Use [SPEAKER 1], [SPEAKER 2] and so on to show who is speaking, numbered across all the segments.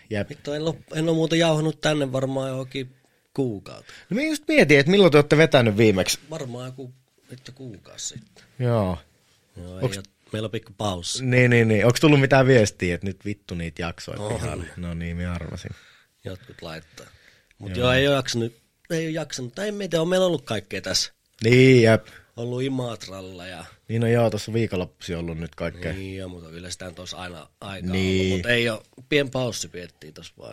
[SPEAKER 1] Jep.
[SPEAKER 2] Vittu, en ole muuten jauhanut tänne varmaan johonkin kuukautta.
[SPEAKER 1] No mä just mietin, että milloin te olette vetänyt viimeksi.
[SPEAKER 2] Varmaan joku kuukausi sitten.
[SPEAKER 1] Joo.
[SPEAKER 2] Meillä on pikku paussi.
[SPEAKER 1] Niin. Onko tullut mitään viestiä, että nyt vittu niitä jaksoja pihalle? No niin, minä arvasin.
[SPEAKER 2] Jotkut laittaa. Mutta joo, ei ole jaksanut. Tai en tiedä, on meillä ollut kaikkea tässä.
[SPEAKER 1] Niin, jep.
[SPEAKER 2] Ollut Imatralla ja...
[SPEAKER 1] Niin on joo, tuossa viikonloppuisin ollut nyt kaikkea.
[SPEAKER 2] Niin joo, mutta kyllä sitä on tuossa aina aikaa ollut. Mutta ei ole, pien paussi piettiin tuossa vaan.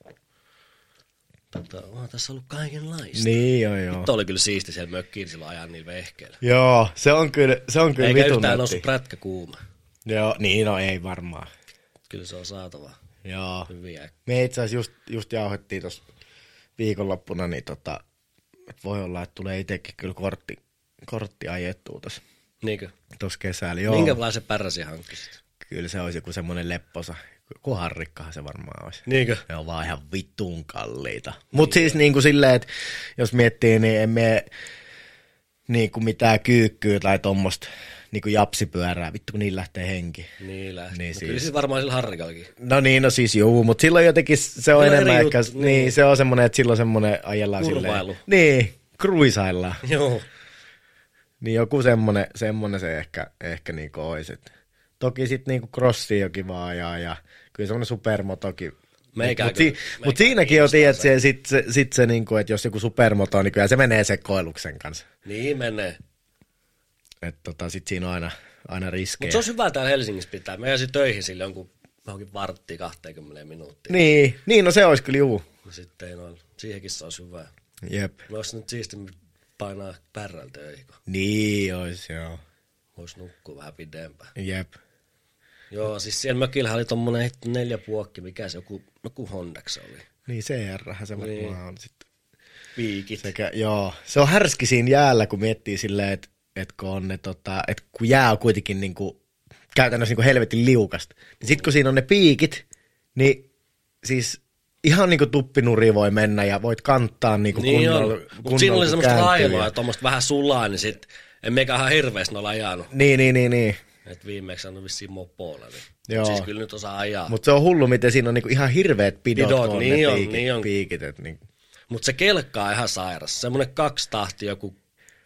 [SPEAKER 2] On tässä ollut kaikenlaista.
[SPEAKER 1] Niin joo.
[SPEAKER 2] Nyt oli kyllä siisti siellä mökkiin silloin ajan niillä vehkeillä.
[SPEAKER 1] Joo, se on kyllä
[SPEAKER 2] eikä
[SPEAKER 1] vitun
[SPEAKER 2] yhtään noussut prätkä kuuma.
[SPEAKER 1] Joo, niin no ei varmaan.
[SPEAKER 2] Kyllä se on saatava.
[SPEAKER 1] Joo.
[SPEAKER 2] Hyviä.
[SPEAKER 1] Me itse asiassa just jauhettiin tuossa viikonloppuna, niin että voi olla, että tulee itsekin kyllä kortti ajettua tuossa.
[SPEAKER 2] Niinkö?
[SPEAKER 1] Tuossa kesällä, joo.
[SPEAKER 2] Minkälaisen pärräsi hankkisit?
[SPEAKER 1] Kyllä se olisi joku semmoinen lepposa. Joku harrikkahan se varmaan olisi.
[SPEAKER 2] Niinkö?
[SPEAKER 1] Ne on vaan ihan vittuun kalliita. Mutta siis niin kuin silleen, että jos miettii, niin emme niin kuin mitään kyykkyä tai tommoista niin kuin japsipyörää. Vittu kun niin lähtee henki.
[SPEAKER 2] Niin lähtee.
[SPEAKER 1] Niin
[SPEAKER 2] siis. Kyllä siis varmaan sillä harrikallakin.
[SPEAKER 1] No siis juu, mutta silloin jotenkin se on enemmän ehkä, niin se on semmoinen, että silloin semmoinen ajellaan
[SPEAKER 2] kurvailu.
[SPEAKER 1] Silleen. Niin, kruisaillaan.
[SPEAKER 2] Joo.
[SPEAKER 1] Niin joku semmoinen se ehkä niinku olisi. Toki sitten niinku crossia jokin vaan ajaa ja kyllä semmoinen supermotokin. Mutta siinäkin jo tiedät sit se niinku, että jos joku supermoto, niin kyllä se menee sekoiluksen kanssa.
[SPEAKER 2] Niin menee.
[SPEAKER 1] Että sit siinä on aina riskejä.
[SPEAKER 2] Mutta se olisi hyvä täällä Helsingissä pitää. Mä jäisin töihin sille johonkin varttiin 20 minuuttia.
[SPEAKER 1] Niin, no se olisi kyllä juu.
[SPEAKER 2] No sitten ei noin. Siihenkin se olisi hyvä.
[SPEAKER 1] Jep.
[SPEAKER 2] No olisi nyt siisti painaa pärrällä töihin.
[SPEAKER 1] Niin, olisi joo.
[SPEAKER 2] Voisi nukkua vähän pidempään.
[SPEAKER 1] Jep.
[SPEAKER 2] Joo, siis siellä mökillähän oli tommonen 4 puokki, mikä se joku Hondax oli.
[SPEAKER 1] Niin, CR-hän se varmaan on sitten.
[SPEAKER 2] Piikit.
[SPEAKER 1] Joo, se on härski siinä jäällä, kun miettii silleen, että kun on ne, että kun jää on kuitenkin niinku, käytännössä niinku helvetin liukasta, niin sit kun siinä on ne piikit, niin siis ihan niinku tuppinuri voi mennä ja voit kantaa niinku
[SPEAKER 2] niin
[SPEAKER 1] kunnolla.
[SPEAKER 2] Mutta siinä oli semmoista railoa ja tuommoista vähän sulaa, niin sit en meikä ihan hirveästi noilla ajanut.
[SPEAKER 1] Niin.
[SPEAKER 2] Et viimeksi on vissiin mopoilla. Niin.
[SPEAKER 1] Joo.
[SPEAKER 2] Siis kyllä nyt osaa ajaa.
[SPEAKER 1] Mutta se on hullu, miten siinä on niinku ihan hirveät pidot kun
[SPEAKER 2] niin
[SPEAKER 1] on
[SPEAKER 2] ne
[SPEAKER 1] piikit.
[SPEAKER 2] Mutta se kelkka on ihan sairas. Semmoinen 2 tahti joku,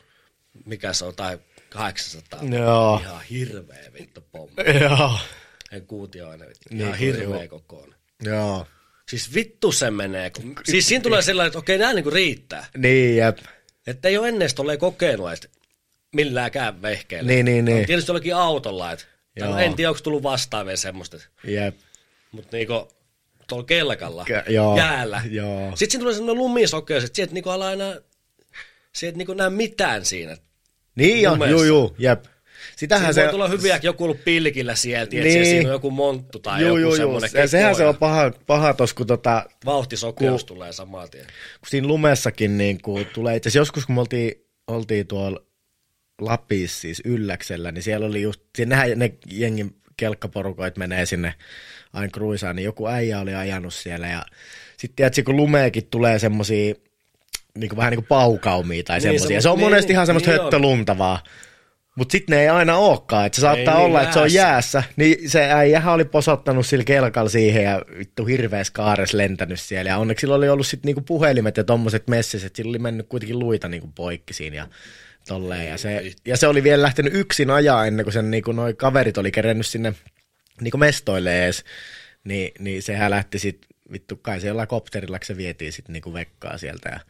[SPEAKER 2] mikä se on, tai 800.
[SPEAKER 1] Joo.
[SPEAKER 2] Ihan hirveä vittu pommi.
[SPEAKER 1] Joo.
[SPEAKER 2] En kuutioinen vittu. Ihan hirveä kokoinen.
[SPEAKER 1] Joo.
[SPEAKER 2] Siis vittu se menee. Siis siinä tulee sellainen, että okei, nää niinku riittää.
[SPEAKER 1] Niin, jep.
[SPEAKER 2] Että ei ole ennen tolleen kokenut, että milläänkään vehkeellä.
[SPEAKER 1] Niin.
[SPEAKER 2] Tietysti jollakin autolla, että en tiedä, onko tullut vastaan vielä semmoista.
[SPEAKER 1] Jep.
[SPEAKER 2] Mutta niinku tuolla kelkalla, jäällä.
[SPEAKER 1] Joo.
[SPEAKER 2] Sitten siinä tulee semmoinen lumisokeus, että sieltä niinku alaa enää, sieltä niinku näe mitään siinä.
[SPEAKER 1] Niin joo, jep. Sitähän
[SPEAKER 2] se voi tulla hyviäkin, joku ollut pilkillä sieltä, niin. Että siinä on joku monttu tai joku semmoinen kekoja.
[SPEAKER 1] Sehän se on paha tossa, kun
[SPEAKER 2] vauhtisokeus tulee samaan tien.
[SPEAKER 1] Kun siinä lumessakin niin kun tulee, itse asiassa joskus kun me oltiin tuolla Lapissa siis Ylläksellä, niin siellä oli just, sinnehän ne jengin kelkkaporukoit menee sinne aina kruisaan, niin joku äijä oli ajanut siellä ja sitten tiedätkö, kun lumeekin tulee semmosia niin vähän niin kuin paukaumia tai semmosia. Se on monesti ihan semmoista höttöluntavaa. Mutta sitten ne ei aina olekaan, että se saattaa olla, että se on jäässä. Niin se äijähän oli posottanut sillä kelkalla siihen ja vittu hirveässä kaaressa lentänyt siellä. Ja onneksi sillä oli ollut sitten niinku puhelimet ja tommoset messiset, että sillä oli mennyt kuitenkin luita niinku poikki siinä ja tolleen. Ja se oli vielä lähtenyt yksin ajaa ennen kuin sen niinku noi kaverit oli kerennyt sinne niinku mestoille ees. Niin sehän lähti sitten, vittu kai se jollain kopterilla, se vietiin sitten niinku vekkaa sieltä.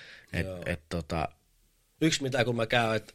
[SPEAKER 1] Ja,
[SPEAKER 2] yksi mitä kun mä käyn, että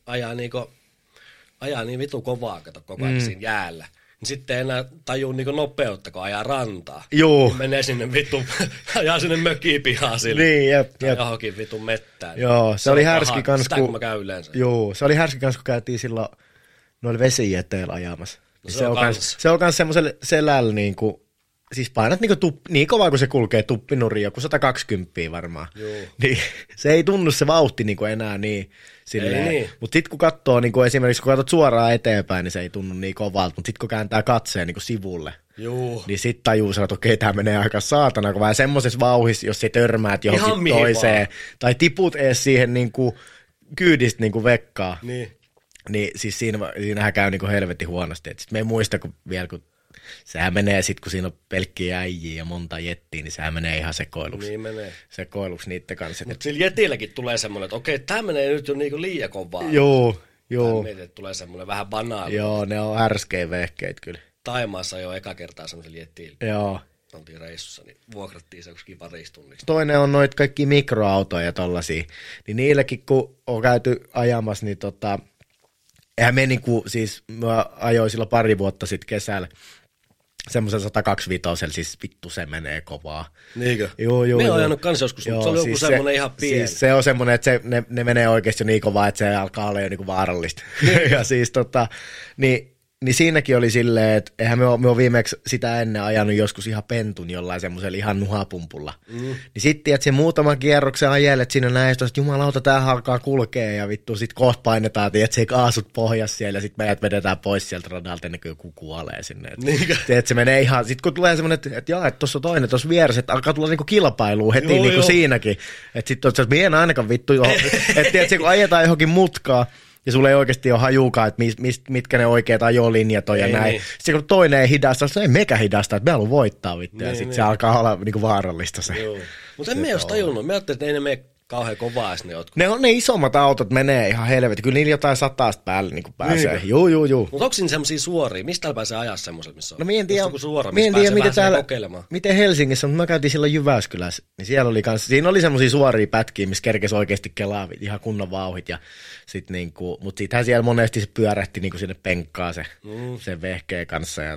[SPEAKER 2] ajaa niin vitu kovaa, kato koko ajan siinä jäällä. Niin sitten ei enää tajuu niinku nopeutta, kun ajaa rantaa.
[SPEAKER 1] Joo.
[SPEAKER 2] Niin menee sinne vitu, ajaa sinne mökipihaan sille.
[SPEAKER 1] Niin, jep.
[SPEAKER 2] Johonkin vitun mettään.
[SPEAKER 1] Joo, se oli härski kans,
[SPEAKER 2] kun mä käyn yleensä.
[SPEAKER 1] Joo, se oli härski kans, kun käytiin silloin noilla vesijäteillä ajamassa.
[SPEAKER 2] No,
[SPEAKER 1] se on kans semmoisella selällä niinku, siis painat niin kovaa, kun se kulkee tuppinuriin, joku 120 varmaan.
[SPEAKER 2] Joo.
[SPEAKER 1] Niin se ei tunnu se vauhti niinku enää niin silleen. Niin. Mutta sitten kun katsoo, niinku esimerkiksi kun katsot suoraan eteenpäin, niin se ei tunnu niin kovalta. Mutta sitten kun kääntää katseen niinku sivulle, niin sitten tajuu, että okei, tämä menee aika saatana. Kun vähän semmoisessa vauhissa, jos se törmäät johonkin toiseen, tai tiput ees siihen niinku kyydistä niinku vekkaa, niin siis siinähän käy niinku helvetin huonosti. Sitten me ei muista, kun sehän menee sitten, kun siinä on pelkkiä äijiä ja monta jettiä, niin sehän menee ihan sekoiluksi.
[SPEAKER 2] Niin menee.
[SPEAKER 1] Sekoiluksi niiden kanssa.
[SPEAKER 2] Mutta sillä jetilläkin tulee semmoinen, että okei, tämä menee nyt jo niinku liian kovaa.
[SPEAKER 1] Joo.
[SPEAKER 2] Mietin, että tulee semmoinen vähän banaali.
[SPEAKER 1] Joo, ne on härskejä vehkeitä kyllä.
[SPEAKER 2] Taimaassa jo eka kertaa semmoisella jetillä.
[SPEAKER 1] Joo.
[SPEAKER 2] Oltiin reissussa, niin vuokrattiin se jossakin parissa tunnissa.
[SPEAKER 1] Toinen on noita kaikki mikroautoja ja tollasia. Niin niilläkin, kun on käyty ajamassa, niin eihän me niinku, siis mä ajoin silloin pari vuotta sitten kesällä semmoisen 125, siis vittu se menee kovaa.
[SPEAKER 2] Niinkö?
[SPEAKER 1] Joo.
[SPEAKER 2] Me on ajanut kans joskus, mutta se oli joku semmoinen ihan pieni.
[SPEAKER 1] Siis se on semmoinen, että ne menee oikeasti niin kovaa, että se alkaa olla jo niinku vaarallista. Ja siis niin siinäkin oli silleen, että eihän me ole viimeksi sitä ennen ajanut joskus ihan pentun jollain semmoisella ihan nuhapumpulla. Niin sitten, että se muutaman kierroksen ajelet siinä näin, että jumalauta, tämähän alkaa kulkea ja vittu, sit kohta painetaan, että se kaasut pohjassa siellä ja sitten meidät vedetään pois sieltä radalta ennen kuin joku kuolee sinne. Että se menee ihan, sitten kun tulee semmoinen, että tuossa on toinen tuossa vieressä, että alkaa tulla niinku kilpailua heti niinku siinäkin. Että sitten on se, että mien ainakaan vittu, että kun ajetaan johonkin mutkaan, ja sulla ei oikeasti ole hajukaan, että mitkä ne oikeat ajolinjat on ja näin. Niin. Sitten kun toinen ei hidasta, se ei mekä hidasta, että me haluan voittaa vittu. Niin, ja sitten se alkaa olla niinku vaarallista se.
[SPEAKER 2] Mutta en me olisi tajunnut. Me ajattelin, että ei ne mene kauhean kovaa edes ne jotkut.
[SPEAKER 1] Ne isommat autot menee ihan helvetin. Kyllä niillä jotain 100 päälle niin pääsee. Joo.
[SPEAKER 2] Mutta onko siinä semmosia suoria? Mistä täällä pääsee ajaa semmoiset, missä on?
[SPEAKER 1] No mien tiedä, miten Helsingissä, mutta mä käytiin silloin Jyväskylässä, niin siellä oli siinä oli semmosia suoria pätkiä, missä kerkesi oikeasti kelaa ihan kunnon vauhit ja sit niinku, mut siitähän siellä monesti se pyörähti niinku sinne penkkaan se vehkeen kanssa ja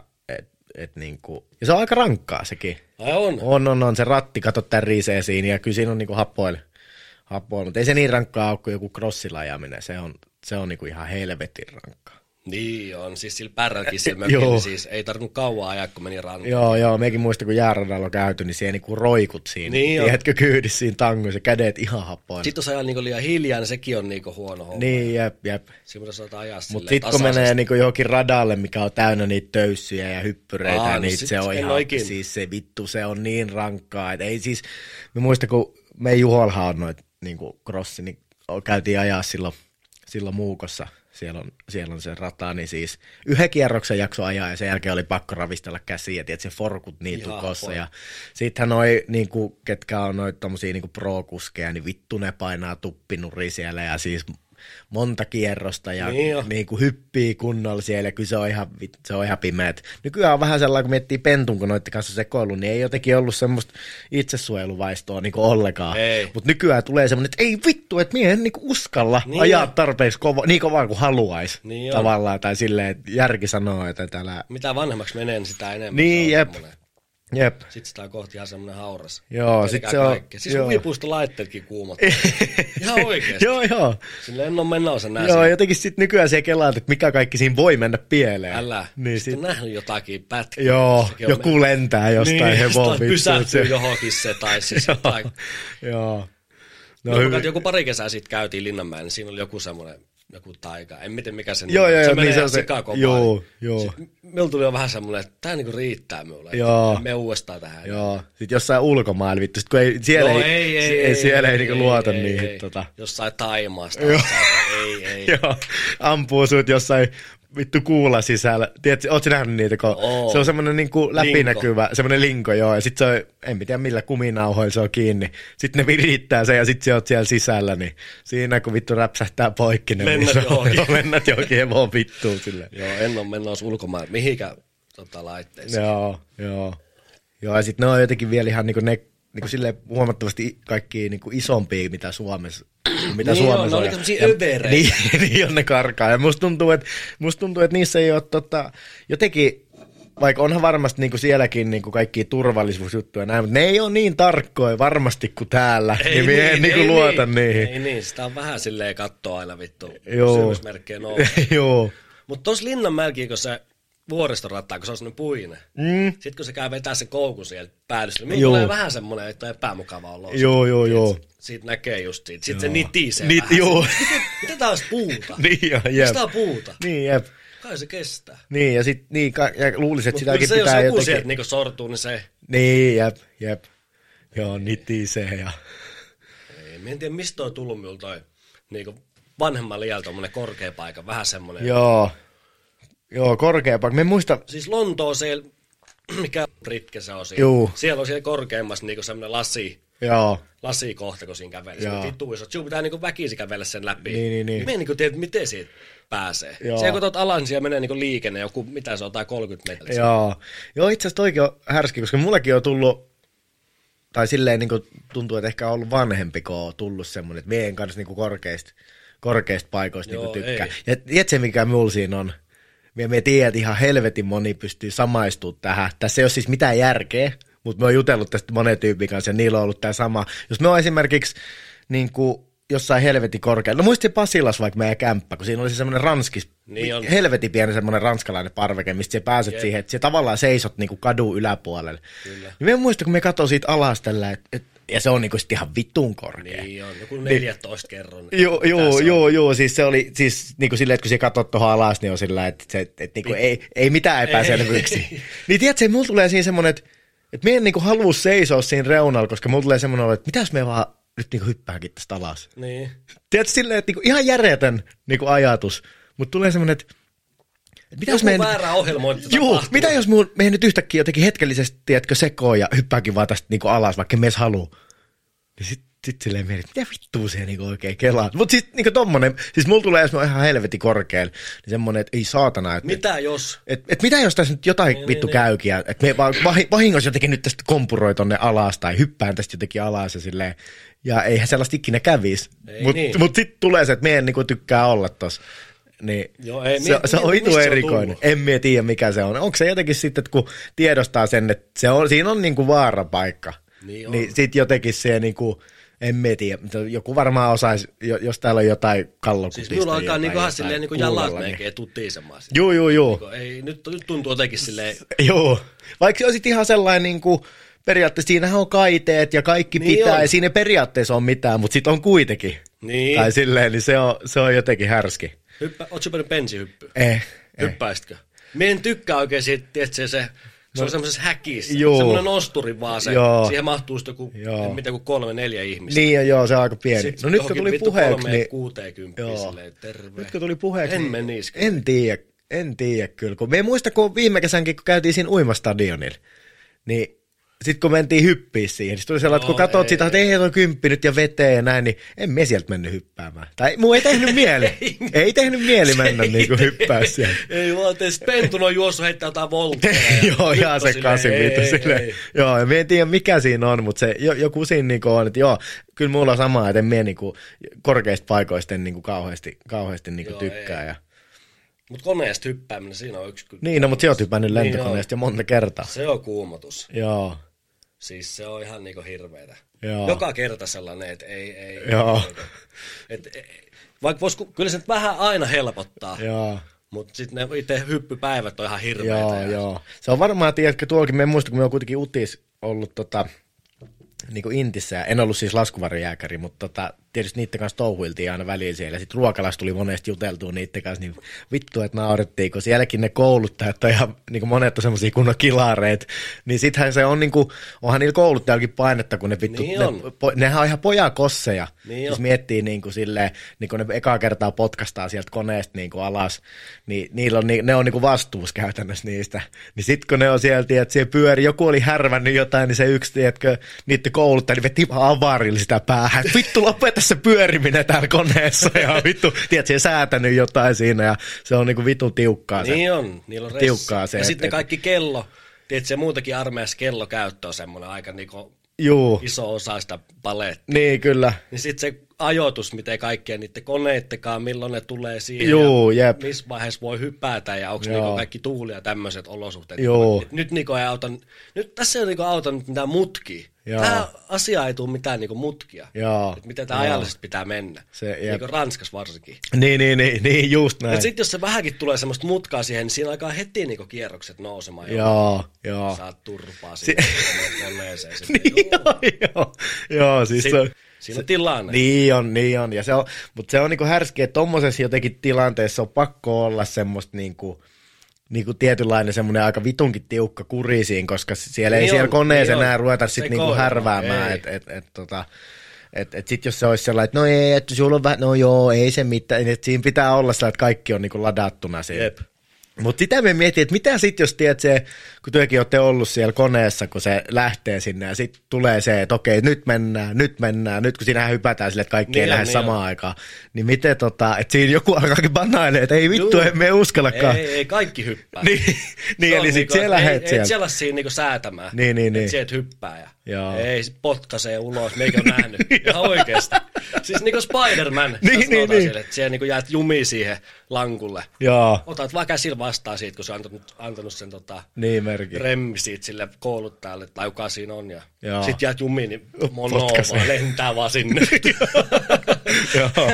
[SPEAKER 1] niinku, ja se on aika rankkaa sekin.
[SPEAKER 2] Ai on?
[SPEAKER 1] On se ratti, kato tärisee siinä ja kyllä siinä on niinku happoil, mutta ei se niin rankkaa ole kuin joku crossilla ajaminen, se on niinku ihan helvetin rankkaa.
[SPEAKER 2] Niin on, siis sillä pärrälläkin sillä mökillä, siis ei tarvinnut kauan ajaa, kun meni rantaan.
[SPEAKER 1] Joo, mekin muista, kun jääradalla on käyty, niin siellä niinku roikut siinä. Niin tiedätkö, kyydissä siinä tangoissa, kädet ihan happoilla.
[SPEAKER 2] Sitten jos ajaa niinku liian hiljaa, niin sekin on niinku huono homma.
[SPEAKER 1] Niin, jep.
[SPEAKER 2] Siinä saattaa ajaa silleen
[SPEAKER 1] mutta sitten kun menee niinku johonkin radalle, mikä on täynnä niitä töyssyjä ja hyppyreitä, niin se on ihan, siis se vittu, se on niin rankkaa. Et ei siis, me muista, kun me Juholhan on noit niinku crossi, niin käytiin ajaa silloin Muukossa. Siellä on se rata, niin siis yhden kierroksen jakso ajaa ja sen jälkeen oli pakko ravistella käsiä, että se forkut niin tukossa. Ja sittenhän noi, niinku, ketkä on noita tommosia niinku pro-kuskeja, niin vittu ne painaa tuppinuri siellä ja siis monta kierrosta ja niinku hyppii kunnolla siellä ja kyllä se on ihan pimeät. Nykyään on vähän sellainen, kun miettii pentun, kun noitten kanssa sekoilu, niin ei jotenkin ollut semmoista itsesuojeluvaistoa niinku ollenkaan. Mutta nykyään tulee semmoinen, että ei vittu, että mie en niinku uskalla ajaa tarpeeksi niin kovaa kuin haluaisi tavallaan. Tai silleen, että järki sanoo, että täällä...
[SPEAKER 2] Mitä vanhemmaksi menee, niin sitä enemmän.
[SPEAKER 1] Niin, jep.
[SPEAKER 2] Sitten sitä on kohti ihan semmoinen hauras.
[SPEAKER 1] Joo, sit se on...
[SPEAKER 2] Siis huvipuisto laitteetkin kuumottaa. Ihan oikeesti.
[SPEAKER 1] Joo.
[SPEAKER 2] Silleen en ole menossa näin.
[SPEAKER 1] Joo, jotenkin sitten nykyään se kelaat, että mikä kaikki siinä voi mennä pieleen.
[SPEAKER 2] Älä.
[SPEAKER 1] Niin
[SPEAKER 2] sitten on nähnyt jotakin pätkiä.
[SPEAKER 1] Joo, joku lentää jostain hevon
[SPEAKER 2] vittu. Pysähtyy johonkin se tai siis jotain.
[SPEAKER 1] Joo.
[SPEAKER 2] Joku pari kesää sitten käytiin Linnanmäen, niin siinä oli joku semmoinen... Joku taika, en tiedä mikä sen
[SPEAKER 1] joo,
[SPEAKER 2] se
[SPEAKER 1] menee
[SPEAKER 2] ihan sikakovaa.
[SPEAKER 1] Joo.
[SPEAKER 2] Meillä tuli jo vähän semmoinen, että tämä niinku riittää minulle, me uudestaan tähän.
[SPEAKER 1] Joo, sitten jossain ulkomailla vittu, sit kun siellä ei niinku luota niihin.
[SPEAKER 2] Jossain Taimaasta. Ei.
[SPEAKER 1] Joo, ampuu sut jossain vittu kuulla sisällä. Tiedätkö, ootko nähnyt niitä, kun se on semmoinen niinku läpinäkyvä, semmoinen linko, joo, ja sit se on, en tiedä millä kuminauhoilla se on kiinni. Sitten ne virittää sen ja sit se oot siellä sisällä, niin siinä kun vittu räpsähtää poikki, niin mennät johonkin hevon vittuun silleen.
[SPEAKER 2] Joo, en ole menossa ulkomaan mihinkään laitteisiin.
[SPEAKER 1] Joo, ja sit ne on jotenkin vielä ihan niinku ne, niinku silleen huomattavasti kaikki niinku isompia, mitä Suomessa. Mitä Suomessa on.
[SPEAKER 2] Ne oli tämmöisiä övereitä.
[SPEAKER 1] Niin on ne karkaa. Ja musta tuntuu, että niissä ei ole jotenkin, vaikka onhan varmasti niinku sielläkin niinku kaikkia turvallisuusjuttuja näin, mutta ne ei ole niin tarkkoja varmasti kuin täällä. Niin me en niinku luota niihin.
[SPEAKER 2] Ei niin, sitä on vähän silleen katsoa aina vittu. Kysymysmerkkejä
[SPEAKER 1] Joo.
[SPEAKER 2] Mutta tuossa Linnanmäelläkin, kun se vuoristorataa, kun se on sellainen puinen. Sitten kun se käy vetää sen koukun sieltä päädystä, niin tulee vähän semmoinen, että on epämukava olo.
[SPEAKER 1] Joo.
[SPEAKER 2] Siitä näkee just siitä. Sitten se nitisee
[SPEAKER 1] vähän. Joo.
[SPEAKER 2] Mitä tää olisi puuta?
[SPEAKER 1] Niin, jep.
[SPEAKER 2] Mistä tää on puuta?
[SPEAKER 1] Niin, jep.
[SPEAKER 2] Kai se kestää.
[SPEAKER 1] Niin, ja sit ja luulisin, että sitäkin pitää
[SPEAKER 2] jotenkin... Mutta jos joku
[SPEAKER 1] sieltä
[SPEAKER 2] niinku sortuu, niin se...
[SPEAKER 1] Niin, jep. Joo, nitisee ja...
[SPEAKER 2] Ei, en tiedä, mistä on tullut minulla toi niinku vanhemman liian tommonen korkea paikka, vähän semmonen...
[SPEAKER 1] Joo, Joo, korkea paikka. Me muista...
[SPEAKER 2] Siis Lontooseen, mikä britke se on siinä.
[SPEAKER 1] Juu.
[SPEAKER 2] Siellä on siellä korkeammassa niinku semmoinen
[SPEAKER 1] Joo.
[SPEAKER 2] lasikohta, kun siinä kävelee. Se on vittu iso. Sinun pitää niinku väkisin kävellä sen läpi.
[SPEAKER 1] Niin.
[SPEAKER 2] Me en niinku tiedä, miten siitä pääsee.
[SPEAKER 1] Joo.
[SPEAKER 2] Siellä kun tuot alas, niin siellä menee niinku liikenne, joku, mitä se on, tai 30 metriä.
[SPEAKER 1] Joo, itse asiassa toikin on härski, koska mullekin on tullut, tai silleen niin tuntuu, että ehkä on ollut vanhempi, kun on tullut semmoinen, että meidän kanssa niin korkeista paikoista niin tykkää. Ja tiedätkö se, mikä mulla siinä on? Me tiedän, että ihan helvetin moni pystyy samaistumaan tähän. Tässä ei ole siis mitään järkeä, mutta me on jutellut tästä monen tyypin kanssa, ja niillä on ollut tämä sama. Jos me on esimerkiksi niin kuin jossain helvetin korkealla, no muistin Pasilas vaikka meidän kämppä, kun siinä oli se semmoinen helvetin pieni semmoinen ranskalainen parveke, mistä sä pääset siihen, että sä tavallaan seisot niin kuin kadun yläpuolelle. Kyllä. Niin me muistan, kun me katsoin siitä alas tällä, ja se on niinku sitten ihan vitun korkea.
[SPEAKER 2] Niin on, joku 14 kerran.
[SPEAKER 1] Joo, siis se oli siis niinku silleen, että kun sä katsot tuohon alas, niin on sillä, että niinku ei mitään epäselvyyksiä. Niin tiedätkö, mulla tulee siinä semmoinen, että me en niinku halua seisoa siinä reunalla, koska mulla tulee semmoinen, että mitäs me vaan nyt niinku hyppääkin tästä alas. Niin. Tiedätkö, silleen, että niinku ihan järjetön niinku ajatus, mutta tulee semmoinen, että
[SPEAKER 2] joku väärä ohjelmointi
[SPEAKER 1] tapahtuu. Mitä jos me nyt yhtäkkiä jotenkin hetkellisesti, tiedätkö, sekoon ja hyppääkin vaan tästä niinku alas, vaikka me edes haluu. Niin sit silleen mietit, mitä vittua se niinku oikein kelaa. Mut sit niinku tommonen, siis mulla tulee, jos mä oon ihan helvetin korkealla, niin semmonen, että ei saatana.
[SPEAKER 2] Mitä jos?
[SPEAKER 1] Mitä jos tässä nyt jotain vittu käykiä, että me vaan vahingossa jotenkin nyt tästä kompuroi tonne alas tai hyppään tästä jotenkin alas ja silleen. Ja eihän sellaista ikinä kävisi. Mut sit tulee se, että meidän niinku tykkää olla tossa. Niin joo, se on vitu erikoinen. En mä tiedä mikä se on. Onko se jotenkin sitten, että kun tiedostaa sen, että siinä on niinku vaarapaikka. Niin sit jotenkin se niinku, en mä tiedä, joku varmaan osaisi, jos täällä on jotain kallokutista.
[SPEAKER 2] Siis minulla alkaa niinku silleen niinku jalat melkein tuttiisemaan.
[SPEAKER 1] Joo.
[SPEAKER 2] Niinku, nyt tuntuu jotenkin silleen.
[SPEAKER 1] Joo, vaikka se olisit ihan sellainen niinku, periaatteessa siinähän on kaiteet ja kaikki niin pitää, ja siinä ei periaatteessa ole mitään, mutta sit on kuitenkin. Niin. Tai silleen, niin se on jotenkin härski.
[SPEAKER 2] Ootko mennyt bensihyppyyn? Hyppäisitkö? Mie en tykkää oikein siitä, tiedätkö, se on semmoisessa häkissä. Semmoinen osturi vaan se. Joo. Siihen mahtuu sitten joku 3-4 ihmistä.
[SPEAKER 1] Niin joo, se on aika pieni.
[SPEAKER 2] Sitten
[SPEAKER 1] no nyt kun tuli puheeksi, niin...
[SPEAKER 2] 60 silleen, terve.
[SPEAKER 1] Nyt kun tuli puheeksi,
[SPEAKER 2] en menisi.
[SPEAKER 1] En tiedä kyllä. Me muista, kun viime kesänkin, kun käytiin siinä uimastadionilla, niin... Sitten kun mentiin hyppiä siihen, niin tuli sellainen, että kun katsot sitä, että ei ole 10 nyt ja veteen ja näin, niin en me sieltä mennyt hyppäämään. Tai muu ei tehnyt mieli. ei tehnyt mieli mennä niin kuin hyppää siellä.
[SPEAKER 2] Ei vaan, että Pentun on juossut heittää jotain voltteja.
[SPEAKER 1] Joo, ihan se 85 silleen. Joo, ja me en tiedä mikä siinä on, mutta se joku siinä niin on, että joo, kyllä mulla on sama, että en mie niin korkeista paikoista niin kauheasti niin tykkää. Ja...
[SPEAKER 2] Mutta koneesta hyppääminen, siinä on yksi...
[SPEAKER 1] Niin, no, mutta sä oot hyppännyt lentokoneesta jo monta kertaa.
[SPEAKER 2] Se on kuumotus.
[SPEAKER 1] Joo.
[SPEAKER 2] Siis se on ihan niinku hirveetä.
[SPEAKER 1] Joo.
[SPEAKER 2] Joka kerta sellainen, että ei.
[SPEAKER 1] Joo.
[SPEAKER 2] Vaikka kyllä se vähän aina helpottaa.
[SPEAKER 1] Joo.
[SPEAKER 2] Mutta sitten ne itse hyppypäivät on ihan hirveitä.
[SPEAKER 1] Joo. Se on varmaan, tiedätkö, tuollakin, me en muista, kun me on kuitenkin Utis ollut niin kuin Intissä, en ollut siis laskuvarjojääkäri, mutta tietysti niiden kanssa touhuiltiin aina väliin siellä. Sitten ruokalassa tuli monesti juteltua niiden kanssa, niin vittu, että naurettiin, kun sielläkin ne kouluttajat on ihan, niin kuin monet on semmosia kunnon kilareita, niin sittenhän se on niin kuin, onhan niillä kouluttajallakin painetta, kun ne vittu, niin nehän on ihan pojakosseja, niin jos miettii niin kuin silleen, niin kun ne ekaa kertaa potkastaa sieltä koneesta niin kuin alas, niin ne on niin kuin vastuus käytännössä niistä. Niin sitten kun ne on sieltä, että siellä pyöri, joku oli härvännyt jotain, niin se yksi, tiedätkö, niiden kouluttaja, niin veti avarilla sitä päähän, että vittu lopeta se pyöriminen täällä koneessa ja vittu, tiedätkö, se säätänyt jotain siinä ja se on niinku vitun tiukkaa se.
[SPEAKER 2] Niin on, niillä on tiukkaa se. Ja sitten kaikki kello, tiedätkö, se muutakin armeijassa kellokäyttö on semmoinen aika niinku iso osa sitä palettia.
[SPEAKER 1] Niin, kyllä.
[SPEAKER 2] Niin sitten se ajoitus, miten kaikkia niiden koneittekaan, milloin ne tulee siihen
[SPEAKER 1] jep.
[SPEAKER 2] missä vaiheessa voi hypätä ja onko niinku kaikki tuuli ja tämmöiset olosuhteet. Nyt niinku ei auta, nyt tässä ei niinku auta mitään mutkia. Tämä asia ei tule mitään niinku mutkia. Että miten tämä ajallisesti pitää mennä. Niinku Ranskassa varsinkin.
[SPEAKER 1] Niin, just näin.
[SPEAKER 2] Sitten jos se vähänkin tulee semmoista mutkaa siihen, niin siinä alkaa heti niinku kierrokset nousemaan.
[SPEAKER 1] Joo.
[SPEAKER 2] Saat turpaa siihen koneeseen.
[SPEAKER 1] Joo, siis
[SPEAKER 2] siinä on tilanne.
[SPEAKER 1] Niin on. Ja se on, mutta se on niinku härski, että tommosessa jotenkin tilanteessa on pakko olla semmoista niinku tietynlainen semmoinen aika vitunkin tiukka kurisiin, koska siellä ei siellä koneeseen enää ruveta sitten niinku härväämään. Että sit jos se olisi sellainen, että no ei, että sulla on vähän, no joo, ei se mitään, että siinä pitää olla sellainen, että kaikki on niinku ladattuna siinä. Mutta sitä me mietin, että mitä sitten jos tiedät se, kun työkin olette ollut siellä koneessa, kun se lähtee sinne ja sitten tulee se, että okei, nyt mennään, nyt kun siinähän hypätään sille, että kaikki ei lähde samaan aikaan, niin miten että siinä joku alkaakin banailemaan, että ei vittu, emme uskallakaan.
[SPEAKER 2] Ei kaikki hyppää.
[SPEAKER 1] niin eli sitten siellä lähet sieltä.
[SPEAKER 2] Ei siellä siinä niinku säätämään, että sieltä hyppää ja ei potkaisee ulos, meikä ole nähnyt, ihan oikeasti. Siis niinku Spider-Man, siellä, että siellä niinku jäät jumiin siihen lankulle.
[SPEAKER 1] Joo.
[SPEAKER 2] Otat vaan käsillä vastaan siitä, kun se on antanut sen remmi siitä sille kouluttajalle, tai kuka siinä on. Ja sitten jäät jumiin, niin mono vaan lentää vaan sinne.
[SPEAKER 1] Joo.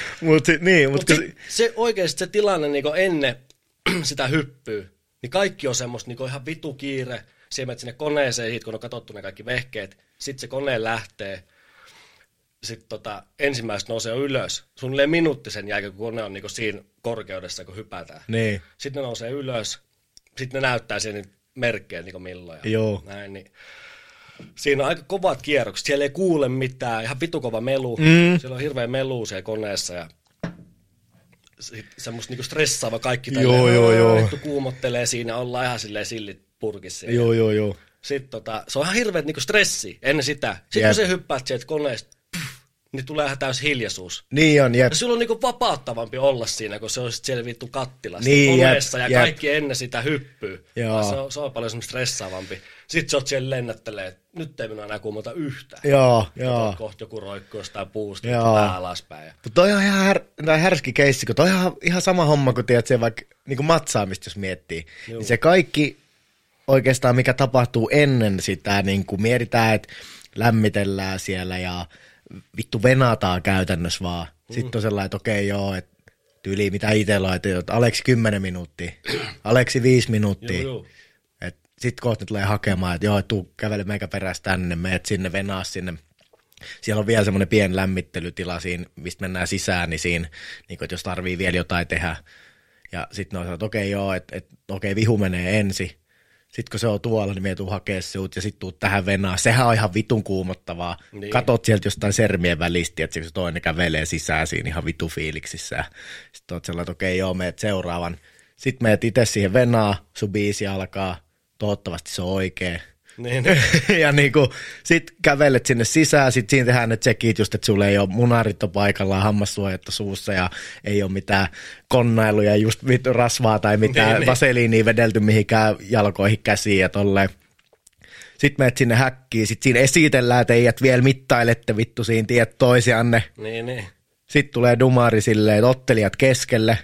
[SPEAKER 2] Se oikeasti se tilanne niin ennen sitä hyppyä, niin kaikki on semmoista niin ihan vitu kiire. Siellä menet sinne koneeseen, kun on katsottu ne kaikki vehkeet. Sitten se kone lähtee. Sitten ensimmäiset nousee ylös. Suunnilleen minuutti sen jälkeen, kun kone on niin siinä korkeudessa, kun hypätään.
[SPEAKER 1] Niin.
[SPEAKER 2] Sitten ne nousee ylös. Sitten ne näyttää siihen merkkejä niin milloin.
[SPEAKER 1] Joo.
[SPEAKER 2] Näin, niin. Siinä on aika kovat kierrokset. Siellä ei kuule mitään. Ihan vitu kova melu. Siellä on hirveä melu siellä koneessa. Ja semmoista niinku stressaava kaikki.
[SPEAKER 1] Joo.
[SPEAKER 2] Kuumottelee siinä. Ollaan ihan silleen sillit purkissa.
[SPEAKER 1] Joo.
[SPEAKER 2] Sitten se on ihan hirveät niinku stressi ennen sitä. Sitten kun se hyppäät sieltä koneesta, niin tulee ihan täys hiljaisuus.
[SPEAKER 1] Niin on, jep.
[SPEAKER 2] Ja sulla on niinku vapauttavampi olla siinä, kun se on siellä vittu kattilassa koneessa ja kaikki ennen sitä hyppyy. Se on paljon semmoista stressaavampi. Sitten sä oot siellä lennättelee, että nyt ei minua enää kuumota yhtään.
[SPEAKER 1] Joo.
[SPEAKER 2] Kohta joku roikkuu jostain puusta, pää alaspäin.
[SPEAKER 1] Mutta toi on ihan härski keissi, kun toi on ihan sama homma, kun tiedät se vaikka niinku matsaamista, jos miettii. Niin se kaikki oikeastaan, mikä tapahtuu ennen sitä, niin kuin mietitään, että lämmitellään siellä ja vittu venataan käytännössä vaan. Sitten on sellainen, että okei, että tyyli mitä itse laitin, että Aleksi 10 minuuttia, Aleksi 5 minuuttia. Sitten kohta tulee hakemaan, että tuu kävele meikä perässä tänne, meet sinne, venaa sinne. Siellä on vielä semmoinen pieni lämmittelytila siinä, mistä mennään sisään, niin siinä, niin että jos tarvii vielä jotain tehdä. Ja sitten ne on sanonut, että okei, vihu menee ensin. Sitten kun se on tuolla, niin me tuu hakea sinut ja sitten tuut tähän venaan. Sehän on ihan vitun kuumottavaa. Niin. Katot sieltä jostain sermien välistä, että se toinen kävelee sisään siinä ihan vitu fiiliksissä. Sitten oot sellainen, että meet seuraavan. Sitten meet itse siihen venaan, sun biisi alkaa. Toivottavasti se on oikein.
[SPEAKER 2] Niin.
[SPEAKER 1] Ja niinku, sit kävelet sinne sisään, sit siinä tehdään ne tsekit just, että sulla ei ole munaritto paikallaan, hammassuojattu suussa ja ei ole mitään konnailuja, just rasvaa tai mitään vaseliinia vedelty mihinkään jalkoihin, käsiin ja tolleen. Sitten menet sinne häkkiin, sit siinä esitellään teidät vielä mittailette vittu siinä tiet toisianne.
[SPEAKER 2] Niin.
[SPEAKER 1] Sitten tulee dumari silleen, että ottelijat keskelle.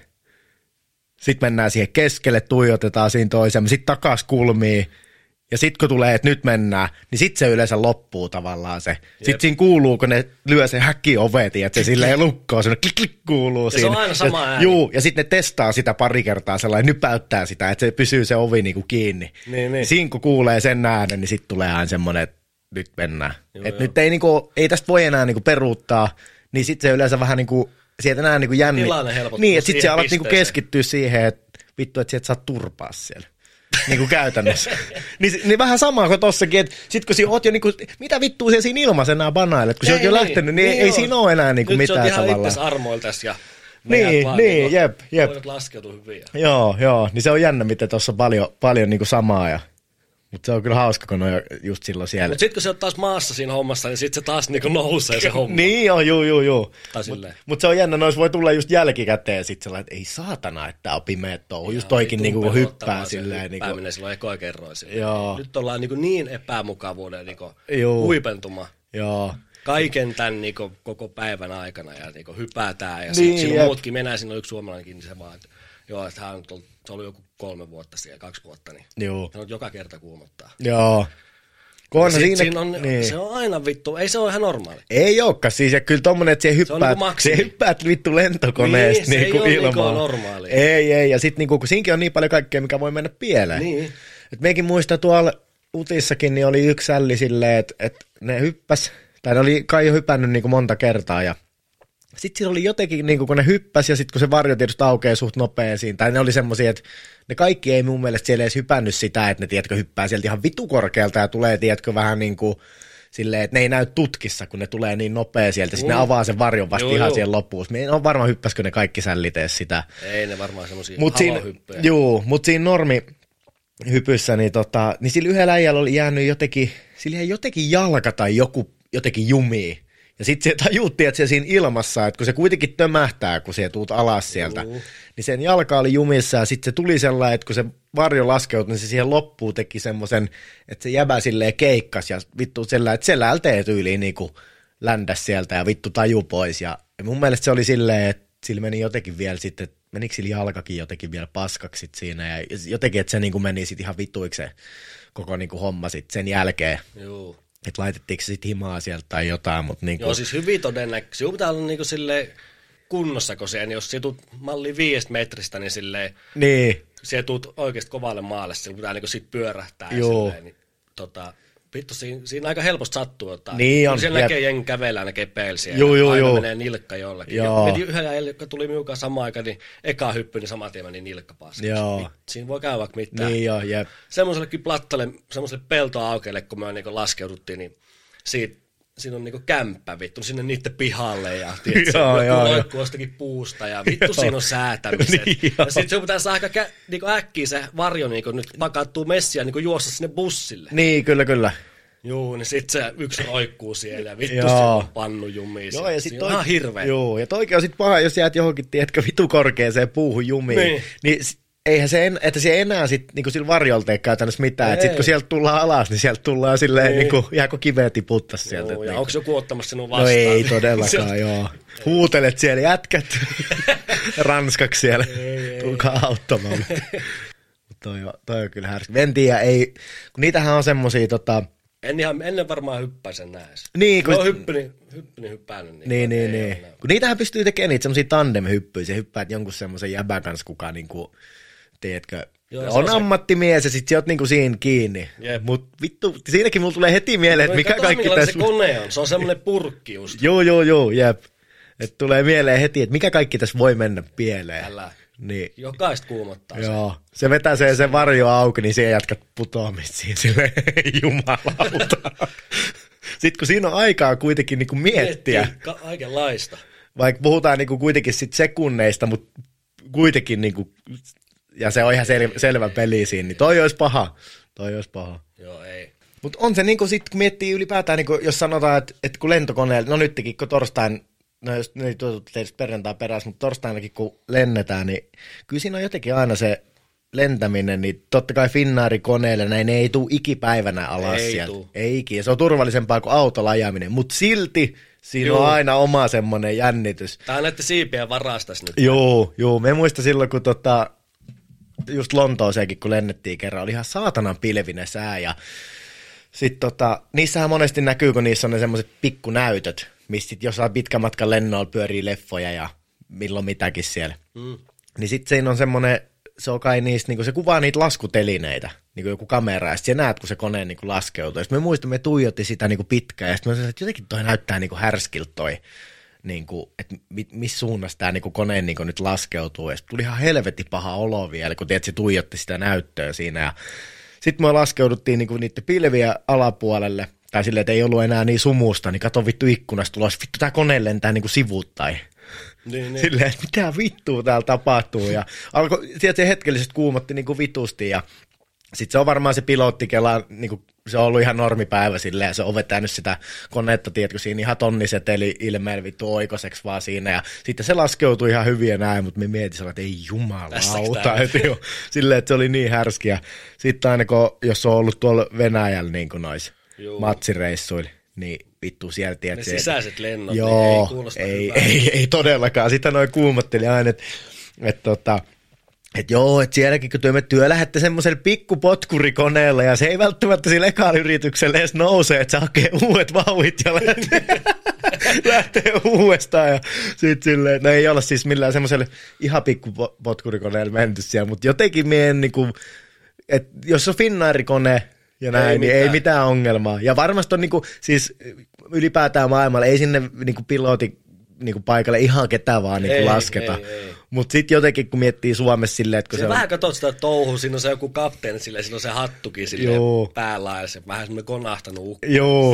[SPEAKER 1] Sitten mennään siihen keskelle, tuijotetaan siinä toisemme, sitten takas kulmiin. Ja sitten kun tulee, että nyt mennään, niin sitten se yleensä loppuu tavallaan se. Sitten siinä kuuluu, kun ne lyö sen häkkiovet, että se silleen lukkoo, se klik kuuluu siinä.
[SPEAKER 2] Se on aina sama ääni.
[SPEAKER 1] Ja sitten ne testaa sitä pari kertaa sellainen, nypäyttää sitä, että se pysyy se ovi niinku kiinni.
[SPEAKER 2] Niin.
[SPEAKER 1] Siinä kun kuulee sen äänen, niin sitten tulee aina semmoinen, että nyt mennään. Että nyt ei tästä voi enää niinku peruuttaa, niin sitten se yleensä vähän niinku, sieltä enää niinku jänni.
[SPEAKER 2] Tilanne helpottuu.
[SPEAKER 1] Niin, että sitten sä alat niinku keskittyä siihen, että vittu, että sieltä saat turpaa siellä. Niin kuin käytännössä. niin vähän samaa kuin tossakin, että sit kun oot jo niinku, mitä vittua siellä siinä ilmassa enää banailet, kun sä oot jo lähtenyt, niin ei siinä ole enää niinku mitään tavallaan.
[SPEAKER 2] Nyt sä oot ihan itses armoiltas ja
[SPEAKER 1] niin, jep.
[SPEAKER 2] Voit laskeutua hyvin.
[SPEAKER 1] Joo, niin se on jännä, miten tuossa on paljon niinku samaa mutta se on kyllä hauska, kun on just silloin siellä.
[SPEAKER 2] Mutta sitten kun se on taas maassa siinä hommassa, niin sitten se taas niinku nousee se homma.
[SPEAKER 1] Niin joo. Mutta se on jännä, noissa voi tulla just jälkikäteen sitten sellainen, että ei saatana, että tää on pimeä touhu. Just toikin niinku hyppää silleen.
[SPEAKER 2] Hyppääminen silloin ekoja kerroin silleen. Nyt ollaan niin epämukavuuden huipentuma.
[SPEAKER 1] Joo.
[SPEAKER 2] Kaiken tämän koko päivän aikana ja hypätään. Ja silloin muutkin mennään, siinä on yksi suomalainenkin, niin se vaan, että se oli joku 3 vuotta siellä, 2 vuotta, niin se on joka kerta kuumottaa.
[SPEAKER 1] Joo.
[SPEAKER 2] Se on aina vittu, ei se ole ihan normaali.
[SPEAKER 1] Ei olekaan siis, ja kyllä tommonen, että se hyppäät vittu lentokoneesta
[SPEAKER 2] niin,
[SPEAKER 1] niinku
[SPEAKER 2] se ei
[SPEAKER 1] ilmaan.
[SPEAKER 2] ole normaali.
[SPEAKER 1] Ei, ja sitten niinku, kun siinkin on niin paljon kaikkea, mikä voi mennä pieleen.
[SPEAKER 2] Niin.
[SPEAKER 1] Et mekin muista tuolla Utissakin, niin oli yksi sälli silleen, että ne hyppäs, tai ne oli kai jo hypännyt niinku monta kertaa, ja sitten siinä oli jotenkin, niin kun ne hyppäs ja sitten kun se varjo tietysti aukeaa suht nopeasiin, tai ne oli semmoisia, että ne kaikki ei mun mielestä siellä edes hypännyt sitä, että ne tiedätkö hyppää sieltä ihan vitu korkealta ja tulee tiedätkö vähän niin kuin silleen, että ne ei näy tutkissa, kun ne tulee niin nopea sieltä, sitten ne avaa sen varjon vasta ihan siihen loppuun. Me en ole varma, hyppäskö ne kaikki sällitee sitä.
[SPEAKER 2] Ei ne varmaan semmosia halohyppyjä.
[SPEAKER 1] Joo, mutta siinä normihypyssä, niin sillä yhdellä äijällä oli jäänyt jotenkin jalka tai joku jotenkin jumii. Ja sitten se tajuttiin, että se siinä ilmassa, että kun se kuitenkin tömähtää, kun se tuut alas sieltä, niin sen jalka oli jumissa ja sitten se tuli sellainen, että kun se varjo laskeutui, niin se siihen loppuun teki semmoisen, että se jäbä silleen keikkas ja vittu sellainen, että se lähtee tyyliin niinku ländäs sieltä ja vittu taju pois. Ja mun mielestä se oli silleen, että sillä meni jotenkin vielä sitten, menikö sillä jalkakin jotenkin vielä paskaksi siinä ja jotenkin, että se niinku meni sitten ihan vittuiksi se koko niinku homma sitten sen jälkeen.
[SPEAKER 2] Joo.
[SPEAKER 1] Että laitettiinko se sitten himaa sieltä tai jotain, mutta niinku...
[SPEAKER 2] Joo, siis hyvin todennäköisesti. Sinun pitää olla niinku silleen kunnossa, kun se, niin jos sinä tulet malliin 5 metristä, niin silleen...
[SPEAKER 1] Niin.
[SPEAKER 2] Sinä tulet oikeasti kovalle maalle, sinun pitää niinku sit pyörähtää. Joo. Ja silleen, niin, vittu, siinä aika helposti sattuu jotain.
[SPEAKER 1] Niin on.
[SPEAKER 2] Siellä näkee jengi kävellään, näkee peilsiä. Aina menee nilkka jollakin. Mietin yhden ajan, joka tuli minunkaan samaan aikaan, niin eka hyppy, niin saman tien meni nilkka paskaksi. Joo. Siinä voi käydä vaikka mitään.
[SPEAKER 1] Niin joo, jep.
[SPEAKER 2] Semmoisellekin plattalle, semmoiselle peltoaukeelle, kun me niinku laskeuduttiin, niin siinä on niinku kämppä vittu, sinne niiden pihalle ja loikkuu jostakin puusta ja vittu siinä on säätämiset. Niin, ja sitten se pitää saada niinku äkkiä se varjo niinku nyt pakattuu messiä niinku juossa sinne bussille.
[SPEAKER 1] Niin, kyllä.
[SPEAKER 2] Joo, niin sit se yksi roikkuu siellä ja vittu siinä on pannu jumiin. Joo, ja sit ihan hirveä.
[SPEAKER 1] Joo, ja toikin on sit paha, jos jäät johonkin, tiedätkö, vitu korkeeseen puuhun jumiin. Niin eihän se, että se enää sit niinku sillä varjolta tee käytännössä mitään. Että sit kun sieltä tullaan alas, niin sieltä tullaan silleen niinku, jääkö kiveä tiputtas sieltä.
[SPEAKER 2] Joo, ja
[SPEAKER 1] niinku.
[SPEAKER 2] onko joku ottamassa sinun vastaan?
[SPEAKER 1] No ei todellakaan, joo. Huutelet siellä jätkät ranskaksi siellä. Tulkaa auttamaan. Toi on kyllä härskä. En tiedä, kun niitähän on semmosia
[SPEAKER 2] Ennen varmaan hyppäisen näes.
[SPEAKER 1] Niin, kun...
[SPEAKER 2] hyppyni hyppäänyt.
[SPEAKER 1] Niin. Kun niitähän pystyy tekemään niitä semmosia tandem-hyppyjä. Se hyppäät jonkun semmoisen jäbän kanssa, kuka niinku, tiedätkö, on ammattimies ja sit sä oot niinku siinä kiinni. Jep. Mut vittu, siinäkin mulla tulee heti mieleen, että mikä kaikki tässä...
[SPEAKER 2] se kone on, se on semmonen purkki just.
[SPEAKER 1] Joo, jep. Että tulee mieleen heti, että mikä kaikki tässä voi mennä pieleen.
[SPEAKER 2] Älä.
[SPEAKER 1] Niin.
[SPEAKER 2] Jokaista kuumottaa se.
[SPEAKER 1] Joo, se vetää sen varjo auki, niin siihen jatkat putoamista siinä silleen, jumalauta. Sitten kun siinä on aikaa kuitenkin niinku miettiä.
[SPEAKER 2] Kaikenlaista.
[SPEAKER 1] Vaikka puhutaan niinku kuitenkin sit sekunneista, mutta kuitenkin niinku, ja se on ihan selvä peli siinä, niin toi olisi paha.
[SPEAKER 2] Joo, ei.
[SPEAKER 1] Mutta on se niinku sit, kun miettii ylipäätään, niinku, jos sanotaan, että kun lentokoneella, no nytkin kun torstain, no jos ei tuotu tietysti perjantai perässä, mutta torstainakin kun lennetään, niin kyllä siinä on jotenkin aina se lentäminen, niin totta kai Finnair-koneelle näin ei tule ikipäivänä alas sieltä. Ei ikinä. Se on turvallisempaa kuin autolla ajaminen, mutta silti siinä on aina oma semmoinen jännitys.
[SPEAKER 2] Tää on näiden siipien varastas nyt.
[SPEAKER 1] Joo. Me muista silloin, kun just Lontooseenkin, kun lennettiin kerran, oli ihan saatanan pilvinen sää ja sitten niissähän monesti näkyy, kun niissä on ne semmoiset pikkunäytöt, missä sit jossain pitkän matkan lennoilla pyörii leffoja ja milloin mitäkin siellä. Niin sitten siinä on semmoinen, se on kai niistä, niinku, se kuvaa niitä laskutelineitä, niinku joku kamera, ja sitten näet, kun se kone niinku laskeutuu. Ja sitten me muistamme, me tuijotti sitä niinku pitkään, ja sitten me sanoin, että jotenkin toi näyttää niinku härskiltä toi, niinku, että missä suunnassa tämä niinku kone niinku nyt laskeutuu. Ja tuli ihan helvetti paha olo vielä, kun tiedät, se tuijotti sitä näyttöä siinä, ja sitten me laskeuduttiin niinku niiden pilviä alapuolelle, tai silleen, että ei ollut enää niin sumusta, niin kato vittu ikkunasta tulos, vittu tää kone lentää niinku sivuuttain. Niin. Silleen, että mitä vittua täällä tapahtuu. Ja sieltä se hetkellisesti kuumotti niinku vitusti ja sitten se on varmaan se pilottikela, niinku, se on ollut ihan normipäivä silleen, ja se on vetänyt sitä konetta, tiedätkö, siinä ihan tonniseteli ilmeen vittu oikoseksi vaan siinä, ja sitten se laskeutui ihan hyvin ja näin, mutta me mietin, että ei jumalauta, silleen, että se oli niin härskiä. Sitten aina, jos on ollut tuolla Venäjällä niin kuin noissa matsireissuilla, niin vittu siellä, tiedätkö.
[SPEAKER 2] Ne sisäiset lennot,
[SPEAKER 1] joo,
[SPEAKER 2] niin ei kuulosta
[SPEAKER 1] ei todellakaan, sitä noin kuumotteli aina, että joo, että sielläkin kun työ lähette semmoiselle pikkupotkurikoneella ja se ei välttämättä sillä ekalla yrityksellä edes nouse, että se hakee uudet vauhit ja lähtee uudestaan ja sitten silleen, no ei olla siis millään semmoiselle ihan pikkupotkurikoneella menty siellä, mutta jotenkin meidän niinku, että jos on Finnair-kone ja näin, niin ei mitään ongelmaa. Ja varmasti on niinku, siis ylipäätään maailmalla, ei sinne niinku pilotin niinku paikalle ihan ketä vaan niinku lasketa. Mutta sitten jotenkin, kun miettii Suomessa silleen, että kun se on...
[SPEAKER 2] vähän katsot sitä touhua, siinä on se joku kapteeni silleen, siinä on se hattukin silleen päällä ja se vähän semmoinen konahtanut ukko.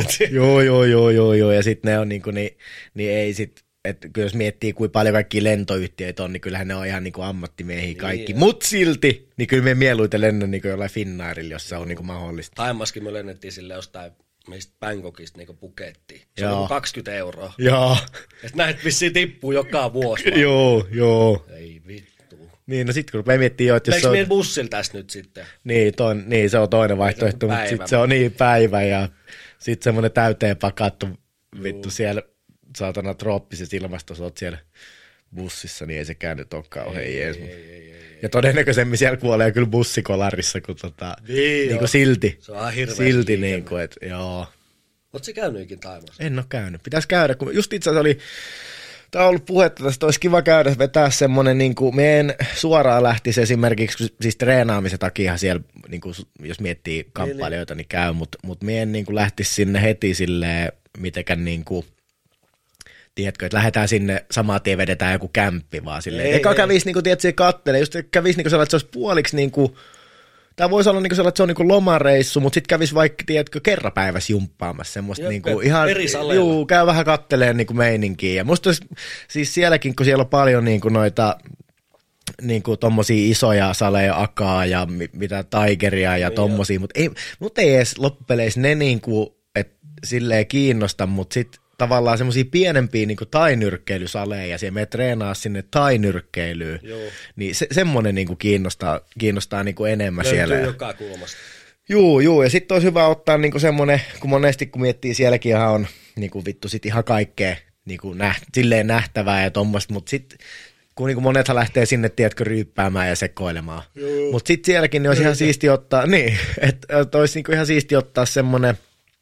[SPEAKER 1] Joo, ja sitten ne on niinku, niin ei sit, että jos miettii, kuinka paljon kaikki lentoyhtiöitä on, niin kyllähän ne on ihan niinku ammattimiehiä kaikki. Mutta silti, niin kyllä me mieluiten lennän niinku jollain Finnairilla, jos se on niinku mahdollista.
[SPEAKER 2] Taimaskin me lennettiin silleen jostain meistä Bangkokista niinku pukettiin. Se on 20 €.
[SPEAKER 1] Joo.
[SPEAKER 2] Et näet vissiin tippuu joka vuosi.
[SPEAKER 1] Joo.
[SPEAKER 2] Ei vittu.
[SPEAKER 1] Niin, no sit kun rupeaa miettimään, että jos
[SPEAKER 2] se on... Meidän bussilla tässä nyt sitten?
[SPEAKER 1] Niin, se on toinen vaihtoehto, mutta sitten se on niin päivä ja sitten semmoinen täyteen pakattu vittu siellä saatana trooppisessa ilmastossa, oot siellä bussissa, niin ei sekään nyt ole kauhean jees. Ja todennäköisemmin siellä kuolee kyllä bussikolarissa, kun niinku silti.
[SPEAKER 2] Se on ihan hirveä.
[SPEAKER 1] Silti niinku, että joo.
[SPEAKER 2] Ootko sä käynyt ikin Taimaassa?
[SPEAKER 1] En ole käynyt. Pitäisi käydä, kun just itse asiassa tää on ollut puhetta tästä, olisi kiva käydä vetää semmonen, niinku, me en suoraan lähtisi esimerkiksi, siis treenaamisen takia siellä, niinku, jos miettii kamppailijoita, niin käy, mutta me en niinku lähtisi sinne heti silleen, mitenkään niinku, tiedätkö, että lähdetään sinne samaan tien vedetään joku kämppi vaan silleen. Eka kävisi niinku, tiedätkö, kattelee, just kävisi niinku sellainen, että se olisi puoliksi niinku, tämä voisi olla niinku sellainen, että se on niinku lomareissu, mutta sitten kävisi vaikka, tiedätkö, kerran päivässä jumppaamassa semmoista niinku ihan, käy vähän katteleen niinku meininkiä. Ja musta olisi, siis sielläkin, kun siellä on paljon niinku noita, niinku tommosia isoja saleja, Akaa ja mitä Tigeria ja tommosia, mutta ei edes loppupeleissä ne niinku, että silleen kiinnosta, mutta sitten tavallaan semmoisia pienempiä niinku tainyrkkeilysaleja ja siellä menee treenaa sinne tainyrkkeilyyn, niin semmoinen niinku kiinnostaa niinku enemmän
[SPEAKER 2] löytyy
[SPEAKER 1] siellä.
[SPEAKER 2] Löytyy joka kulmasta.
[SPEAKER 1] Joo, ja sitten olisi hyvä ottaa niinku semmoinen, kun monesti kun miettii, sielläkin on niinku vittu sit ihan kaikkea niinku silleen nähtävää ja tommoista, mutta sitten kun niinku monethan lähtee sinne, tiedätkö, ryyppäämään ja sekoilemaan. Mutta sitten sielläkin niin olisi ihan siisti ottaa, että olisi niinku ihan siisti ottaa semmoinen,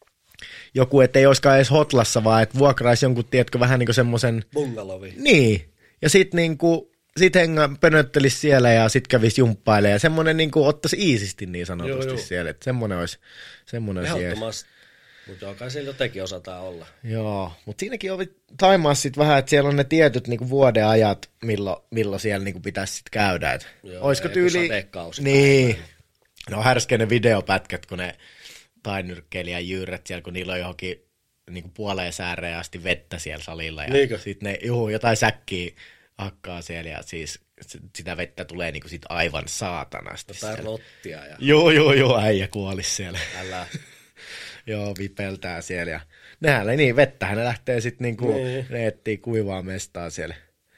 [SPEAKER 1] joku, ettei olisikaan edes hotlassa, vaan että vuokraisi jonkun, tiedätkö, vähän niin kuin semmoisen...
[SPEAKER 2] Bungalovi.
[SPEAKER 1] Niin, ja sitten niinku, pönöttelisi siellä ja sitten kävisi jumppailemaan ja semmoinen niinku ottaisi iisisti niin sanotusti siellä, että semmoinen olisi
[SPEAKER 2] ehdottomasti, mutta joka siellä jotenkin osataan olla.
[SPEAKER 1] Joo, mutta siinäkin on Thaimaassa sitten vähän, että siellä on ne tietyt niinku vuodenajat, milloin siellä niinku pitäisi sitten käydä. Et olisiko tyyli... Niin, no härskeä ne videopätkät, kun ne tainyrkkeilijän jyyrät siellä, kun niillä on johonkin niin puoleen sääreen asti vettä siellä salilla. Ja sitten ne jotain säkkiä hakkaa siellä ja siis sitä vettä tulee niin sit aivan saatanasti.
[SPEAKER 2] Jotain rottia. Ja...
[SPEAKER 1] Joo, äijä kuolisi siellä.
[SPEAKER 2] Älä.
[SPEAKER 1] Joo, vipeltää siellä. Ja nehän niin, vettähän ne lähtee sitten niinku, ne etsii kuivaa mestaa siellä.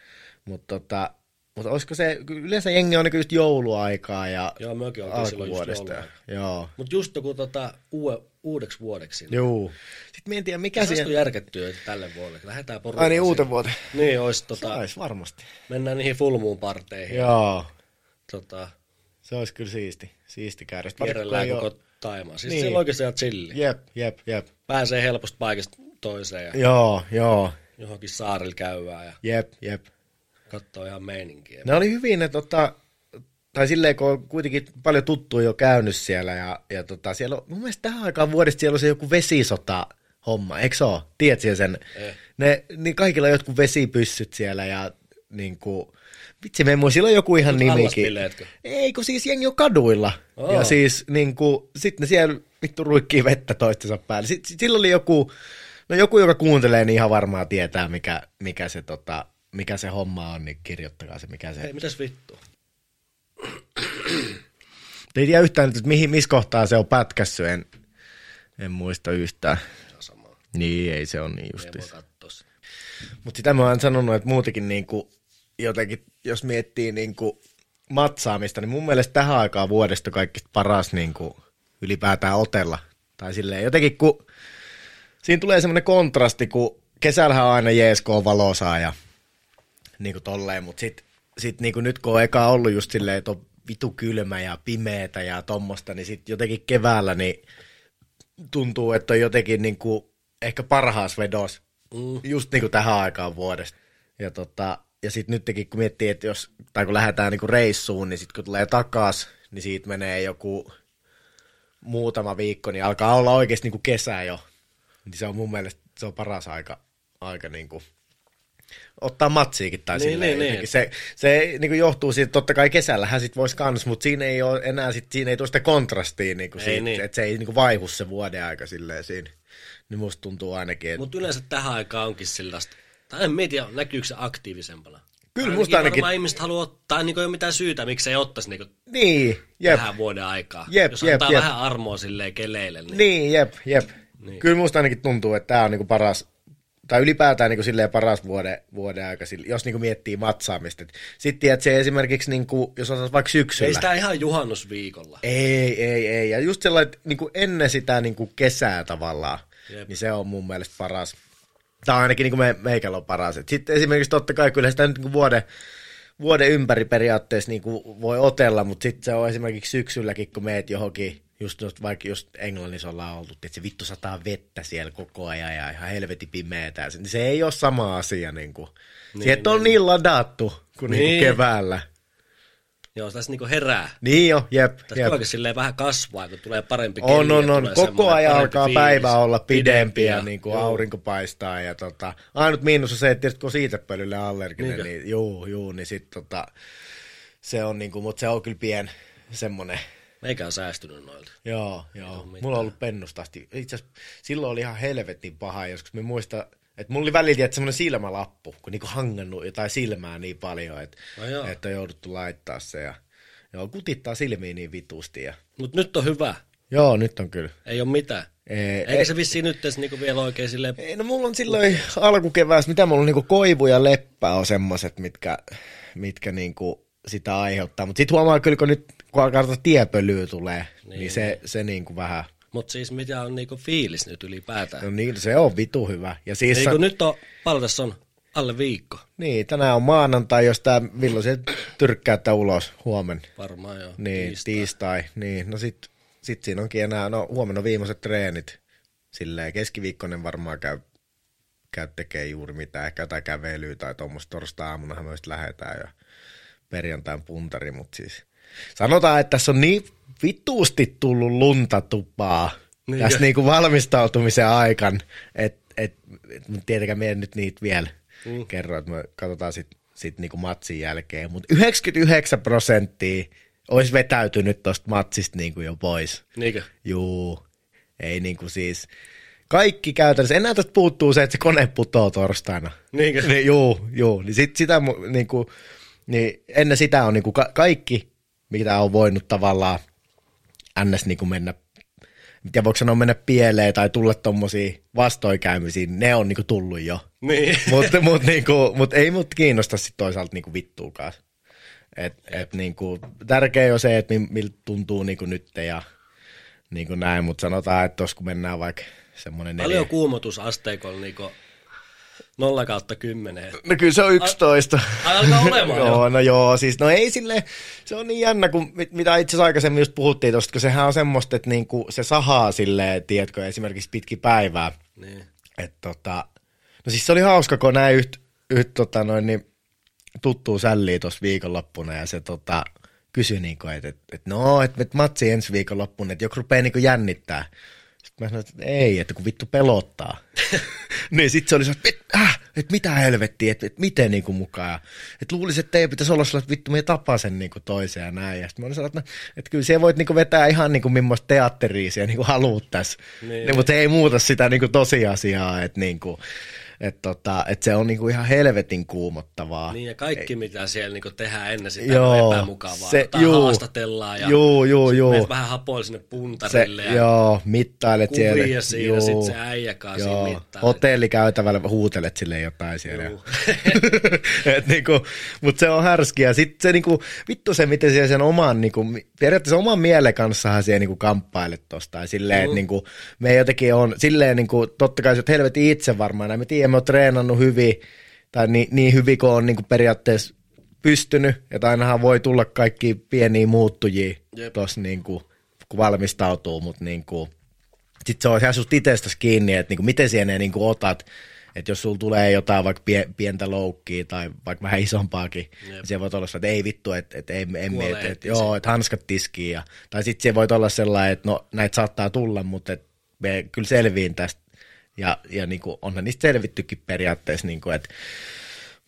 [SPEAKER 1] Mutta olisiko se, yleensä jengi on just jouluaikaa ja alkuvuodesta. Joo.
[SPEAKER 2] Mutta just kun uudeksi vuodeksi.
[SPEAKER 1] Joo. Sitten en tiedä, mikä
[SPEAKER 2] se on järkettyä tälle vuodelle. Lähdetään porukkaan.
[SPEAKER 1] Ai niin, uuten vuoteen.
[SPEAKER 2] Niin, olisi
[SPEAKER 1] sais varmasti.
[SPEAKER 2] Mennään niihin full moon parteihin.
[SPEAKER 1] Joo. Se olisi kyllä siisti käydä.
[SPEAKER 2] Kierrellään koko Taimaa. Siis niin. Se on oikeasti ihan chilli.
[SPEAKER 1] Jep.
[SPEAKER 2] Pääsee helposti paikasta toiseen. Ja
[SPEAKER 1] joo.
[SPEAKER 2] Johonkin saarilla käydään. Ja
[SPEAKER 1] Jep.
[SPEAKER 2] Katsoo ihan meininkiä. Ne
[SPEAKER 1] oli hyvin, että tai silleen, kun on kuitenkin paljon tuttuja jo käynyt siellä, ja siellä on, mun mielestä tähän aikaan vuodesta siellä on se joku vesisota-homma, eikö se ole? Tiedätkö sen? Niin kaikilla on jotkut vesipyssyt siellä, ja niinku, vitsi, me en muista, sillä on joku ihan nimikin. Ei, kun siis jengi on kaduilla, ja siis niinku, sitten ne siellä vittu ruikkii vettä toistensa päälle. Sillä oli joku, joka kuuntelee, niin ihan varmaan tietää, mikä se homma on, niin kirjoittakaa se, mikä se...
[SPEAKER 2] Hei, mitäs vittu?
[SPEAKER 1] Ei tiedä yhtään, että missä kohtaa se on pätkässyt, en muista yhtään.
[SPEAKER 2] Se on sama.
[SPEAKER 1] Niin, ei se on niin justiis. Mutta sitä mä oon sanonut, että muutenkin niinku, jotenkin, jos miettii niinku matsaamista, niin mun mielestä tähän aikaan vuodesta kaikista paras niinku, ylipäätään otella. Tai silleen jotenkin, kun siinä tulee semmoinen kontrasti, kun kesällähän on aina JSK valosaa ja niinku tolleen, mutta sit niinku nyt kun on eka ollut just silleen, että on vitu kylmä ja pimeetä ja tommosta, niin sit jotenkin keväällä niin tuntuu, että on jotenkin niinku ehkä parhaas vedos just niinku tähän aikaan vuodesta. Ja sit nytkin kun miettii, että kun lähdetään niinku reissuun, niin sit kun tulee takas, niin siitä menee joku muutama viikko, niin alkaa olla oikeesti niinku kesä jo. Niin se on mun mielestä se on paras aika niinku ottaa matsiikin tai silleen. Niin. Se niin kuin johtuu siitä, totta kai kesällähän sit voisi kans, mutta siinä ei ole enää, siinä ei tule sitä kontrastia, niin kuin siitä, niin. Että se ei niin kuin vaihu se vuoden aika silleen siinä. Niin musta tuntuu ainakin. Mutta
[SPEAKER 2] yleensä tähän aikaan onkin sellaista, tai en tiedä, näkyykö se aktiivisempana.
[SPEAKER 1] Kyllä musta ainakin.
[SPEAKER 2] Varmaan ihmiset haluaa ottaa, niin ei ole mitään syytä, miksi ei ottaisi tähän vuoden aikaa. Jos antaa vähän armoa silleen keleille.
[SPEAKER 1] Niin, jep. Niin. Kyllä musta ainakin tuntuu, että tämä on niin kuin paras, tai ylipäätään niin silleen paras vuoden aika, jos niin miettii matsaamista. Sitten tiedät se esimerkiksi, niin kuin, jos otat vaikka syksyllä. Ei
[SPEAKER 2] sitä ihan juhannusviikolla.
[SPEAKER 1] Ei. Ja just sellainen niin kuin ennen sitä niin kuin kesää tavallaan, niin se on mun mielestä paras. Tämä on ainakin niin kuin meikällä on paras. Sitten esimerkiksi totta kai kyllä sitä nyt niin kuin vuoden ympäri periaatteessa niin kuin voi otella, mutta sitten se on esimerkiksi syksylläkin, kun meet johonkin, vaikka just Englannissa ollaan oltu, että se vittu sataa vettä siellä koko ajan ja ihan helvetin pimeätä. Niin se ei ole sama asia. Niin kuin. Sieltä on niin ladattu kuin, niin kuin keväällä.
[SPEAKER 2] Joo, tässä niinku herää.
[SPEAKER 1] Niin jo, jep.
[SPEAKER 2] Tässä oikein silleen vähän kasvaa, kun tulee parempi
[SPEAKER 1] keli. On. Koko ajan alkaa päivä olla pidempi ja niin kuin aurinko paistaa. Ja ainut miinus on se, että kun siitepölylle allerginen, niin juu, niin sitten se on niinku, mutta se on kyllä pien semmonen.
[SPEAKER 2] Meikä on säästynyt noilta.
[SPEAKER 1] Joo. Mulla on ollut pennusta asti. Itse asiassa silloin oli ihan helvetin paha joskus. Mä muistan, että mulla oli välillä semmoinen silmälappu, kun niinku hangannut jotain silmää niin paljon, että on jouduttu laittaa se. Ja kutittaa silmiin niin vitusti.
[SPEAKER 2] Mutta nyt on hyvä.
[SPEAKER 1] Joo, nyt on kyllä.
[SPEAKER 2] Ei ole mitään. Eikä se vissiin nyt edes niinku vielä oikein silleen.
[SPEAKER 1] Ei, no mulla on silloin alkukeväässä, mitä mulla on niinku koivu ja leppä on semmoiset, mitkä niinku sitä aiheuttaa. Mutta sitten huomaa kyllä, kun nyt kun alkaa tiepölyä tulee, niin se niinku vähän.
[SPEAKER 2] Mutta siis mitä on niinku fiilis nyt ylipäätään?
[SPEAKER 1] No niin, se on vitu hyvä. Ja siis
[SPEAKER 2] niin kun nyt on, paljon tässä on alle viikko.
[SPEAKER 1] Niin, tänään on maanantai, jos milloin se tyrkkäättää ulos huomenna.
[SPEAKER 2] Varmaan joo.
[SPEAKER 1] Niin, tiistai. Niin, no sit siinä onkin enää, huomenna on viimeiset treenit. Silleen keskiviikkoinen varmaan käy tekee juuri mitään, ehkä jotain kävelyä tai tuommoista torstai-aamunahan me lähdetään ja perjantain puntari, mutta siis sanotaan, että tässä on niin vituusti tullut lunta tupaa tässä niinku valmistautumisen aikaan, että tietenkään me nyt niitä vielä kerro, että me katsotaan sit niinku matsin jälkeen, mutta 99% olisi vetäytynyt tuosta matsista niinku jo pois.
[SPEAKER 2] Niinkö?
[SPEAKER 1] Juu, ei niinku siis. Kaikki käytännössä. Enää tästä puuttuu se, että se kone putoo torstaina.
[SPEAKER 2] Niinkö?
[SPEAKER 1] Niin, juu. Niin sit sitä niinku, niin ennen sitä on niinku kaikki, mitä on voinut tavallaan ns. Niinku mennä, mitä voiko sanoa, mennä pieleen tai tulla tommosia vastoinkäymisiä, ne on niinku tullut jo.
[SPEAKER 2] Niin.
[SPEAKER 1] Mut ei mut kiinnosta sit toisaalta niinku vittuukaan. Et niinku, tärkeä on se, että miltä tuntuu niinku nyt ja niinku näin, mutta sanotaan, että tos kun mennään vaikka semmoinen 4.
[SPEAKER 2] Paljon kuumotusasteikolla niinku 0/10.
[SPEAKER 1] No kyllä se on 11.
[SPEAKER 2] Alkaa olemaan
[SPEAKER 1] joo. No joo, siis no ei silleen, se on niin jännä, kun mitä itse asiassa aikaisemmin just puhuttiin tosta, kun sehän on semmoista, että niinku se sahaa silleen, tiedätkö, esimerkiksi pitkin päivää.
[SPEAKER 2] Niin.
[SPEAKER 1] Että no siis se oli hauska, kun näin niin tuttuu sälliä tuossa viikonloppuna ja se kysyi niinku, että matsi ensi viikonloppuna, että joku rupeaa niinku jännittää. Sitten mä sanoin, että ei, että kun vittu pelottaa. Niin sit se oli että mitä helvettiä, että miten niinku mukaan. Että luulisin, että teidän pitäisi olla sellainen, että vittu me tapaa sen niinku toiseen ja näin. Ja sitten mä olin sanonut, että kyllä siellä voit niinku vetää ihan niinku millaista teatteria siellä niinku haluut tässä. Niin, mutta ei muuta sitä niinku tosiasiaa, että niinku. Että se on niinku ihan helvetin kuumottavaa.
[SPEAKER 2] Niin ja kaikki mitä siellä niinku tehdään ennen sitä on epämukavaa. Haastatellaan ja menet vähän hapoilla sinne puntarille.
[SPEAKER 1] Mittailet siellä.
[SPEAKER 2] Kuvia siinä, sitten se äijäkaa siinä mittailet.
[SPEAKER 1] Hotellikäytävällä huutelet silleen jotain siellä. Mutta se on härskiä. Sitten se niinku, vittu se, miten siellä sen oman, niinku, periaatteessa oman mielen kanssahan siellä niinku kamppailet tosta. Silleen, että niinku, me jotenkin on, silleen niinku, totta kai sä oot helvetin itse varmaan, näin me tiedämme, on treenannut hyvin, tai niin hyvin kuin on niin periaatteessa pystynyt, että ainahan voi tulla kaikki pieniä muuttujia tuossa, niin kun valmistautuu, mutta niin sitten se on ihan susta itsestäsi kiinni, että niin miten siellä ne niin otat, että jos sulla tulee jotain vaikka pientä loukkiä tai vaikka vähän isompaakin, niin se voi olla sellainen, että ei vittu, että että hanskat tiskiin, tai sitten se voi olla sellainen, että no näitä saattaa tulla, mutta että me kyllä selviin tästä. Ja niin kuin, onhan niistä selvittykin periaatteessa, niin kuin, että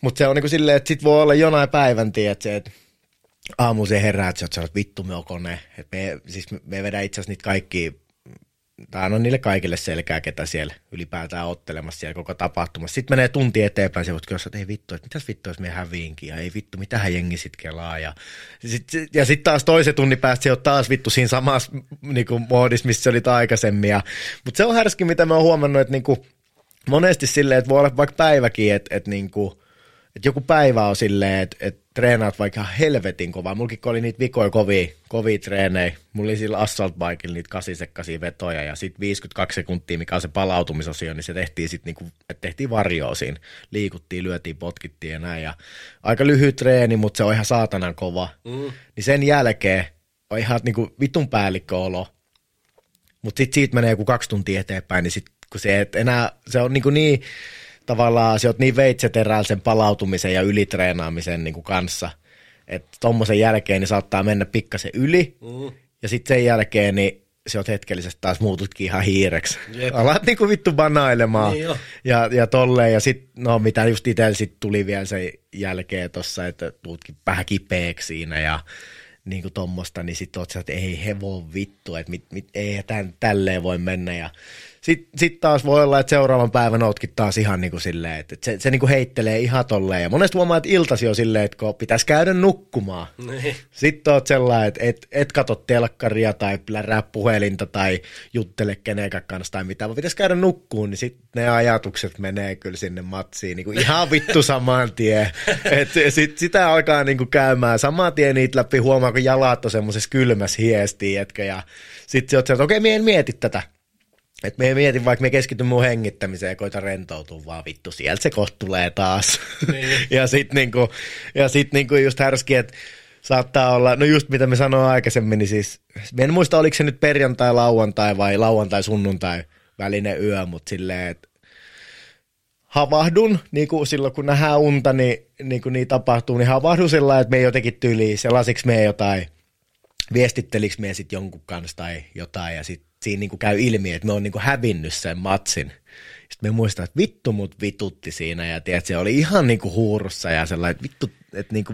[SPEAKER 1] Mutta se on niinku silleen, että sit voi olla jonain päivän, tiedätkö, että aamuun se herää, että sä oot sanonut, vittu me on kone. Että me vedään itse asiassa niitä kaikki, tai on niille kaikille selkää, ketä siellä ylipäätään ottelemassa siellä koko tapahtumassa. Sitten menee tunti eteenpäin, se voit kysyä, että ei vittu, että mitäs vittu, jos me häviinkin, ja ei vittu, mitähän jengi sit kelaa. Ja sitten taas toisen tunnin päästä se on taas vittu siinä samassa niinku, moodissa, missä se oli aikaisemmin. Mutta se on härski, mitä mä oon huomannut, että niinku, monesti silleen, että voi olla vaikka päiväkin, että niinku, että joku päivä on silleen, että treenaat vaikka helvetin kovaa. Mullakin oli niitä vikoja kovia treenejä. Mulla oli sillä assault bikella niitä 8 vetoja ja sitten 52 sekuntia, mikä on se palautumisosio, niin se tehtiin sitten niinku, että tehtiin varjoa siinä. Liikuttiin, lyötiin, potkittiin ja näin. Ja aika lyhyt treeni, mutta se on ihan saatanan kova. Niin sen jälkeen on ihan niinku vitun päällikköolo. Mutta sitten siitä menee joku 2 tuntia eteenpäin, niin sitten kun se, et enää, se on niin tavallaan, se on niin veitseterällä sen palautumisen ja ylitreenaamisen niin kuin kanssa, että tommosen jälkeen niin saattaa mennä pikkasen yli, ja sitten sen jälkeen niin se on hetkellisesti taas muututkin ihan hiireksi. Jep. Alat niin kuin vittu banailemaan, niin ja tolleen, ja sitten, no mitä just itsellä sitten tuli vielä sen jälkeen tossa, että tuutkin vähän kipeäksi siinä, ja niin kuin tommosta, niin sitten oot että ei hevon vittu, että ei tälleen voi mennä, ja Sitten taas voi olla, että seuraavan päivän ootkin taas ihan niin kuin silleen, että se niin kuin heittelee ihan tolleen. Ja monesti huomaa, että iltasi on silleen, että kun pitäisi käydä nukkumaan. Sitten oot sellainen, että et katso telkkaria tai plärää puhelinta tai juttele kenenkään kanssa tai mitään, vaan pitäisi käydä nukkuun, niin sitten ne ajatukset menee kyllä sinne matsiin niin kuin ihan vittu saman tien. Sitä alkaa niin kuin käymään saman tien niitä läpi, huomaa, kun jalat on semmoisessa kylmässä hiestiin, ja sitten se oot sieltä, okei, mie en mieti tätä. Että me mietin, vaikka me keskityn mun hengittämiseen ja koitan rentoutua, vaan vittu, sieltä se kohta tulee taas. Niin. ja sit niinku just härski, että saattaa olla, no just mitä me sanoin aikaisemmin, niin siis, en muista oliko se nyt perjantai, lauantai vai lauantai, sunnuntai välinen yö, mutta silleen, että havahdun, niin kuin silloin kun nähdään unta, niin tapahtuu, niin havahdun sellainen, että me jotenkin tyyliin, sellaisiksi me jotain, viestitteliks me sitten jonkun kanssa tai jotain, ja sitten siinä niinku käy ilmi, että me on niinku hävinnyt sen matsin. Sitten me muistan, että vittu mut vitutti siinä, ja tiedät, se oli ihan niinku huurussa, ja sellainen, että vittu, että niinku,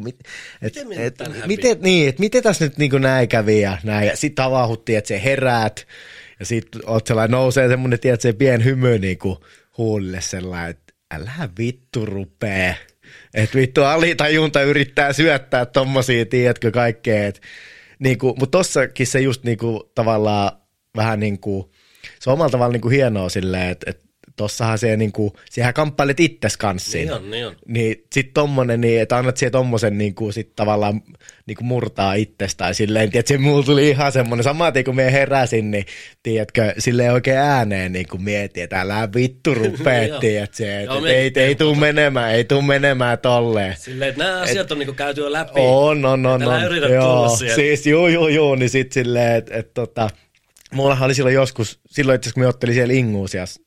[SPEAKER 1] miten tässä nyt niinku näin kävi, ja näin, ja sitten avahuttiin, että se heräät, ja sitten oot sellainen, nousee semmoinen, tiedät, se pien hymy niinku huulille sellainen, että älä vittu rupee, että vittu alitajunta yrittää syöttää tommosia, tiedätkö, kaikkea, että niinku, mutta tossakin se just niinku tavallaan vähän niinku, se on omalla tavalla niinku hienoa silleen, että tossahan se niinku, siihen kamppailet itses kanssa.
[SPEAKER 2] Niin on.
[SPEAKER 1] Niin sit tommonen, niin että annat siihen tommosen niinku sit tavallaan niinku murtaa itsestään silleen, tiedätkö, mulla tuli ihan semmonen, samaten kun me heräsin, niin tiedätkö, silleen oikein ääneen niinku mietin, että älä vittu rupee, tiedätkö, että ei tuu menemään tolleen.
[SPEAKER 2] Silleen, että nämä asiat on niinku käyty jo läpi.
[SPEAKER 1] On.
[SPEAKER 2] Älä yritä tulla siellä.
[SPEAKER 1] Siis juu, niin sit silleen, että mullahan oli silloin joskus, silloin itse asiassa kun me ottelin siellä Inguusiassa,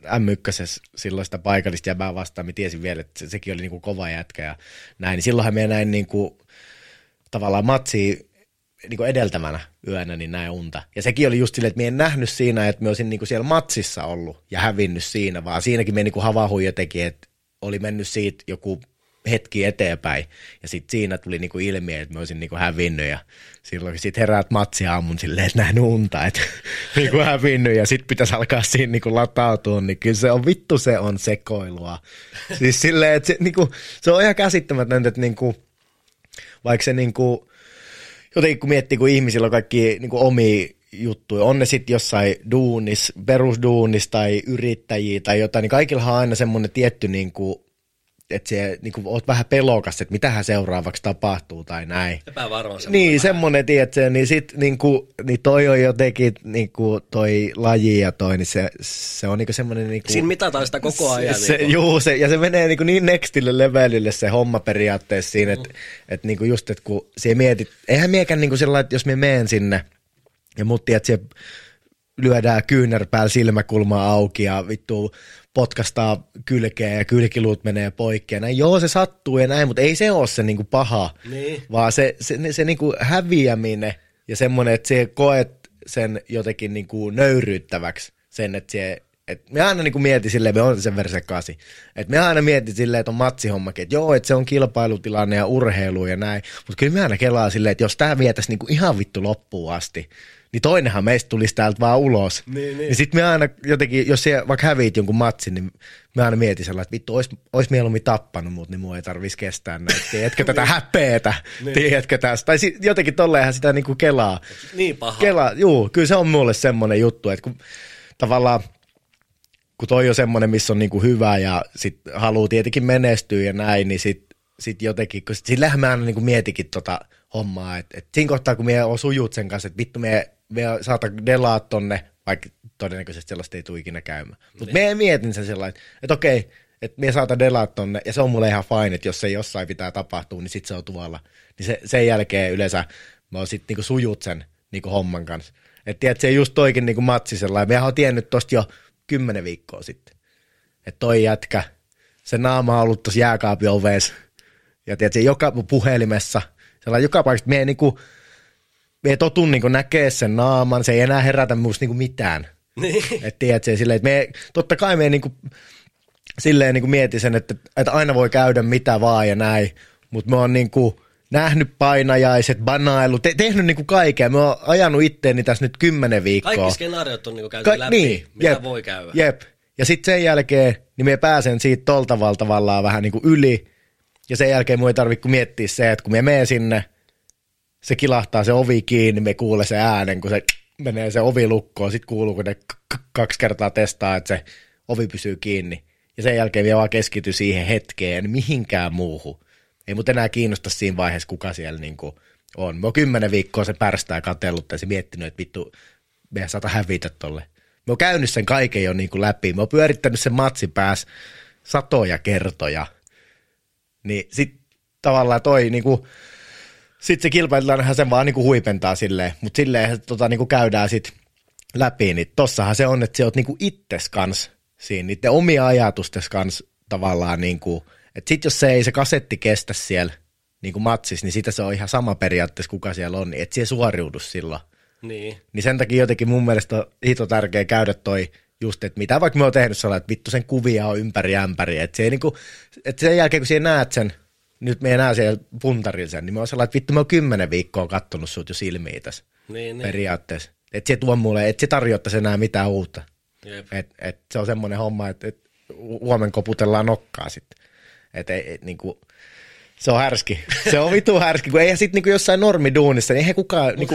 [SPEAKER 1] M1 silloin sitä paikallista jäbää vastaan, mä tiesin vielä, että sekin oli niinku kova jätkä ja näin, niin silloinhan me näin niinku tavallaan matsia niinku edeltävänä yönä, niin näin unta. Ja sekin oli just silleen, että mä en nähnyt siinä, että mä olisin niinku siellä matsissa ollut ja hävinnyt siinä, vaan siinäkin me niinku havahuin jotenkin, että oli mennyt siitä joku hetki eteenpäin, ja sitten siinä tuli niinku ilmi, että mä olisin niinku hävinnyt, ja silloin sit heräät matsia aamun silleen, että näin unta, että niinku hävinnyt, ja sitten pitäisi alkaa siinä niinku latautua, niin kyllä se on vittu, se on sekoilua. Siis silleen, että se on ihan käsittämätöntä, että niinku, vaikka se niinku, jotenkin kun miettii, kun ihmisillä on kaikki niinku omia juttuja, on ne sitten jossain perusduunis tai yrittäjiä tai jotain, niin kaikillahan on aina semmoinen tietty niinku, että se niin kuin, oot vähän pelokas, että mitähän seuraavaksi tapahtuu tai näin.
[SPEAKER 2] Epävarma semmoinen.
[SPEAKER 1] Niin, semmoinen, tiedätkö, niin sit niin toi on jotenkin niin kuin toi laji ja toi, niin se on niin kuin semmoinen niin kuin,
[SPEAKER 2] siinä mitataan sitä koko ajan.
[SPEAKER 1] Juu, ja se menee niin nextille levelille se homma periaatteessa siinä, että niin kuin just, että kun sä mietit, eihän miekään niin kuin sellainen, että jos mä menen sinne ja mut tiedät, se lyödään kyynärpäällä silmäkulmaa auki ja vittu potkastaa kylkeä ja kylkiluut menee poikki ja näin. Joo, se sattuu ja näin, mutta ei se ole se niinku paha,
[SPEAKER 2] niin.
[SPEAKER 1] Vaan se niinku häviäminen ja semmoinen, että se koet sen jotenkin niinku nöyryyttäväksi sen, että se me aina niin kuin mietin silleen, me on sen verran sekaisin, että me aina mietin silleen, että on matsihommakin, että joo, että se on kilpailutilanne ja urheilu ja näin, mutta kyllä me aina kelaa silleen, että jos tää vietäisi niin kuin ihan vittu loppuun asti, niin toinenhan meistä tulisi täältä vaan ulos. Niin sitten me aina jotenkin, jos siellä vaikka häviit jonkun matsin, niin me aina mietin sellainen, että vittu, ois mieluummin tappanut mut, niin mua ei tarvitsisi kestää näitä. Tiedätkö tätä häpeetä? Tiedätkö tästä? Tai jotenkin tolleenhan sitä niinku kelaa.
[SPEAKER 2] Niin paha.
[SPEAKER 1] Kyllä se on mulle semmoinen juttu, että kun tavallaan, kun toi on semmoinen, missä on niinku hyvä ja sit haluaa tietenkin menestyä ja näin, niin sit jotenkin, kun sillähän mä aina niinku mietikin tota hommaa, että siinä kohtaa, kun me on sujut sen kanssa, että vittu me saata delaa tonne, vaikka todennäköisesti sellaista ei tule ikinä käymään. Mutta me mietin sen sellainen, että okei, että me saata delaa tonne, ja se on mulle ihan fine, että jos se jossain pitää tapahtua, niin sit se on tuolla. Niin sen jälkeen yleensä mä oon sit niinku sujut sen niinku homman kanssa. Että tiedät, se just toikin niinku matsi sellainen. Mehän on tiennyt tosta jo 10 viikkoa sitten. Että toi jätkä, se naama on ollut tossa jääkaapin ovessa. Ja tiedät, se joka puhelimessa, sellainen joka paikasta, me ei totun niin näkee sen naaman, se ei enää herätä minusta niin mitään. Että tiedätkö, silleen, että totta kai me silleen niin mietin sen, että aina voi käydä mitä vaan ja näin, mutta me on niin nähnyt painajaiset, banailu, tehnyt niin kaikkea. Me oon ajanut itteeni tässä nyt 10 viikkoa.
[SPEAKER 2] Kaikki skenaariot on niin käyty läpi, niin, mitä voi käydä.
[SPEAKER 1] Jep. Ja sitten sen jälkeen, niin me pääsen siitä tolta tavallaan vähän niin yli, ja sen jälkeen minun ei tarvitse miettiä se, että kun me menen sinne, se kilahtaa se ovi kiinni, me kuulee se äänen, kun se menee se ovi lukkoon, sitten kuuluu, kun ne 2 kertaa testaa, että se ovi pysyy kiinni. Ja sen jälkeen me vaan keskity siihen hetkeen, mihinkään muuhun. Ei mut enää kiinnosta siinä vaiheessa, kuka siellä niinku on. Me oon 10 viikkoa se pärstää katsellut ja se miettinyt, että vittu, me ei saata hävitä tolle. Me oon käynyt sen kaiken jo niinku läpi. Me oon pyörittänyt sen matsin päässä satoja kertoja. Niin sit tavallaan toi niinku, sit se kilpailutilannehan sen vaan niinku huipentaa silleen, mutta silleen niinku käydään sit läpi, niin tossahan se on, että sä oot niinku itses kans siinä, niiden omia ajatustes kans tavallaan niinku, että sit jos se kasetti kestä siellä niinku matsissa, niin sitä se on ihan sama periaatteessa kuka siellä on, niin et siihen suoriudu silloin. Niin sen takia jotenkin mun mielestä on hito tärkeä käydä toi just, että mitä vaikka me oon tehnyt sellainen, että vittu sen kuvia on ympäri ämpäri, että se ei niinku, että sen jälkeen kun siellä näet sen, nyt me ei näe siellä puntarilla sen, niin mä oon sellainen, että vittu mä oon 10 viikkoa kattonut sut jo silmiin tässä periaatteessa. Että se tuo mulle, että se tarjottaisi enää mitään uutta. Että se on semmoinen homma, että huomen koputellaan nokkaa sitten. Että niinku, se on härski. Se on vitu härski, kun eihän sitten niinku jossain normiduunissa, niin eihän kukaan niinku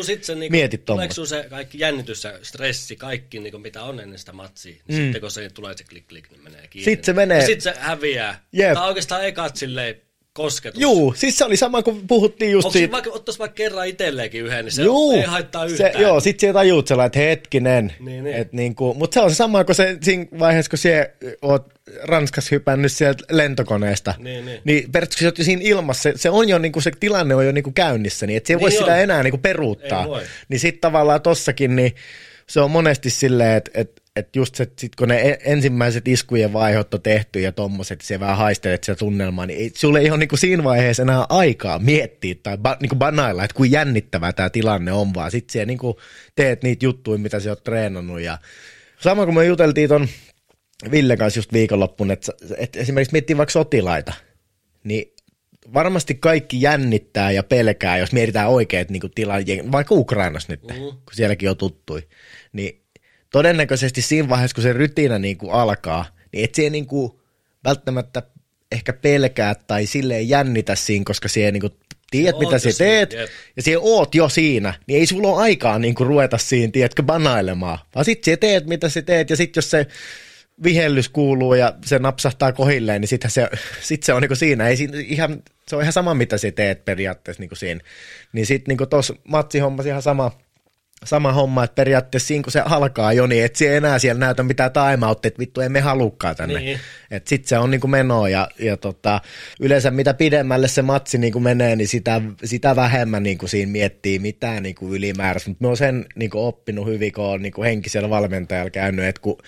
[SPEAKER 1] mieti tuommoista.
[SPEAKER 2] Tuleeko sun se kaikki jännitys ja stressi, kaikki niinku, mitä on ennen sitä matsia, niin sitten kun se tulee se klik, niin menee kiinni.
[SPEAKER 1] Sitten se menee.
[SPEAKER 2] Ja sitten se häviää. Tämä on oikeastaan ekat silleen kosketus.
[SPEAKER 1] Juu, siis se oli sama kuin puhuttiin just siitä.
[SPEAKER 2] Vaikka ottaisi vaikka kerran itselleenkin yhden, niin se ei haittaa yhtään.
[SPEAKER 1] Joo, sit se tajuut sellainen, että hetkinen. Niin. Niinku, mutta se on se sama kuin se siinä vaiheessa, kun siellä oot Ranskassa hypännyt sieltä lentokoneesta. Niin periaatteessa oot jo siinä ilmassa, se on jo niinku, se tilanne on jo niinku käynnissä, niin että se ei voi sitä enää niinku peruuttaa. Niin sit tavallaan tossakin, niin se on monesti silleen, että just se, sit kun ne ensimmäiset iskujen vaihot on tehty ja tommoset, ja se vähän haistelet sitä tunnelmaa, niin sulle ei ole niinku siinä vaiheessa enää aikaa miettiä tai niinku banailla, että kuin jännittävää tämä tilanne on, vaan sit siellä niinku teet niitä juttuja, mitä sä oot treenannut. Ja sama kuin me juteltiin ton Ville kanssa just viikonloppuun, että esimerkiksi miettii vaikka sotilaita, niin varmasti kaikki jännittää ja pelkää, jos mietitään oikeat niinku tilanne, vaikka Ukrainassa nyt, kun sielläkin on tuttui, niin todennäköisesti siinä vaiheessa, kun se rytinä niinku alkaa, niin et siihen niinku välttämättä ehkä pelkää tai silleen jännitä siinä, koska siihen niinku tiedät, mitä sä teet, ja siihen oot jo siinä, niin ei sulla ole aikaa niinku ruveta siinä, tiedätkö, banailemaan, vaan sit sä teet, mitä sä teet, ja sit jos se vihellys kuuluu ja se napsahtaa kohilleen, niin sit se on niinku siinä, ei siinä se on ihan sama, mitä sä teet periaatteessa niinku siinä, niin sit niinku tossa matsihommassa ihan sama homma, että periaatteessa siinä kun se alkaa jo, niin et se enää siellä näytä mitään timeouttia, että vittu emme halukkaan tänne. Niin. Että sit se on niinku menoa ja yleensä mitä pidemmälle se matsi niinku menee, niin sitä vähemmän niinku siinä miettii mitään niinku ylimääräistä. Mutta mä oon sen niinku oppinut hyvin, kun on niinku henkisellä valmentajalla käynyt, että kun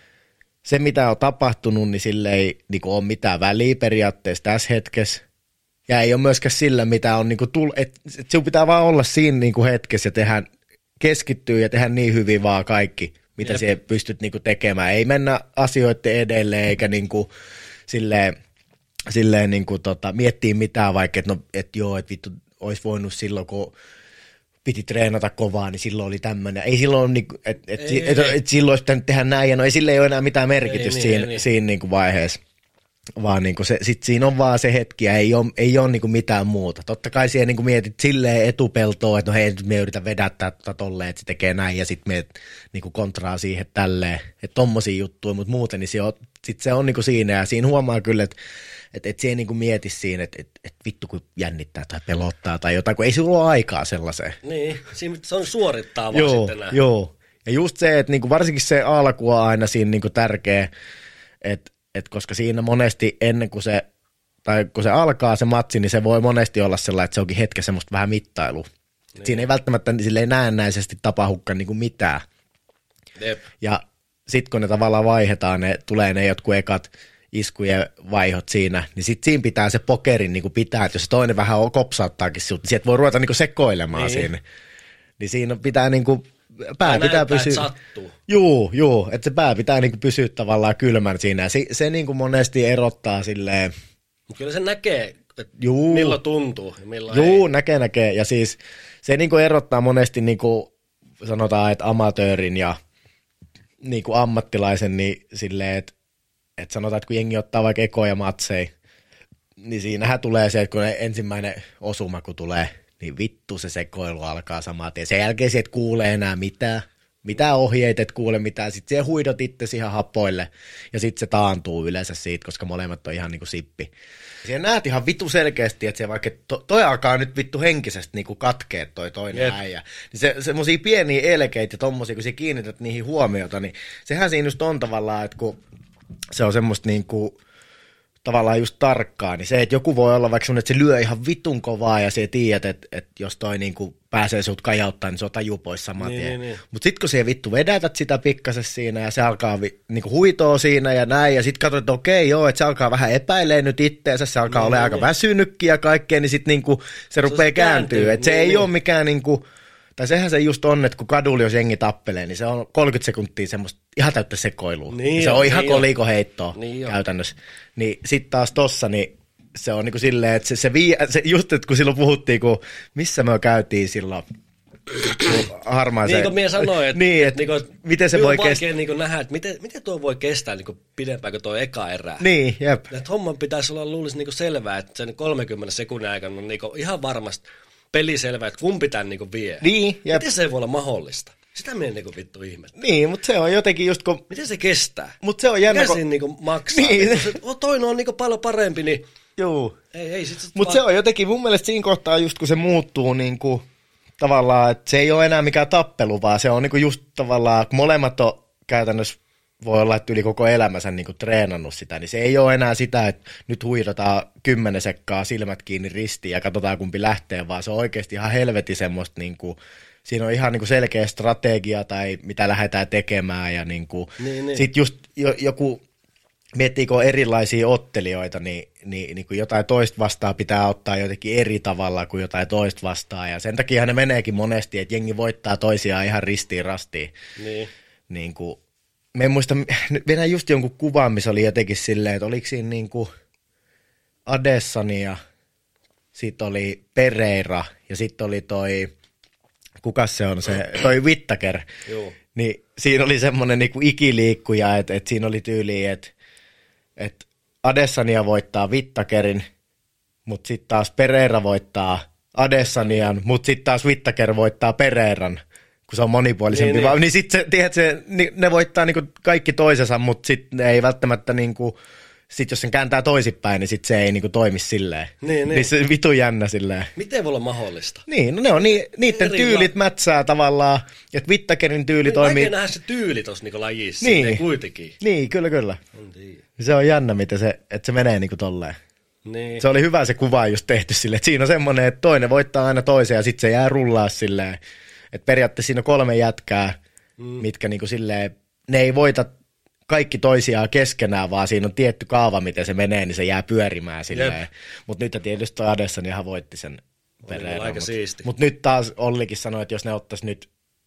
[SPEAKER 1] se mitä on tapahtunut, niin sille ei niinku ole mitään väliä periaatteessa tässä hetkessä. Ja ei ole myöskään sillä, mitä on niinku että sinun pitää vaan olla siinä niinku hetkessä ja keskittyy ja tehdä niin hyvin vaan kaikki, mitä sä pystyt niinku tekemään. Ei mennä asioiden edelleen eikä niinku silleen niinku miettiä mitään, vaikka että vittu olisi voinut silloin, kun piti treenata kovaa, niin silloin oli tämmöinen. Ei silloin, niinku, että silloin olisi pitänyt tehdä näin, ja sillä ei ole enää mitään merkitystä siinä niinku vaiheessa. Vaan niinku sit siinä on vaan se hetki, ja ei ole niinku mitään muuta. Totta kai siihen niinku mietit silleen etupeltoon, että no hei, nyt me yritän vedättää tolleen, että se tekee näin, ja sitten me niinku kontraa siihen tälleen, että tommosia juttuja, mutta muuten niin se on niinku siinä, ja siinä huomaa kyllä, että se ei niinku mieti siinä, että vittu kun jännittää tai pelottaa tai jotain, kun ei sulla ole aikaa sellaiseen.
[SPEAKER 2] Niin, se on suorittavaa sitten näin.
[SPEAKER 1] Joo, ja just se, että niinku varsinkin se alku on aina siinä niinku tärkeä, että koska siinä monesti ennen kuin kun se alkaa se matsi, niin se voi monesti olla sellainen, että se onkin hetken semmoista vähän mittailua. Niin. Siinä ei välttämättä silleen näennäisesti tapahdukaan niinku mitään.
[SPEAKER 2] Jep.
[SPEAKER 1] Ja sitten kun ne tavallaan vaihdetaan, tulee ne jotkut ekat iskujen vaihot siinä, niin sitten siinä pitää se pokerin niinku pitää, että jos se toinen vähän kopsauttaakin sinut, niin sieltä voi ruveta niinku sekoilemaan siinä. Niin siinä pitää niinku pää pitää pysyä. Juu, että se pää pitää niinku pysyä tavallaan kylmän siinä. Ja se niinku monesti erottaa silleen.
[SPEAKER 2] Kyllä se näkee, että milloin tuntuu ja milloin ei.
[SPEAKER 1] Näkee. Ja siis se niinku erottaa monesti niinku sanotaan, että amatöörin ja niinku ammattilaisen niin silleen, että sanotaan, että kun jengi ottaa vaikka ekoja matseja, niin siinähän tulee se, että kun ensimmäinen osuma kun tulee, niin vittu se sekoilu alkaa samaan tien. Sen jälkeen sieltä kuulee enää mitään ohjeita, et kuule mitään. Sitten siellä huidot itse ihan hapoille ja sitten se taantuu yleensä siitä, koska molemmat on ihan niinku sippi. Siellä näet ihan vittu selkeästi, että se vaikka toi alkaa nyt vittu henkisesti niinku katkea toi toinen äijä. Niin semmosia pieniä elkeitä ja tommosia, kun sä kiinnität niihin huomiota, niin sehän siinä just on tavallaan, että kun se on semmoista niinku tavallaan just tarkkaa, niin se, että joku voi olla vaikka semmoinen, että se lyö ihan vitun kovaa ja sä tiedät, että jos toi niinku pääsee sut kajauttaa, niin se on taju pois saman tien. Niin. Mutta sit kun sä vittu vedätät sitä pikkasen siinä ja se alkaa niinku huitoo siinä ja näin ja sit katsot, että okei joo, että se alkaa vähän epäilee nyt itteensä, se alkaa olla aika väsynytkin ja kaikkea, niin sit niinku se rupeaa kääntyä. Että se ei ole mikään niinku, tai sehän se just on, että kun kadulla jos jengi tappelee, niin se on 30 sekuntia semmoista ihan täyttä sekoilua. Niin se on ihan kolikoheittoa käytännössä. Niin sit taas tossa, niin se on niinku silleen, että se just, että kun silloin puhuttiin, kun missä me käytiin silloin harmaisen.
[SPEAKER 2] Niin kuin minä sanoin, että
[SPEAKER 1] niin, että miten se voi
[SPEAKER 2] kestää. Niin nähdä, että miten tuo voi kestää niin pidempään kuin tuo eka erää.
[SPEAKER 1] Niin, jep.
[SPEAKER 2] Että homman pitäisi olla luulisi niin selvää, että sen 30 sekunnin aikana on niin ihan varmasti peli selvää, että kumpi tämän niin vie.
[SPEAKER 1] Niin, jep.
[SPEAKER 2] Miten se ei voi olla mahdollista? Sitä minä niin vittu ihmettä.
[SPEAKER 1] Niin, mutta se on jotenkin just kun...
[SPEAKER 2] Miten se kestää?
[SPEAKER 1] Mutta se on jännä,
[SPEAKER 2] kun... Käsin niin maksaa. Niin. Toinen on niin paljon parempi, niin...
[SPEAKER 1] Joo.
[SPEAKER 2] Ei
[SPEAKER 1] mutta se on jotenkin mun mielestä siinä kohtaa just kun se muuttuu niin kuin tavallaan, että se ei ole enää mikään tappelu, vaan se on niin kuin just tavallaan, kun molemmat on käytännössä voi olla, että yli koko elämänsä niin kuin treenannut sitä, niin se ei ole enää sitä, että nyt huidataan 10 sekkaa silmät kiinni ristiin ja katsotaan kumpi lähtee, vaan se on oikeasti ihan helvetin semmoista, niin kuin, siinä on ihan niin kuin selkeä strategia tai mitä lähdetään tekemään ja niin kuin, sitten just joku, miettiikö erilaisia ottelijoita, niin kuin jotain toista vastaan pitää ottaa jotenkin eri tavalla kuin jotain toista vastaan ja sen takia ne meneekin monesti, että jengi voittaa toisiaan ihan ristiin rastiin. Niin kuin, mä en muista, vedän just jonkun kuvan, missä oli jotenkin silleen, että oliko siinä niinku Adesanya, sit oli Pereira ja sitten oli toi, kukas se on se, toi Whittaker.
[SPEAKER 2] Joo.
[SPEAKER 1] Niin siinä oli semmoinen niinku ikiliikkuja, että siinä oli tyyliin, että Adesanya voittaa Whittakerin, mutta sitten taas Pereira voittaa Adesanyan, mutta sitten taas Whittaker voittaa Pereiran. Kun se on monipuolisempi, niin sitten ne voittaa niinku kaikki toisensa, mutta sitten ei välttämättä, niinku, sit jos sen kääntää toisinpäin, niin sitten se ei niinku toimi silleen. Niin se on vitun jännä silleen.
[SPEAKER 2] Miten voi olla mahdollista?
[SPEAKER 1] Niin, no ne on niiden tyylit mätsää tavallaan, että Whittakerin tyyli toimii.
[SPEAKER 2] Vaikea nähdä se tyyli tuossa niinku lajissa, niin kuitenkin.
[SPEAKER 1] Niin, kyllä. Se on jännä, miten että se menee niinku tolleen.
[SPEAKER 2] Niin.
[SPEAKER 1] Se oli hyvä se kuva just tehty silleen, että siinä on semmoinen, että toinen voittaa aina toisen ja sitten se jää rullaa silleen. Että periaatteessa siinä on 3 jätkää, mitkä niinku silleen, ne ei voita kaikki toisiaan keskenään, vaan siinä on tietty kaava, miten se menee, niin se jää pyörimään silleen. Mutta nyt tietysti toi Adesanya ihan voitti sen Pereiran.
[SPEAKER 2] Aika siisti.
[SPEAKER 1] Mutta nyt taas Ollikin sanoi, että jos ne ottaisi nyt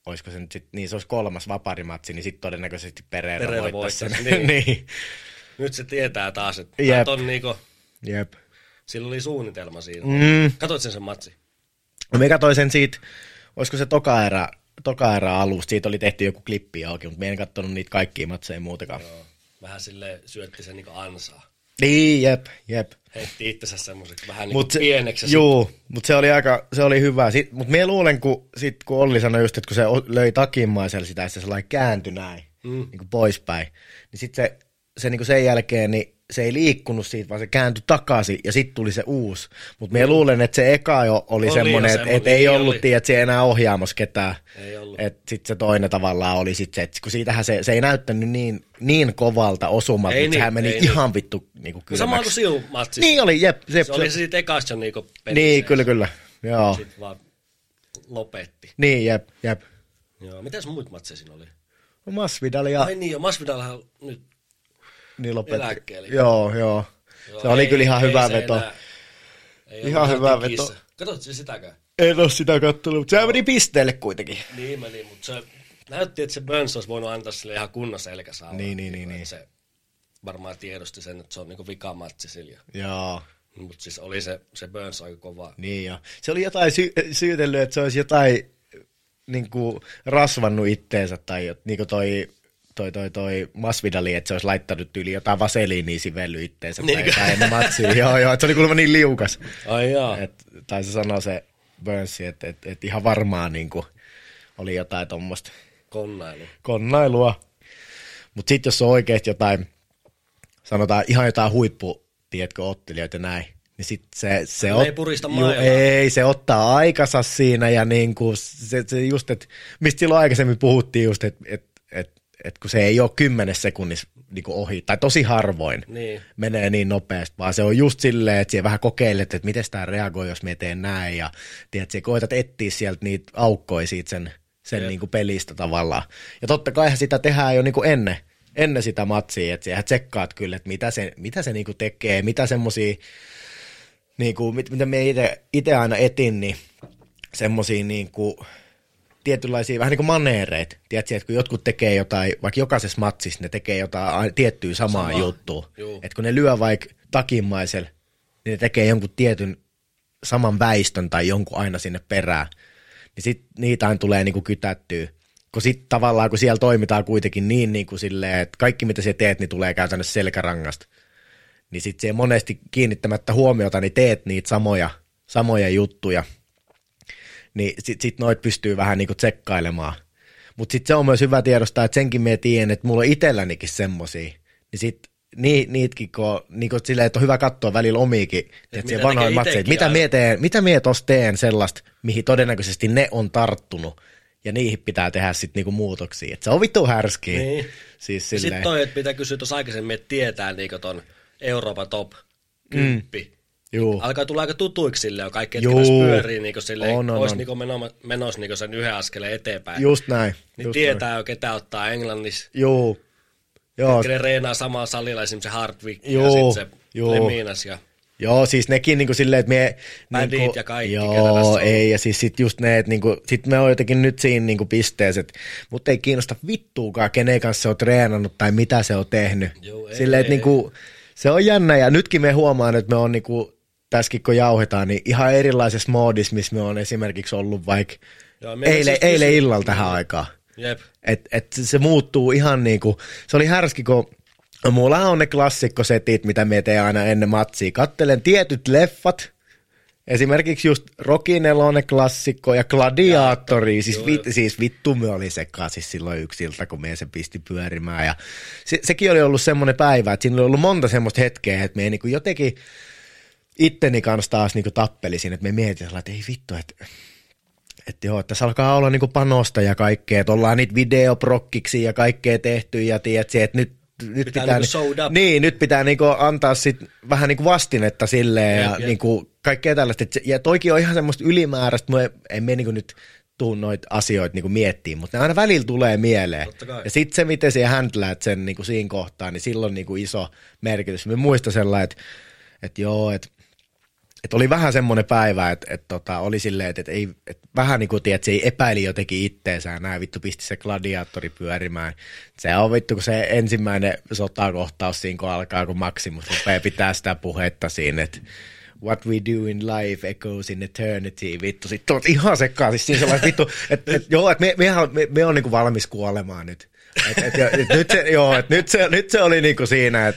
[SPEAKER 1] olisiko se nyt sitten, niin se olisi 3. vaparimatsi, niin sitten todennäköisesti Pereira voittaisi sen.
[SPEAKER 2] Niin. Nyt se tietää taas, että on niinku, sillä oli suunnitelma siinä. Katoit sen matsi?
[SPEAKER 1] No me katsoin sen siitä, olisiko se toka erä alusta, siitä oli tehty joku klippi auki, mutta me en katsonut niitä kaikkia matseja muutakaan.
[SPEAKER 2] Joo. Vähän silleen syötti sen niinku ansaa.
[SPEAKER 1] Niin, jep.
[SPEAKER 2] Heitti itsensä semmoiseksi vähän niin pieneksi.
[SPEAKER 1] Joo, mutta se oli hyvä. Mutta minä luulen, kun Olli sanoi just, että kun se löi takinmaisella sitä, että se sellainen kääntyi näin, niin kuin poispäin, niin sitten se niin kuin sen jälkeen, niin se ei liikkunut siitä, vaan se kääntyi takaisin ja sitten tuli se uusi. Mutta minä luulen, että se eka jo oli semmoinen, että ei ollut, että se ei enää ohjaamassa ketään. Että sitten se toinen tavallaan oli sitten se, että kun siitähän se ei näyttänyt niin kovalta osumalta, mutta sehän meni ihan vittu niinku kylmäksi.
[SPEAKER 2] Sama kuin sinun matsissa.
[SPEAKER 1] Niin oli, jep.
[SPEAKER 2] Se oli se siitä ekasta niinku pelissä.
[SPEAKER 1] Niin, kyllä. Joo.
[SPEAKER 2] Sitten vaan lopetti.
[SPEAKER 1] Niin, jep.
[SPEAKER 2] Joo, mitäs muut matseja siinä oli?
[SPEAKER 1] No Masvidal ja...
[SPEAKER 2] Ai niin, Masvidalhan nyt
[SPEAKER 1] niin lopetti.
[SPEAKER 2] Eläkkeelle.
[SPEAKER 1] Joo. Se oli kyllä ihan hyvä veto. Ihan hyvä veto.
[SPEAKER 2] Katsotko sitäkään?
[SPEAKER 1] En ole sitä kattonut, mutta se meni pisteelle kuitenkin.
[SPEAKER 2] Niin meni, mutta se näytti, että se Burns olisi voinut antaa sille ihan kunnon selkäsaavaa.
[SPEAKER 1] Niin.
[SPEAKER 2] Se varmaan tiedosti sen, että se on niinku vikamatsi sillä.
[SPEAKER 1] Joo.
[SPEAKER 2] Mutta siis oli se Burns aika kova.
[SPEAKER 1] Niin ja se oli jotain syytellyt, että se olisi jotain niinku rasvannut itteensä tai niinku toi Masvidali, että se olisi laittanut yli jotain vaseliinia sivellyt itteensä tai jotain ennen matsia. Joo, että se oli kuulemma niin liukas.
[SPEAKER 2] Ai jaa.
[SPEAKER 1] Tai se sanoi se Burnsi, että ihan varmaan niinku oli jotain tuommoista konnailua. Mutta sitten jos on oikeasti jotain, sanotaan ihan jotain ottelijoita ja näin, niin sitten se
[SPEAKER 2] ei purista maailmaa.
[SPEAKER 1] Ei, se ottaa aikansa siinä ja niinku se just, että mistä silloin aikaisemmin puhuttiin just, että kun se ei ole 10 sekunnissa niinku ohi, tai tosi harvoin menee niin nopeasti, vaan se on just silleen, että siellä vähän kokeilet, että miten tämä reagoi, jos me teen näin, ja tiedät, sä koetat etsiä sieltä niitä aukkoja siitä sen niinku pelistä tavallaan. Ja totta kaihan sitä tehdään jo niinku ennen sitä matsia, että sä tsekkaat kyllä, että mitä se niinku tekee, mitä semmosia, niinku, mitä me itse aina etin, niin semmosia niinku tietynlaisia vähän niin kuin maneereita. Tiedätkö, että kun jotkut tekee jotain, vaikka jokaisessa matsissa ne tekee jotain tiettyä samaa juttua. Että kun ne lyö vaikka takinmaisella, niin ne tekee jonkun tietyn saman väistön tai jonkun aina sinne perään. Niin sit niitä aina tulee niin kuin kytättyä. Kun sit tavallaan, kun siellä toimitaan kuitenkin niin kuin silleen, että kaikki mitä sä teet, niin tulee käytännössä selkärangasta. Niin sit se monesti kiinnittämättä huomiota, niin teet niitä samoja juttuja. Niin sit noit pystyy vähän niinku tsekkailemaan. Mutta sitten se on myös hyvä tiedostaa, että senkin me tiedän, että mulla on itsellänikin semmosia. Niin sit niitäkin, niinku silleen, että on hyvä katsoa välillä omiikin, että siellä vanhoin matseja, mitä mie tossa teen sellaista, mihin todennäköisesti ne on tarttunut. Ja niihin pitää tehdä sitten niinku muutoksia. Että se on vittu härskiä.
[SPEAKER 2] Niin.
[SPEAKER 1] Siis
[SPEAKER 2] sitten toi, että mitä kysyä tuossa aikaisemmin, että tietää niinku ton Euroopan top 10. Alkaa tulla aika tutuiksi silleen, ja kaikki, jotka pyörii niinku silleen, olisi niinku menossa niinku sen yhden askeleen eteenpäin.
[SPEAKER 1] Just näin.
[SPEAKER 2] Niin just tietää jo, ketä ottaa Englannissa.
[SPEAKER 1] Joo.
[SPEAKER 2] Ne reenaa samaa salilla, esimerkiksi se Hardwick ja sitten se Leminas.
[SPEAKER 1] Joo, siis nekin niinku silleen, että me...
[SPEAKER 2] Bändit niinku, ja kaikki,
[SPEAKER 1] joo, ei, ja siis sit just ne, että niinku, sit me on jotenkin nyt siinä niinku pisteessä, että mut ei kiinnosta vittuukaan, kenen kanssa se on treenannut tai mitä se on tehnyt.
[SPEAKER 2] Joo,
[SPEAKER 1] silleen, että niinku, se on jännä, ja nytkin me huomaan, että me on niinku, tässäkin kun jauhetaan, niin ihan erilaisessa moodissa, missä me on esimerkiksi ollut vaikka eilen illalla tähän aikaan.
[SPEAKER 2] Jep.
[SPEAKER 1] Et se muuttuu ihan niinku, se oli härski, kun mulla on ne klassikkosetit, mitä me teen aina ennen matsia. Kattelen tietyt leffat, esimerkiksi just Rocky 4 klassikko ja Gladiatori, siis vittu me oli sekaisin silloin yksi ilta, kun me se pisti pyörimään. Ja sekin oli ollut semmoinen päivä, että siinä oli ollut monta semmoista hetkeä, että me niinku jotenkin itteni kanssa taas niinku tappelisin, että me mietin, että ei vittu, että joo, tässä alkaa olla niinku panosta ja kaikkea, että ollaan niitä videoprokkiksi ja kaikkea tehty ja tiedätkö, että nyt pitää nyt pitää niinku antaa sit vähän niinku vastinetta silleen ja niinku kaikkea tällaista. Ja toikin on ihan semmoista ylimääräistä, en me niinku nyt tuu noita asioita niinku miettimään, mutta ne aina välillä tulee mieleen. Ja sitten se, miten sä handlaat sen niinku siinä kohtaa, niin silloin niinku iso merkitys. Me muistan sellainen, että joo, että että oli vähän semmoinen päivä, että oli silleen, että ei, että vähän niin kuin tiedät, se ei epäili jotenkin itteensä ja näin vittu pisti se gladiaattori pyörimään. Se on vittu, kun se ensimmäinen sotakohtaus siinä kun alkaa, kun Maximus rupeaa pitää sitä puhetta siinä, että what we do in life echoes in eternity, vittu, sit olet ihan sekkaan, siis siinä sellainen vittu, että me on niinku valmis kuolemaan nyt. Nyt se oli niinku siinä,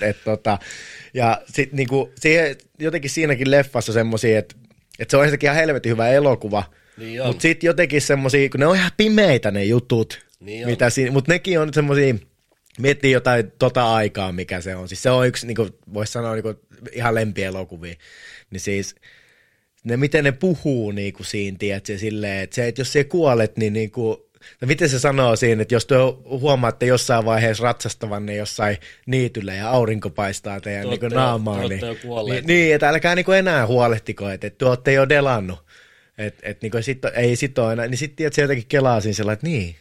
[SPEAKER 1] ja sitten niinku, jotenkin siinäkin leffassa semmosia, että se on ensinnäkin ihan helvetin hyvä elokuva, niin mutta sitten jotenkin semmosia, kun ne on ihan pimeitä ne jutut, niin mitä siinä, mutta nekin on semmosia, miettii jotain aikaa, mikä se on. Siis se on yksi, niinku, voisi sanoa, niinku, ihan lempielokuvia. Niin siis ne, miten ne puhuu niinku siinä, tiedätkö, silleen, että se, että jos sä kuolet, niin niinku, no miten se sanoo siinä, että jos te huomaatte jossain vaiheessa ratsastavanne jossain niityllä ja aurinko paistaa teidän niinku naamaa, niin, että älkää niinku enää huolehtiko, että te olette jo delannut. Että niinku, ei sit ole enää, niin sitten tiedätkö, se jotenkin kelaa siinä sellainen, että niin.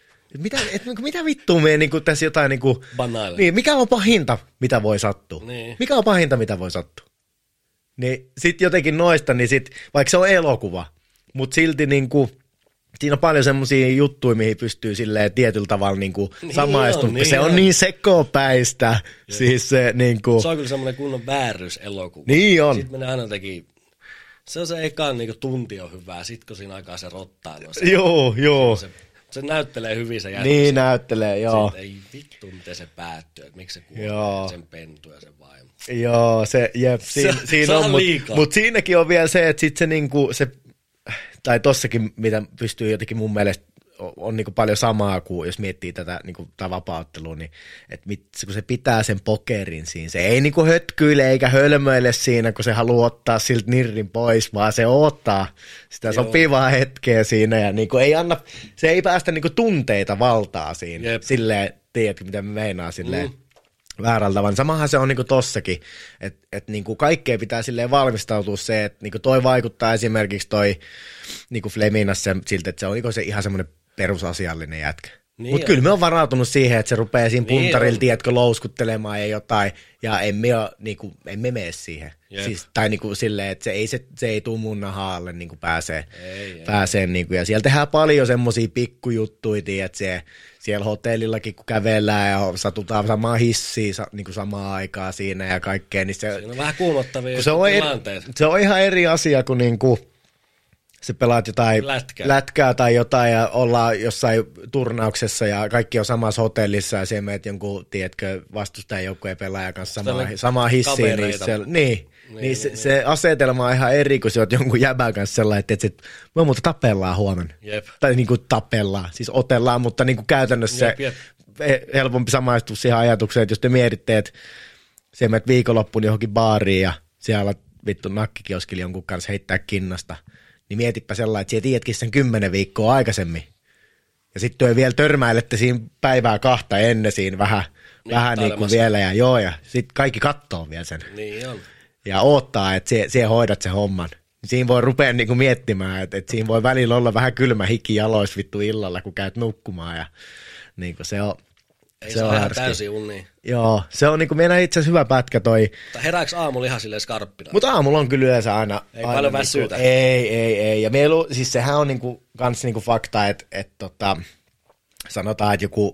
[SPEAKER 1] Mitä vittua me niinku tässä jotain niinku niin, mikä on pahinta, mitä voi sattua? Niin. Mikä on pahinta, mitä voi sattua? Niin sit jotenkin noista, niin sit, vaikka se on elokuva, mutta silti niinku, siinä on paljon semmosia juttuja, mihin pystyy silleen tietyllä tavalla niinku samaistumaan. Niin se on niin sekopäistä. Siis se niinku.
[SPEAKER 2] Se on kyllä semmoinen kunnon vääryselokuva.
[SPEAKER 1] Niin on.
[SPEAKER 2] Sitten menee aina jotenkin. Se on se ekan niinku tunti on hyvää, sit kun siinä aikaa se rottaa.
[SPEAKER 1] Joo.
[SPEAKER 2] Se näyttelee hyvin se
[SPEAKER 1] jännä. Niin näyttelee, joo.
[SPEAKER 2] Siitä ei vittu, miten se päättyy, että miksi se kuolee, sen pentu ja sen vaimo.
[SPEAKER 1] Joo, siinä on, mutta siinäkin on vielä se, että sit se niinku, tai tossakin, mitä pystyy jotenkin mun mielestä, on niinku paljon samaa kuin, jos miettii tätä niinku, vapauttelua, niin että kun se pitää sen pokerin siinä, se ei niinku hötkyile eikä hölmöile siinä, kun se haluaa ottaa siltä nirrin pois, vaan se odottaa sitä sopivaa hetkeä siinä ja niinku ei anna, se ei päästä niinku tunteita valtaa siinä. Jep. Silleen, tiedätkö mitä me meinaa silleen väärällä tavalla. Samahan se on niinku tossakin, että niinku kaikkea pitää silleen valmistautua se, että niinku toi vaikuttaa esimerkiksi toi niinku Fleminassa siltä, että se on niinku se ihan semmoinen perusasiallinen jätkä. Niin mutta kyllä me on varautunut siihen, että se rupeaa siinä puntarilla, tiedätkö, louskuttelemaan ja jotain, ja emme mene siihen. Siis, tai niinku silleen, että se ei tule mun nahaalle niinku pääsee niinku, ja siellä tehdään paljon semmosia pikkujuttuja, tiedätkö, siellä hotellillakin kun kävellään ja satutaan samaa hissiä niinku samaan aikaan siinä ja kaikkea. Niin
[SPEAKER 2] se on vähän kuumottavia tilanteita.
[SPEAKER 1] Se on ihan eri asia kuin niinku se pelaat jotain lätkää tai jotain ja ollaan jossain turnauksessa ja kaikki on samassa hotellissa ja siellä meet jonkun, tiedätkö, vastustajan joukkueen pelaajan kanssa samaa hissiin. Niin se asetelma on ihan eri, kun sä oot jonkun jäbän kanssa sellainen, että me muuten tapellaan huomenna. Jep. Tai niin kuin tapellaan, siis otellaan, mutta niin kuin käytännössä helpompi samaistua siihen ajatukseen, että jos te mietitte, että sä menet viikonloppuun johonkin baariin ja siellä vittu nakkikioskilla jonkun kanssa heittää kinnasta, niin mietipä sellainen, että sä tiedätkin sen 10 viikkoa aikaisemmin. Ja sitten te vielä törmäilette siinä päivää kahta ennen siinä vähän niin kuin vielä ja sitten kaikki kattoo vielä sen.
[SPEAKER 2] Niin on.
[SPEAKER 1] Ja odottaa, että siellä hoidat sen homman. Siinä voi rupea niinku miettimään, että siinä voi välillä olla vähän kylmä hiki jalois vittu illalla, kun käyt nukkumaan. Ja niinku se on
[SPEAKER 2] ihan täysin uni.
[SPEAKER 1] Joo, se on niinku meidän itse asiassa hyvä pätkä toi.
[SPEAKER 2] Tai herääkö aamulla ihan silleen skarppina?
[SPEAKER 1] Mutta aamulla on kyllä yleensä aina.
[SPEAKER 2] Ei paljon väsyytä.
[SPEAKER 1] Ei. Ja meillä siis sehän on niinku, kans niinku fakta, että sanotaan, että joku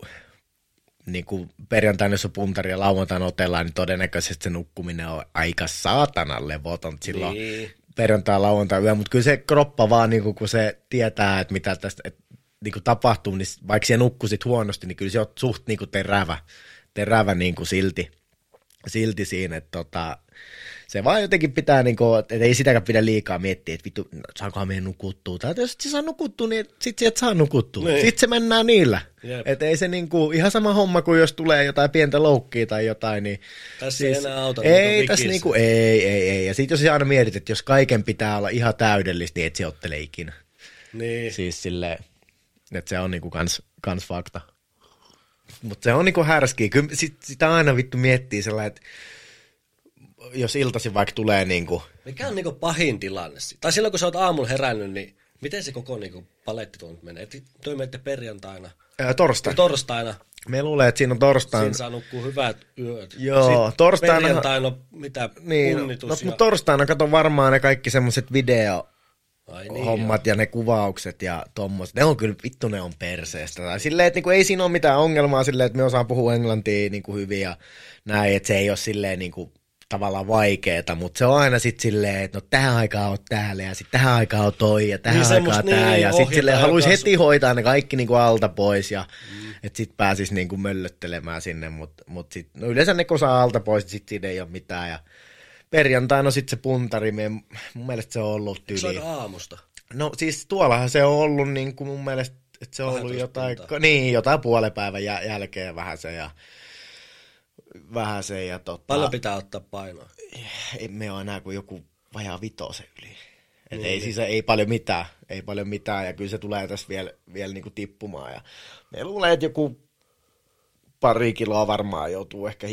[SPEAKER 1] niinku perjantaina, jos on puntari ja lauantaina otellaan, niin todennäköisesti se nukkuminen on aika saatanan levoton silloin perjantai, lauantai yö, mutta kyllä se kroppa vaan, niinku, kun se tietää, että mitä tästä niinku tapahtuu, niin vaikka siellä nukkusit huonosti, niin kyllä se on suht niinku terävä niinku silti siinä, että se vaan jotenkin pitää, niinku, että ei sitäkään pidä liikaa miettiä, että vittu, saankohan meidän nukuttua. Tai jos se saa nukuttua, niin sitten et saa nukuttua. Niin. Sitten se mennään niillä. Että ei se niinku, ihan sama homma kuin jos tulee jotain pientä loukkia tai jotain. Niin
[SPEAKER 2] tässä siis, ei enää auta.
[SPEAKER 1] Ei tässä niinku, ei. Ja sitten jos sä aina mietit, että jos kaiken pitää olla ihan täydellistä, niin et se ottele ikinä.
[SPEAKER 2] Niin.
[SPEAKER 1] Siis silleen, että se on niinku kans fakta. Mutta se on niinku härskiä. Kyllä sitä aina vittu miettii sellainen, että jos iltaisin vaikka tulee niinku.
[SPEAKER 2] Mikä on niinku pahin tilanne? Tai silloin kun sä oot aamulla herännyt, niin Miten se koko niinku paletti tuon nyt menee? Toi menette perjantaina.
[SPEAKER 1] Torstaina. Me luulee, että siinä on torstaina.
[SPEAKER 2] Siinä saa nukkua hyvät yöt.
[SPEAKER 1] Joo,
[SPEAKER 2] sitten torstaina. Perjantaina mitä punnitus.
[SPEAKER 1] Mutta torstaina kato varmaan ne kaikki semmoiset hommat ja ne kuvaukset ja tommoset. Ne on kyllä, vittu ne on perseestä. Tai silleen, että niinku, ei siinä ole mitään ongelmaa silleen, että me osaan puhua englantia niinku hyvin ja näin, että se ei ole silleen niinku tavallaan vaikeeta, mutta se on aina sitten silleen, että no tähän aikaan on täällä ja sitten tähän aikaan on toi ja tähän niin aikaan tää ja sitten silleen haluaisi heti hoitaa ne kaikki niinku alta pois ja että sitten pääsisi niinku möllöttelemään sinne, mutta sitten no yleensä ne kun saa alta pois, sitten siinä ei ole mitään ja perjantaina sitten se puntari, mun mielestä se on ollut tyyli.
[SPEAKER 2] Se on aika aamusta.
[SPEAKER 1] No siis tuollahan se on ollut niinku mun mielestä, että se on ollut jotain puolen päivän jälkeen vähän se ja paljon
[SPEAKER 2] pitää ottaa painoa?
[SPEAKER 1] Ei me ole enää kuin joku vajaa 5 yli. Et ei, siis ei paljon mitään ja kyllä se tulee tässä vielä niinku tippumaan. Ja me luulee, että joku 2 kiloa varmaan joutuu ehkä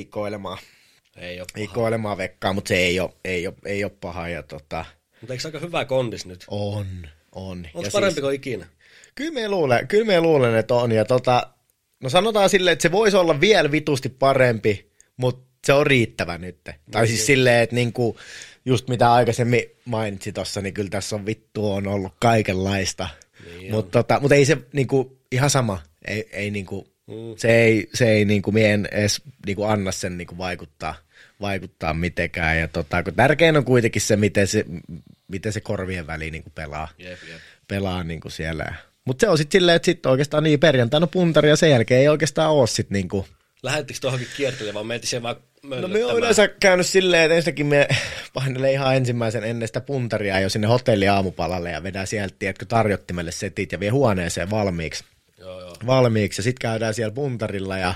[SPEAKER 1] hikoilemaan vekkaa, mutta se ei ole paha. Ja
[SPEAKER 2] Mutta eikö se aika hyvä kondis nyt?
[SPEAKER 1] On.
[SPEAKER 2] Onko parempi kuin ikinä?
[SPEAKER 1] Kyllä me luulen, että on. Ja no sanotaan silleen, että se voisi olla vielä vitusti parempi, mutta se on riittävä nyt. Tai siis silleen, että niinku, just mitä aikaisemmin mainitsin tuossa, niin kyllä tässä on ollut kaikenlaista. Niin mutta ei se niinku, ihan sama. Ei niinku, se ei niinku, mie en edes niinku, anna sen niinku, vaikuttaa mitenkään. Ja kun tärkein on kuitenkin se, miten se korvien väliin niinku, pelaa.
[SPEAKER 2] Jep.
[SPEAKER 1] Pelaa niinku, siellä. Mutta se on sitten silleen, että sitten oikeastaan niin perjantaina puntari ja sen jälkeen ei oikeastaan ole sitten niinku.
[SPEAKER 2] Lähettikö tuohonkin kiertelle, vaan mentiin siellä vaan möllöttämään?
[SPEAKER 1] No me on yleensä käynyt silleen, että ensinnäkin me painelee ihan ensimmäisen ennen sitä puntaria jo sinne hotelli aamupalalle ja vedään sieltä, tiedätkö, tarjottimelle setit ja vie huoneeseen valmiiksi.
[SPEAKER 2] Joo.
[SPEAKER 1] Valmiiksi ja sitten käydään siellä puntarilla ja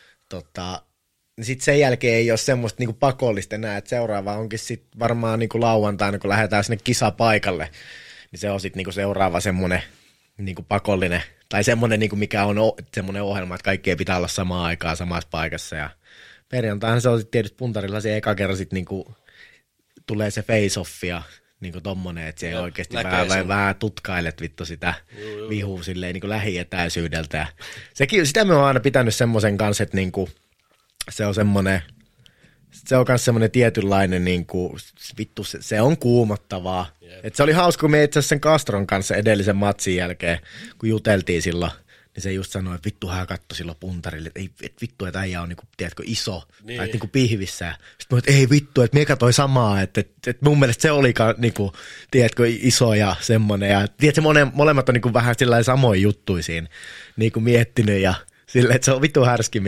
[SPEAKER 1] sitten sen jälkeen ei ole semmoista niinku pakollista enää, että seuraava onkin sitten varmaan niinku lauantaina, kun lähdetään sinne kisapaikalle, niin se on sitten niinku seuraava semmoinen niinku pakollinen, tai semmoinen, niinku mikä on semmoinen ohjelma, että kaikkien pitää olla samaan aikaan samassa paikassa. Ja perjantaina se on sitten tietysti puntarilla se eka kerran sitten niinku tulee se face-off ja niinku tommonen, että se oikeasti vähän tutkailet vittu sitä vihua silleen niinku lähietäisyydeltä. Ja sitä me on aina pitänyt semmoisen kanssa, että niinku se on semmoinen, se on myös semmoinen tietynlainen, niinku, vittu, se on kuumottavaa. Et se oli hauska, kun me itse asiassa sen Castron kanssa edellisen matsin jälkeen, kun juteltiin silloin, niin se just sanoi, että vittu hän katsoi silloin puntarille, että ei vittu, että äijä on niinku, tiedätkö, iso, tai niinku pihvissä. Sitten mä että ei vittu, että me katsoi samaa, että mun mielestä se oli niinku, tiedätkö, iso ja semmoinen. Ja tiedätkö, molemmat on niinku vähän sillä samoin juttuja siinä niinku miettinyt ja silleen, että se on vittu härski,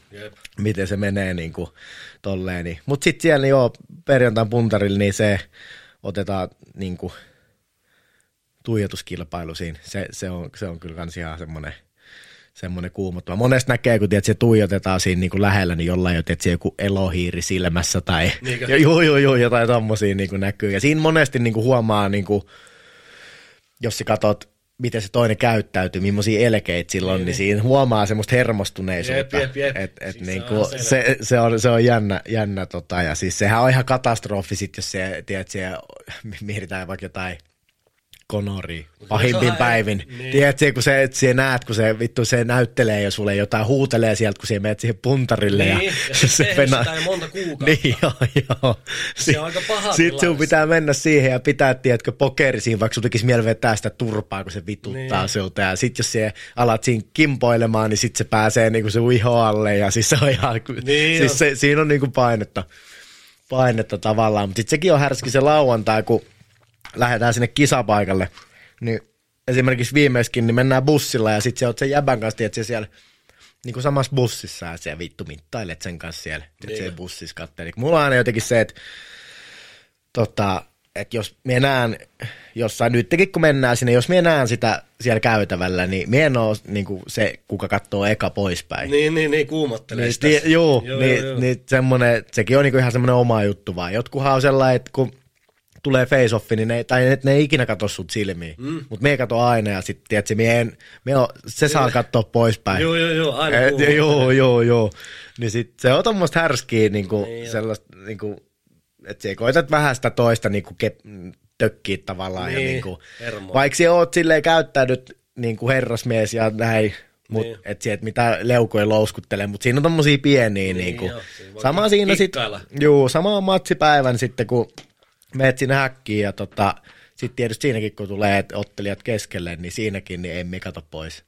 [SPEAKER 1] miten se menee niinku tolleen. Niin. Mutta sitten siellä joo, perjantain puntarilla, niin se otetaan niinku tuijotuskilpailu siinä. Se on kyllä kans ihan semmoinen kuumottava. Monesti näkee, kun se tuijotetaan siinä niinku lähellä, niin jollain jo joku elohiiri silmässä tai jotain tommosia niinku näkyy. Ja siinä monesti niinku huomaa, niinku, jos sä katot, miten se toinen käyttäytyy, millaisia elkeitä silloin, niin siinä huomaa semmoista hermostuneisuutta. Jep. Niinku, se on jännä ja siis sehän on ihan katastrofi sit, jos se, tiedät, siellä mietitään vaikka jotain Conoria pahimpin päivin. Niin. Tiedätkö, kun se näet, kun se vittu se näyttelee ja sulle jotain huutelee sieltä, kun se menet siihen puntarille.
[SPEAKER 2] Niin, ja se sitä jo monta kuukautta.
[SPEAKER 1] Niin, joo.
[SPEAKER 2] Se on aika paha
[SPEAKER 1] sitten sun pitää mennä siihen ja pitää, tiedätkö, pokeri siinä, vaikka sun tekisi mieli vetää sitä turpaa, kun se vituttaa niin sulta. Ja sitten jos se alat siinä kimpoilemaan, niin sitten se pääsee niinku se iho alle ja siis se on ihan, niin siis siinä on niinku painetta tavallaan. Mutta sitten sekin on härski se lauantai, kun lähdetään sinne kisapaikalle, niin esimerkiksi viimeiskin niin mennään bussilla ja sitten se oot sen jäbän kanssa, että siellä niin kuin samassa bussissa ja se vittu mittailet sen kanssa siellä, että se bussissa kattelee. Mulla on aina jotenkin se, että jos minä näen jossain, nytkin kun mennään sinne, jos minä näen sitä siellä käytävällä, niin minä en ole niin kuin se, kuka katsoo eka poispäin.
[SPEAKER 2] Niin, kuumottelee sitä.
[SPEAKER 1] Joo, semmoinen, sekin on niin kuin ihan semmoinen oma juttu vaan. Jotkuhan on sellainen, että kun tulee face-offi, niin ne ei ikinä katso sut silmiin. Mutta me kato aina ja sitten, tiedätkö, se saa katsoa poispäin.
[SPEAKER 2] Joo, aina
[SPEAKER 1] joo. Niin sit se on tommoista härskiä, niinku, sellaista, niinku, että se koetat vähän sitä toista niinku tökkiä tavallaan. Niin, ja niinku, vaikka sä oot silleen käyttäydyt niinku herrasmies ja näin, mutta niin. Et sieltä mitä leukoja louskuttelee, mutta siinä on tommosia pieniä. Niinku. Sama siinä sitten, sama matsipäivän sitten, kun meet sinne häkkiin ja sitten tietysti siinäkin, kun tulee ottelijat keskelle, niin siinäkin niin ei mikata pois.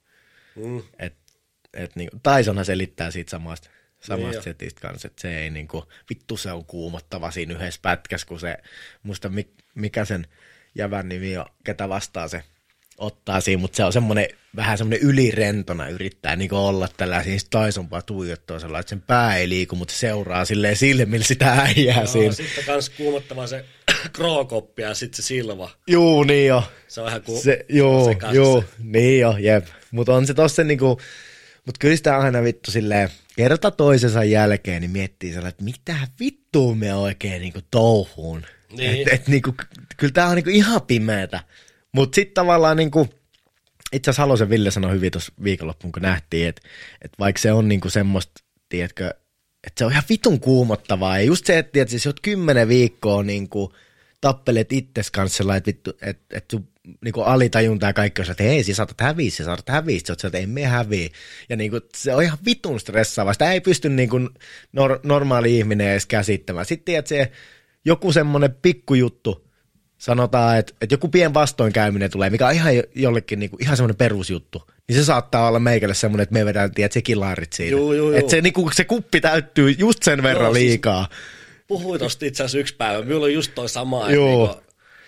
[SPEAKER 1] Niin, Tysonhan selittää siitä samasta niin setistä kanssa, että se ei niinku, vittu se on kuumottava siinä yhdessä pätkässä, kun se, muista mikä sen jävän nimi on, ketä vastaa se ottaa siinä, mutta se on vähän semmoinen ylirentona yrittää niinku olla tällaisia, sitten Tyson vaan tuijottaa sellainen, että sen pää ei liiku, mutta se seuraa silleen silmillä sitä äijää siinä.
[SPEAKER 2] Sitten kans kuumottava se krookoppi ja sitten se silva.
[SPEAKER 1] Juu, niin jo.
[SPEAKER 2] Se on vähän kuin
[SPEAKER 1] Joo, niin jo, jep. Mutta on se tossa niinku, mutta kyllä sitä aina vittu silleen, kerta toisensa jälkeen, niin miettii sellainen, että mitä vittua me oikein niinku touhuun. Niin. Niinku, kyllä tää on niinku ihan pimeätä. Mutta sitten tavallaan niinku, itse asiassa Halosen Ville sanoi hyvin tuossa viikonloppuun, kun nähtiin, että vaikka se on niinku semmoista, tiedätkö, että se on ihan vitun kuumottavaa. Ja just se, että siis oot 10 viikkoa niinku tappelet itses kanssa, että vittu, että sun niinku alitajunta ja kaikki on, että hei, sä saatat häviä, sä oot että ei mene häviä. Ja niinku, se on ihan vitun stressaavaa. Sitä ei pysty niinku normaali ihminen edes käsittämään. Sitten tiedät se joku semmoinen pikkujuttu, sanotaan, että joku pien vastoinkäyminen tulee, mikä on ihan jollekin niinku, ihan semmoinen perusjuttu, niin se saattaa olla meikälle semmoinen, että me vedään, tiedät, se kilarit siitä. Että se, niinku, se kuppi täyttyy just sen verran liikaa.
[SPEAKER 2] Siis puhuin tosta itse asiassa yksi päivä. Minulla on just toi sama, että niinku,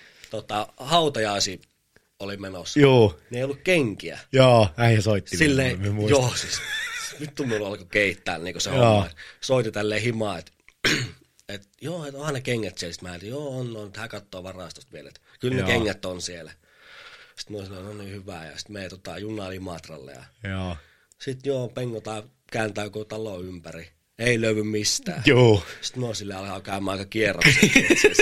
[SPEAKER 2] hautajaisia oli menossa.
[SPEAKER 1] Joo.
[SPEAKER 2] Ne ei ollut kenkiä.
[SPEAKER 1] Joo, äijä soitti.
[SPEAKER 2] Silleen, joo siis. Vittu minulla alkoi keittää niinku se homma. Soiti tälleen himaa, että joo, että onhan ne kengät siellä. Sitten mä ajattelin, joo, on, hän katsoo varastosta vielä, että kyllä ne kengät on siellä. Sitten mä sanoin, no niin hyvä, ja sitten me junnaan Imatralle. Ja sitten pengotaan, kääntää koko talo ympäri. Ei löydy mistään.
[SPEAKER 1] Joo.
[SPEAKER 2] Sitten mä silleen alkaa käymään aika kierroksia.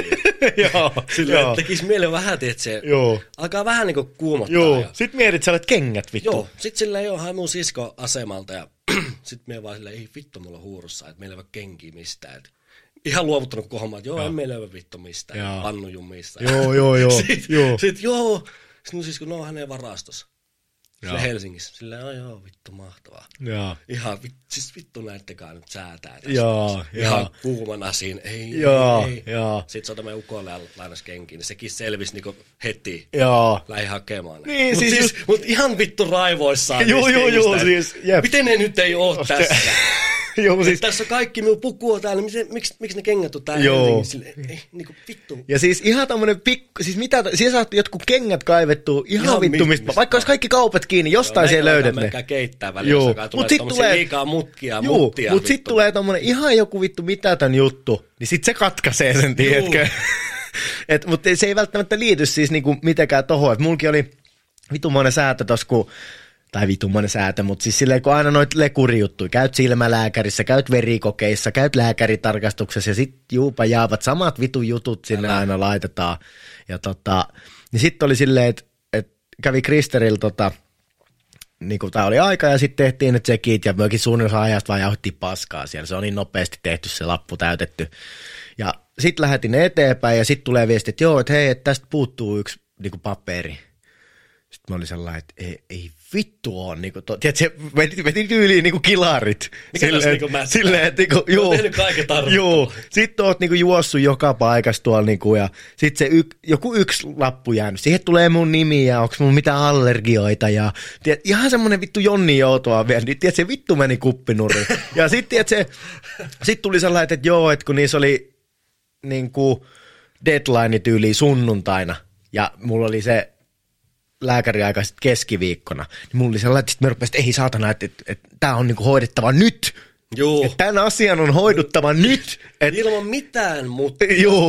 [SPEAKER 1] Joo.
[SPEAKER 2] Silleen, että tekisi mielen vähän, että se alkaa vähän niinku kuumottaa.
[SPEAKER 1] Joo. Sitten mietit, sä olet kengät, vittu.
[SPEAKER 2] Joo. Sitten silleen, hän mun sisko asemalta, ja sitten me vaan silleen, ei vittu mulla huurussa, että meillä ei ole kenkiä mistään. Et ihan luovuttanut kohmaan, että en meillä ole vittu mistään, pannujun mistään.
[SPEAKER 1] Joo.
[SPEAKER 2] Sitten mun sisko, no hänen varastossa. Sille Helsingissä. Silleen, joo, vittu mahtavaa. Ihan, siis vittu näittekään nyt säätää. Ihan kuumana siinä. Ei. Sitten se meidän ukolle lainas kenkiin, niin sekin selvisi niinku heti. Lähi hakemaan.
[SPEAKER 1] Niin,
[SPEAKER 2] Mut ihan vittu raivoissaan.
[SPEAKER 1] Joo, siis. Jep.
[SPEAKER 2] Miten ne nyt ei oo tässä?
[SPEAKER 1] Joo, siis
[SPEAKER 2] tässä on kaikki minun pukua täällä, miksi ne kengät on täällä Helsingissä? Niinku vittu.
[SPEAKER 1] Ja siis ihan tämmönen pikku, siis mitä, siellä saat jotkut kengät kaivettua ihan vittu mistä, vaikka olisi kaikki kaupat kiinni, jostain siellä löydät ne.
[SPEAKER 2] Joo, keittää välillä, joka tulee tommosia liikaa mutkia.
[SPEAKER 1] Mut sit tulee tommonen ihan joku vittu mitätön juttu, niin sit se katkaisee sen, tiedätkö? Mutta se ei välttämättä liity siis niinku mitenkään tohon, että mulki oli vitumoinen säätö tossa, tai vitummoinen säätö, mutta siis silleen, kun aina noita lekurijuttuja, käyt silmälääkärissä, käyt verikokeissa, käyt lääkäritarkastuksessa ja sit juupa jaavat samat vitun jutut sinne aina laitetaan. Ja niin sitten oli silleen, että kävi Kristerillä niin kuin tää oli aika ja sitten tehtiin ne tsekit ja myöskin suunnilleen osa ajasta vaan jauhdettiin paskaa siellä. Se on niin nopeasti tehty se lappu täytetty. Ja sitten lähetin eteenpäin ja sitten tulee viesti, että joo, että hei, että tästä puuttuu yksi niin kuin paperi. Sitten mä olin sellainen, että ei vittu on, niinku, tiedätkö, veti tyyliin niinku kilarit.
[SPEAKER 2] Mikä tässä niinku mättää?
[SPEAKER 1] Silleen, että niinku,
[SPEAKER 2] joo. tehnyt kaiken tarvittua.
[SPEAKER 1] Joo, sit oot niinku juossut joka paikassa tuolla niinku, ja sit se joku yksi lappu jäänyt. Siihen tulee mun nimi ja onks mun mitään allergioita ja ihan semmonen vittu Jonni Joutoa vielä, niin tiedätkö, se vittu meni kuppinuriin. Ja sit tiedätkö, sit tuli sellainen, että joo, että kun niissä oli niinku deadline tyyliin sunnuntaina ja mulla oli se lääkäriaika sitten keskiviikkona, niin mulla oli sellainen, että me rupesin, että ei saatana, että tämä on niinku hoidettava nyt.
[SPEAKER 2] Joo.
[SPEAKER 1] Että tämän asian on hoiduttava nyt.
[SPEAKER 2] Ilman mitään muttia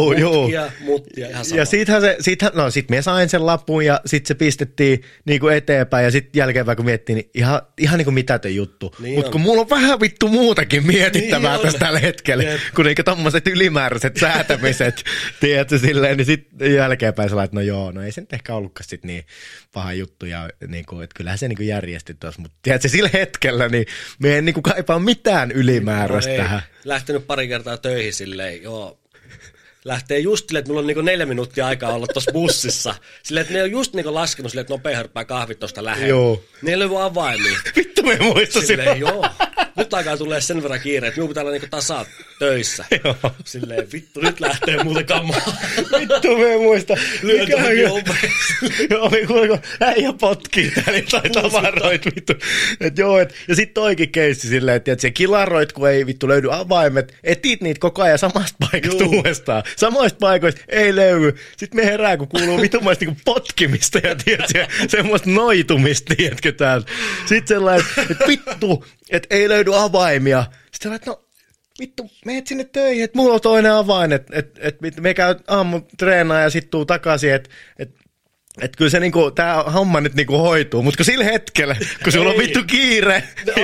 [SPEAKER 2] ihan sama.
[SPEAKER 1] Ja sit me sain sen lapun ja sit se pistettiin niinku eteenpäin ja sit jälkeenpäin kun miettii, niin ihan niinku mitätön juttu. Niin mutta kun mulla on vähän vittu muutakin mietittävää niin tässä tällä hetkellä, kun niinku tommoset ylimääräiset säätämiset, tiedätkö silleen, niin sit jälkeenpäin sä lait, no joo, no ei se nyt ehkä ollutkaan sit niin paha juttu ja niinku, että kyllähän se niinku järjesti tuossa, mutta tiedätkö sillä hetkellä, niin me ei niinku kaipaa mitään ylimääräistä tähän.
[SPEAKER 2] Lähtenyt pari kertaa töihin silleen, joo, lähtee just silleen, että mulla on niinku 4 minuuttia aikaa olla tuossa bussissa. Silleen, että ne on just niinku laskenut silleen, että nopea hörppää kahvit tuosta lähellä.
[SPEAKER 1] Joo.
[SPEAKER 2] Ne ei löydy avaimia.
[SPEAKER 1] Vittu me muista
[SPEAKER 2] silleen, joo. Nyt alkaa tulee sen verran kiire, että minun pitää olla niinku tasaa töissä. Joo. Silleen, vittu, nyt lähtee muuten kamaa.
[SPEAKER 1] Vittu me muista.
[SPEAKER 2] Lyöntö
[SPEAKER 1] joo, kun äijä potkii täällä tai tavaroit, vittu. Et joo, ja sit toikin keissi silleen, että se kilaroit, kun ei vittu löydy avaimet, etit niitä koko ajan samasta paikasta uudestaan. Samoista paikoista ei löydy. Sitten me herää, kun kuuluu vitumaista niinku potkimista ja tiedätkö, semmoista noitumista, tiedätkö täällä. Sitten sellainen, että vittu, että ei löydy avaimia. Sitten että no vittu, meet sinne töihin, että mulla on toinen avain, että me käy aamun treenaa ja sit tuu takaisin, että kyllä se niinku, tää homma nyt niinku hoituu, mutta sillä hetkellä, kun sulla on vittu kiire.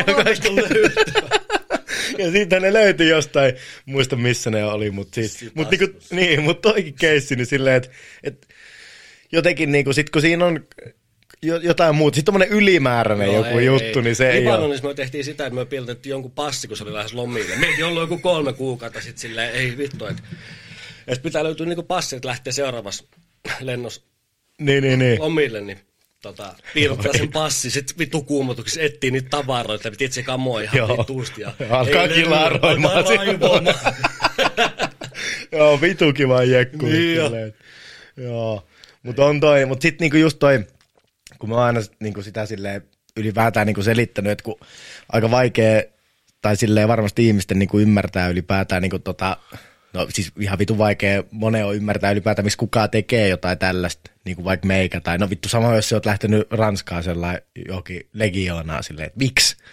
[SPEAKER 1] Ja siitä ne löytyi jostain, muista missä ne oli, mutta niinku, niin, toikin keissi, niin silleen, että jotenkin niinku sit kun siinä on jotain muuta, sitten tommonen ylimääräinen joku juttu, niin se ei ole.
[SPEAKER 2] Libanonissa me tehtiin sitä, että me piiltettiin jonkun passi, kun se oli lähes lomille. Meitä on ollut joku 3 kuukautta sitten silleen, ei vittu, että pitää löytyä niinku passi, että lähtee seuraavassa lennossa lomille, niin piilottaa sen passi, sitten vittu kuumotuksessa etsii niitä tavaroita, piti etsiä kamoa ihan vitusti.
[SPEAKER 1] Alkaa kilaroimaan. Joo, vitukin vaan jekku. Joo, mutta on toi, mutta sitten niinku just toi, kun mä oon aina niinku sitä silleen ylipäätään niinku selittänyt, että kun aika vaikea, tai silleen varmasti ihmisten niinku ymmärtää ylipäätään niinku no siis ihan vitun vaikea monen on ymmärtää ylipäätään, miksi kukaan tekee jotain tällaista, niinku vaikka meikä, tai no vittu sama, jos sä oot lähtenyt Ranskaan sellainen johonkin legioonaan silleen, että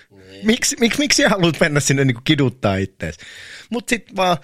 [SPEAKER 1] miksi sä haluat mennä sinne niinku kiduttaa ittees, mut sit vaan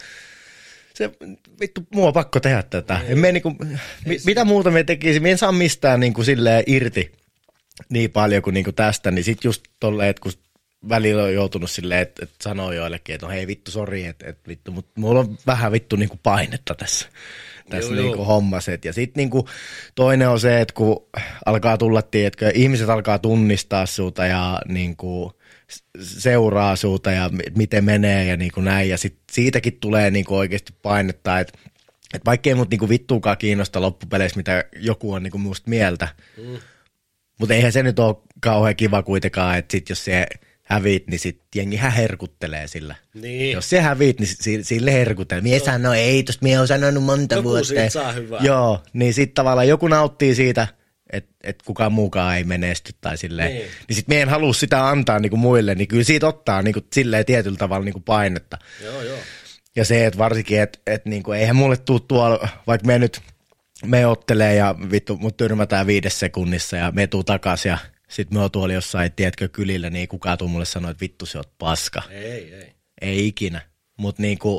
[SPEAKER 1] se vittu, mua on pakko tehdä tätä. Niinku, mitä muuta me tekisi? Me en saa mistään niinku silleen irti niin paljon kuin niinku tästä, niin sit just tolleen, että kun välillä on joutunut silleen, että sanoo joillekin, että no hei vittu, sori, että vittu, mutta mulla on vähän vittu niinku painetta tässä niinku hommassa. Ja sit niinku toinen on se, että kun alkaa tulla, tiedätkö, ihmiset alkaa tunnistaa sulta ja niinku seuraa sulta ja miten menee ja niin kuin näin. Ja sit siitäkin tulee niin kuin oikeasti painetta, että vaikka ei mut niin kuin vittuukaan kiinnosta loppupeleissä, mitä joku on niin kuin musta mieltä. Mutta eihän se nyt ole kauhean kiva kuitenkaan, että sit jos se häviit, niin sit jengi herkuttelee sillä. Niin. Jos se häviit, niin sille herkuttelee. Mie sanoo, ei tosta mie oon sanonut monta vuotta.
[SPEAKER 2] Joku siitä saa hyvää.
[SPEAKER 1] Joo, niin sit tavallaan joku nauttii siitä, että kukaan muukaan ei menesty tai silleen. Niin sit mie en halua sitä antaa niinku muille, niin kyllä siitä ottaa niinku silleen tietyllä tavalla niinku painetta.
[SPEAKER 2] Joo.
[SPEAKER 1] Ja se, että varsinkin, että niinku eihän mulle tuu tuolla, vaikka me ottelee ja vittu mut tyrmätään 5 sekunnissa ja me tuu takas ja sit me oon tuolla jossain, tiedätkö, kylillä, niin kukaan tuu mulle sanoa, että vittu sä oot paska. Ei ikinä. Mut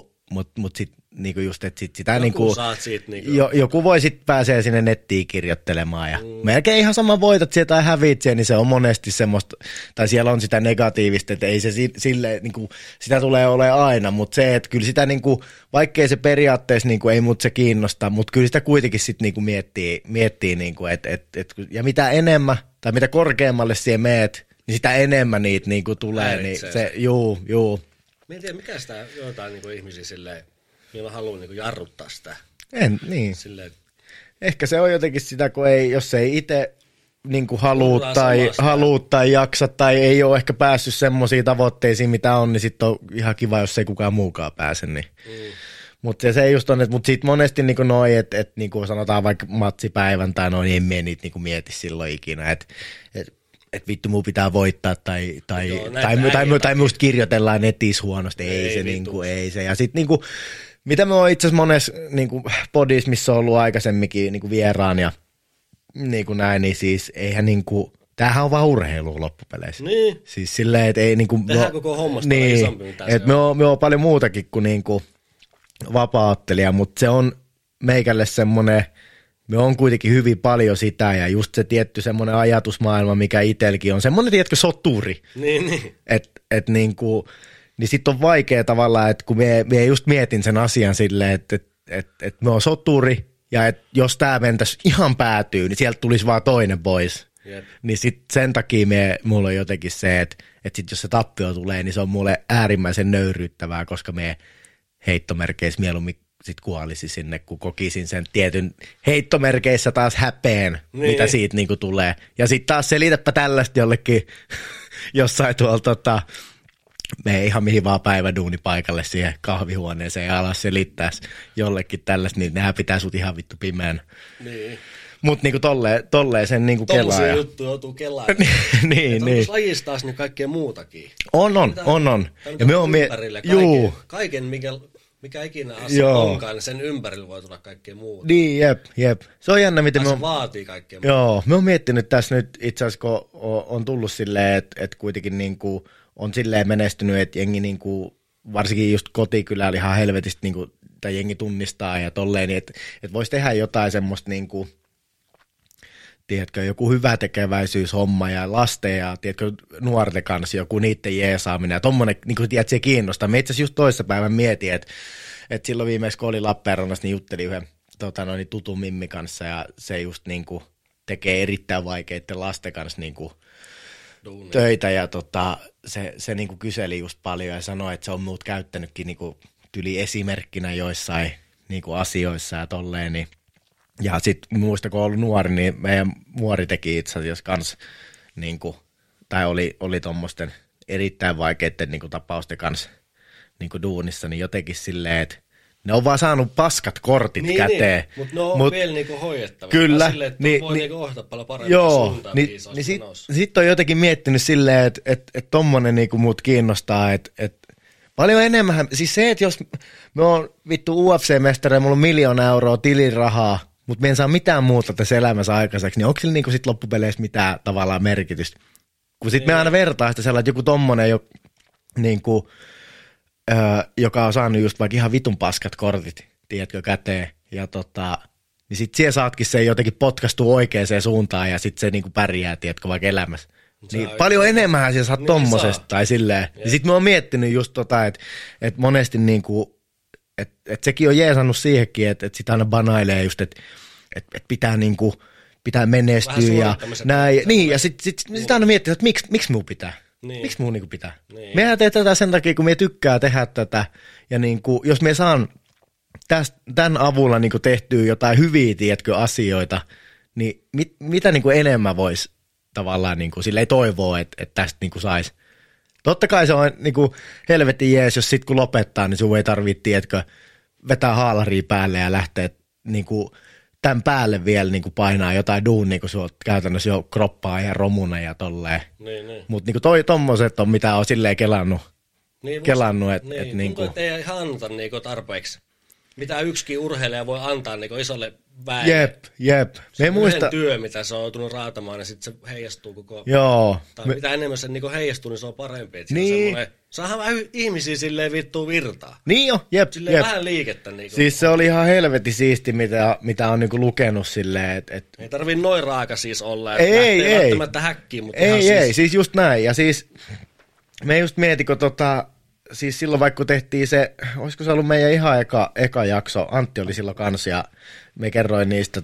[SPEAKER 1] sit niinku just, että sitä
[SPEAKER 2] joku
[SPEAKER 1] niinku, joku voi sit pääsee sinne nettiin kirjoittelemaan ja melkein ihan sama voitat sieltä tai häviit siellä, niin se on monesti semmoista, tai siellä on sitä negatiivista, että ei se silleen, niinku, sitä tulee olemaan aina, mutta se, että kyllä sitä niinku, vaikkei se periaatteessa niinku, ei mut se kiinnosta, mutta kyllä sitä kuitenkin sit niinku miettii niinku, ja mitä enemmän, tai mitä korkeammalle siihen meet, niin sitä enemmän niitä niinku tulee, niin se, juu.
[SPEAKER 2] Mä en tiedä, mikä sitä jotain niinku ihmisiä silleen, niillä haluaa niinku jarruttaa sitä.
[SPEAKER 1] Niin.
[SPEAKER 2] Silleen,
[SPEAKER 1] ehkä se on jotenkin sitä, kun jos ei itse niinku halua tai jaksa tai ei ole ehkä päässyt semmoisiin tavoitteisiin, mitä on, niin sitten on ihan kiva, jos ei kukaan muukaan pääse. Niin. Mutta se just on, että sit monesti niinku noi, että niinku sanotaan vaikka matsipäivän tai noin, niin en mene niitä niinku mieti silloin ikinä, että vittu muu pitää voittaa tai musta kirjoitellaan netissä huonosti, ei se. Ja sit niinku, mitä me on itse asiassa monessa niinku podissa, missä on ollut aikaisemminkin niinku vieraan ja niinku näin, niin siis eihän niinku, tämähän on vaan urheilua loppupeleissä.
[SPEAKER 2] Niin.
[SPEAKER 1] Siis silleen, että ei niinku.
[SPEAKER 2] Tehdään koko hommasta
[SPEAKER 1] niin,
[SPEAKER 2] isompi, mitä se
[SPEAKER 1] on. Me on paljon muutakin kuin niinku vapaa-ottelija, mutta se on meikälle semmoinen. Me on kuitenkin hyvin paljon sitä ja just se tietty semmoinen ajatusmaailma, mikä itselläkin on, semmoinen tietkö soturi.
[SPEAKER 2] Niin.
[SPEAKER 1] Että niinku, niin sit on vaikea tavallaan, että kun me just mietin sen asian silleen, että me on soturi ja että jos tää mentäisi ihan päätyy, niin sieltä tulisi vaan toinen pois.
[SPEAKER 2] Yep.
[SPEAKER 1] Niin sit sen takia mulla on jotenkin se, että sit jos se tappio tulee, niin se on mulle äärimmäisen nöyryyttävää, koska me heittomerkeissä mieluummin sit kuolisi sinne, kun kokisin sen tietyn heittomerkeissä taas häpeen, mitä siitä niinku tulee. Ja sitten taas selitäpä tällaista jollekin jossain tuolla mene ihan mihin vaan päiväduunipaikalle siihen kahvihuoneeseen ja alas selittäisi jollekin tällaista, niin nehän pitää sut ihan vittu pimeän.
[SPEAKER 2] Niin.
[SPEAKER 1] Mut niinku tolleen sen niinku kelaa.
[SPEAKER 2] Tommosia juttuja joutuu kelaamaan.
[SPEAKER 1] niin.
[SPEAKER 2] Lajissa taas niin kaikkea muutakin.
[SPEAKER 1] On.
[SPEAKER 2] Ja me on kaiken mikä ikinä asia onkaan, niin sen ympärillä voi tulla kaikkea muuta.
[SPEAKER 1] Niin, jep. Se on jännä, miten
[SPEAKER 2] se vaatii kaikkea muuta.
[SPEAKER 1] Joo, me on miettinyt tässä nyt itse asiassa, kun on tullut silleen, että kuitenkin niinku on silleen menestynyt, että jengi niinku, varsinkin just kotikylällä ihan helvetistä niinku, tai jengi tunnistaa ja tolleen, niin että voisi tehdä jotain semmoista niinku, tiedätkö, joku hyvätekeväisyyshomma ja lasten ja tiedätkö, nuorten kanssa joku niiden jeesaaminen ja tommonen, niin kuin tiedät, se kiinnostaa. Me itse asiassa just toissapäivän mietin, että silloin viimeksi kun oli Lappeenrannassa, niin juttelin yhden tutun Mimmi kanssa ja se just niin kuin tekee erittäin vaikeiden lasten kanssa niin kuin töitä ja se niin kuin kyseli just paljon ja sanoi, että se on muut käyttänytkin niin kuin tyli esimerkkinä joissain niin kuin asioissa ja tolleen, niin ja sitten muista, kun on ollut nuori, niin meidän muori teki itse asiassa kanssa, niin kuin, tai oli tuommoisten erittäin vaikeiden niin kuin, tapausten kanssa niin kuin duunissa, niin jotenkin silleen, että ne on vaan saanut paskat kortit käteen.
[SPEAKER 2] Niin, mutta ne on vielä niin kuin hoidettava.
[SPEAKER 1] Kyllä.
[SPEAKER 2] Silleen, että voi niin ohjata paljon paremmin suuntaan.
[SPEAKER 1] Niin sitten on jotenkin miettinyt silleen, että tommonen niin kuin mut kiinnostaa, että paljon enemmän, siis se, että jos me on vittu UFC-mestari, mulla on 1 000 000 euroa tilirahaa, mutta me en saa mitään muuta tässä elämässä aikaiseksi, niin onko sillä niinku sit loppupeleissä mitään tavallaan merkitystä? Kun sitten me aina vertaa sitä sellainen, että joku tommonen, niinku, joka on saanut just vaikka ihan vitun paskat kortit, tiedätkö, käteen, ja niin sit siellä saatkin se jotenkin potkastua oikeaan suuntaan, ja sitten se niinku pärjää, tiedätkö, vaikka elämässä. Niin paljon enemmän siellä saat tommosesta, tai silleen. Ja sit mä oon miettinyt just että monesti niinku, että sekin on jeesannut siihenkin, että sitä aina banailee just, että pitää niinku, pitää menestyä ja näin. Niin, ja sit aina miettii, että miksi muu pitää? Niin. Miksi muu niinku pitää? Niin. Mehän teemme tätä sen takia, kun me tykkää tehdä tätä, ja niinku, jos me saan tämän avulla niinku tehtyä jotain hyviä, tiedätkö, asioita, niin mitä niinku enemmän voisi tavallaan niinku, silleen toivoa, että tästä niinku saisi. Totta kai se on niinku helvetin jees, jos sit kun lopettaa, niin sun ei tarvitse, tiedätkö, vetää haalaria päälle ja lähteä niinku tämän päälle vielä niinku painaa jotain duunia, kun sulla on käytännössä jo kroppaa ja romuna ja tolleen. Niin. Mutta niinku tommoset on, mitä on silleen kelannut, että
[SPEAKER 2] niin,
[SPEAKER 1] niinku.
[SPEAKER 2] Tuntuu, että ei ihan anneta niinku tarpeeksi. Mitä yksikin urheilija voi antaa niinku isolle väelle.
[SPEAKER 1] Jep.
[SPEAKER 2] Se muista työ, mitä se on joutunut raatamaan, ja sitten se heijastuu koko.
[SPEAKER 1] Joo.
[SPEAKER 2] Mitä enemmän se niinku heijastuu, niin se on parempi.
[SPEAKER 1] Niin.
[SPEAKER 2] Saadaan vähän ihmisiä silleen vittuun virtaa.
[SPEAKER 1] Niin jo, jep.
[SPEAKER 2] Silleen vähän liikettä. Niinku.
[SPEAKER 1] Siis se oli ihan helvetin siisti, mitä on niinku lukenut silleen.
[SPEAKER 2] Ei tarvii noin raaka siis olla.
[SPEAKER 1] Ei.
[SPEAKER 2] Välttämättä häkkiin, mutta
[SPEAKER 1] ei, siis just näin. Ja siis me just mietikö siis silloin vaikka kun tehtiin se, olisiko se ollut meidän ihan eka jakso, Antti oli silloin kanssa ja me kerroin niistä,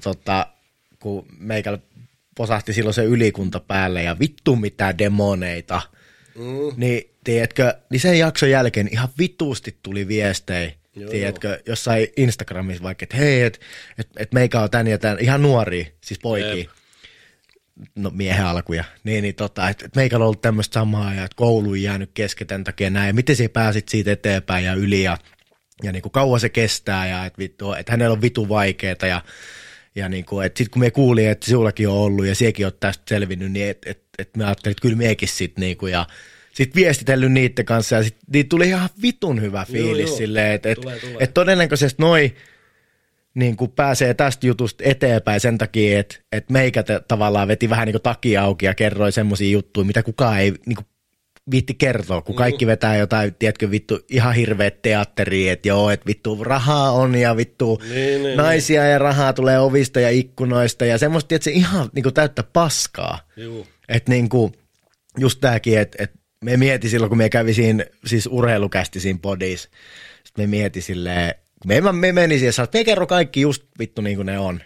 [SPEAKER 1] kun meikällä posahti silloin se ylikunta päälle ja vittu mitä demoneita, niin tiedätkö, niin sen jakson jälkeen ihan vitusti tuli viestejä, tiedätkö, jossain Instagramissa vaikka, että hei, että meikä on tän ja tän, ihan nuoria, siis poikia. No miehen alkuja, että meikä on ollut tämmöistä samaa ja että koulu on jäänyt kesken tämän takia näin, ja miten sä pääsit siitä eteenpäin ja yli ja niin kuin kauan se kestää ja että hänellä on vitu vaikeeta ja niin kuin, että sit kun me kuulin, että sinullakin on ollut ja siekin oot tästä selvinnyt, niin että me ajattelin, että kyllä miekin sit niin kuin ja sitten viestitellyt niiden kanssa ja niitä tuli ihan vitun hyvä fiilis silleen, että todennäköisesti niin kuin pääsee tästä jutusta eteenpäin sen takia, että meikä tavallaan veti vähän niin kuin takia auki ja kerroi semmoisia juttuja, mitä kukaan ei niin kuin viitti kertoa, kun kaikki vetää jotain, tiedätkö, vittu ihan hirveät teatteria, että joo, että vittu rahaa on ja vittu naisia ja rahaa tulee ovista ja ikkunoista ja semmoista, että se ihan niin kuin täyttä paskaa. Että niin kuin just tämäkin, että me mieti silloin, kun me kävi siinä, siis urheilukästi siinä podissa, sitten me mieti silleen, me meni siihen, että me kerro kaikki just vittu niin kuin ne on.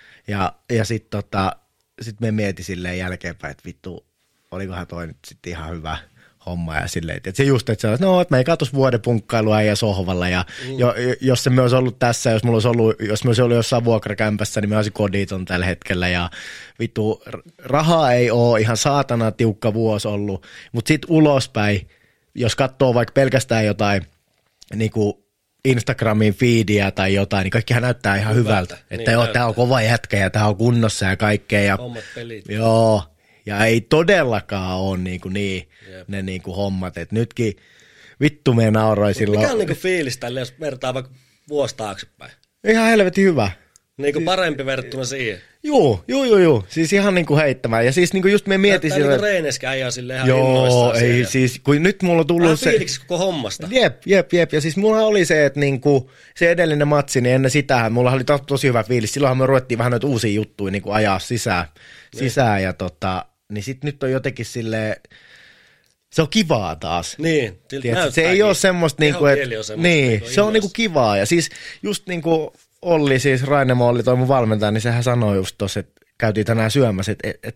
[SPEAKER 1] Ja sitten sit me mieti silleen jälkeenpäin, että vittu, olikohan toi nyt sitten ihan hyvä homma ja silleen, että se just, että että me ei katsoisi vuoden punkkailua ja sohvalla ja jos se me olisi ollut tässä, jos me olisi ollut jossain vuokrakämpässä, niin me olisi koditon tällä hetkellä ja vittu, rahaa ei ole, ihan saatana tiukka vuosi ollut, mutta sitten ulospäin, jos katsoo vaikka pelkästään jotain niinku Instagramin feediä tai jotain, niin kaikkihan näyttää ihan hyvältä. Että joo, tää on kova jätkä ja tää on kunnossa ja kaikkea. Ja,
[SPEAKER 2] hommat pelit.
[SPEAKER 1] Joo, ja ei todellakaan ole ne hommat. Et nytkin vittu me nauroi silloin.
[SPEAKER 2] Mikä on niinku fiilis tälle, jos vertaa vaikka vuosi taaksepäin?
[SPEAKER 1] Ihan helvetin hyvä.
[SPEAKER 2] Niinku parempi verrattuna siihen.
[SPEAKER 1] Joo. Siis ihan niinku heittämään. Ja siis niinku just me mietin
[SPEAKER 2] sillä. Niinku Reineskin ajaa sille ihan
[SPEAKER 1] joo, ei siellä. Siis kun nyt mulla on tullut
[SPEAKER 2] vähän se fiiliksi koko hommasta.
[SPEAKER 1] Jep. Ja siis mulla oli se, että niinku se edellinen matsi, niin ennen sitähän mulla oli tosi hyvä fiilis. Silloinhan me ruvettiin vähän noita uusia juttuja niinku ajaa sisään ja niin sit nyt on jotenkin silleen, se on kivaa taas.
[SPEAKER 2] Niin,
[SPEAKER 1] se ei ole semmoista niinku, että niin, se on niinku kivaa ja siis just niinku Olli, siis Rainemo Olli, toi mun valmentaja, niin sehän sanoi just tossa, että käytiin tänään syömässä,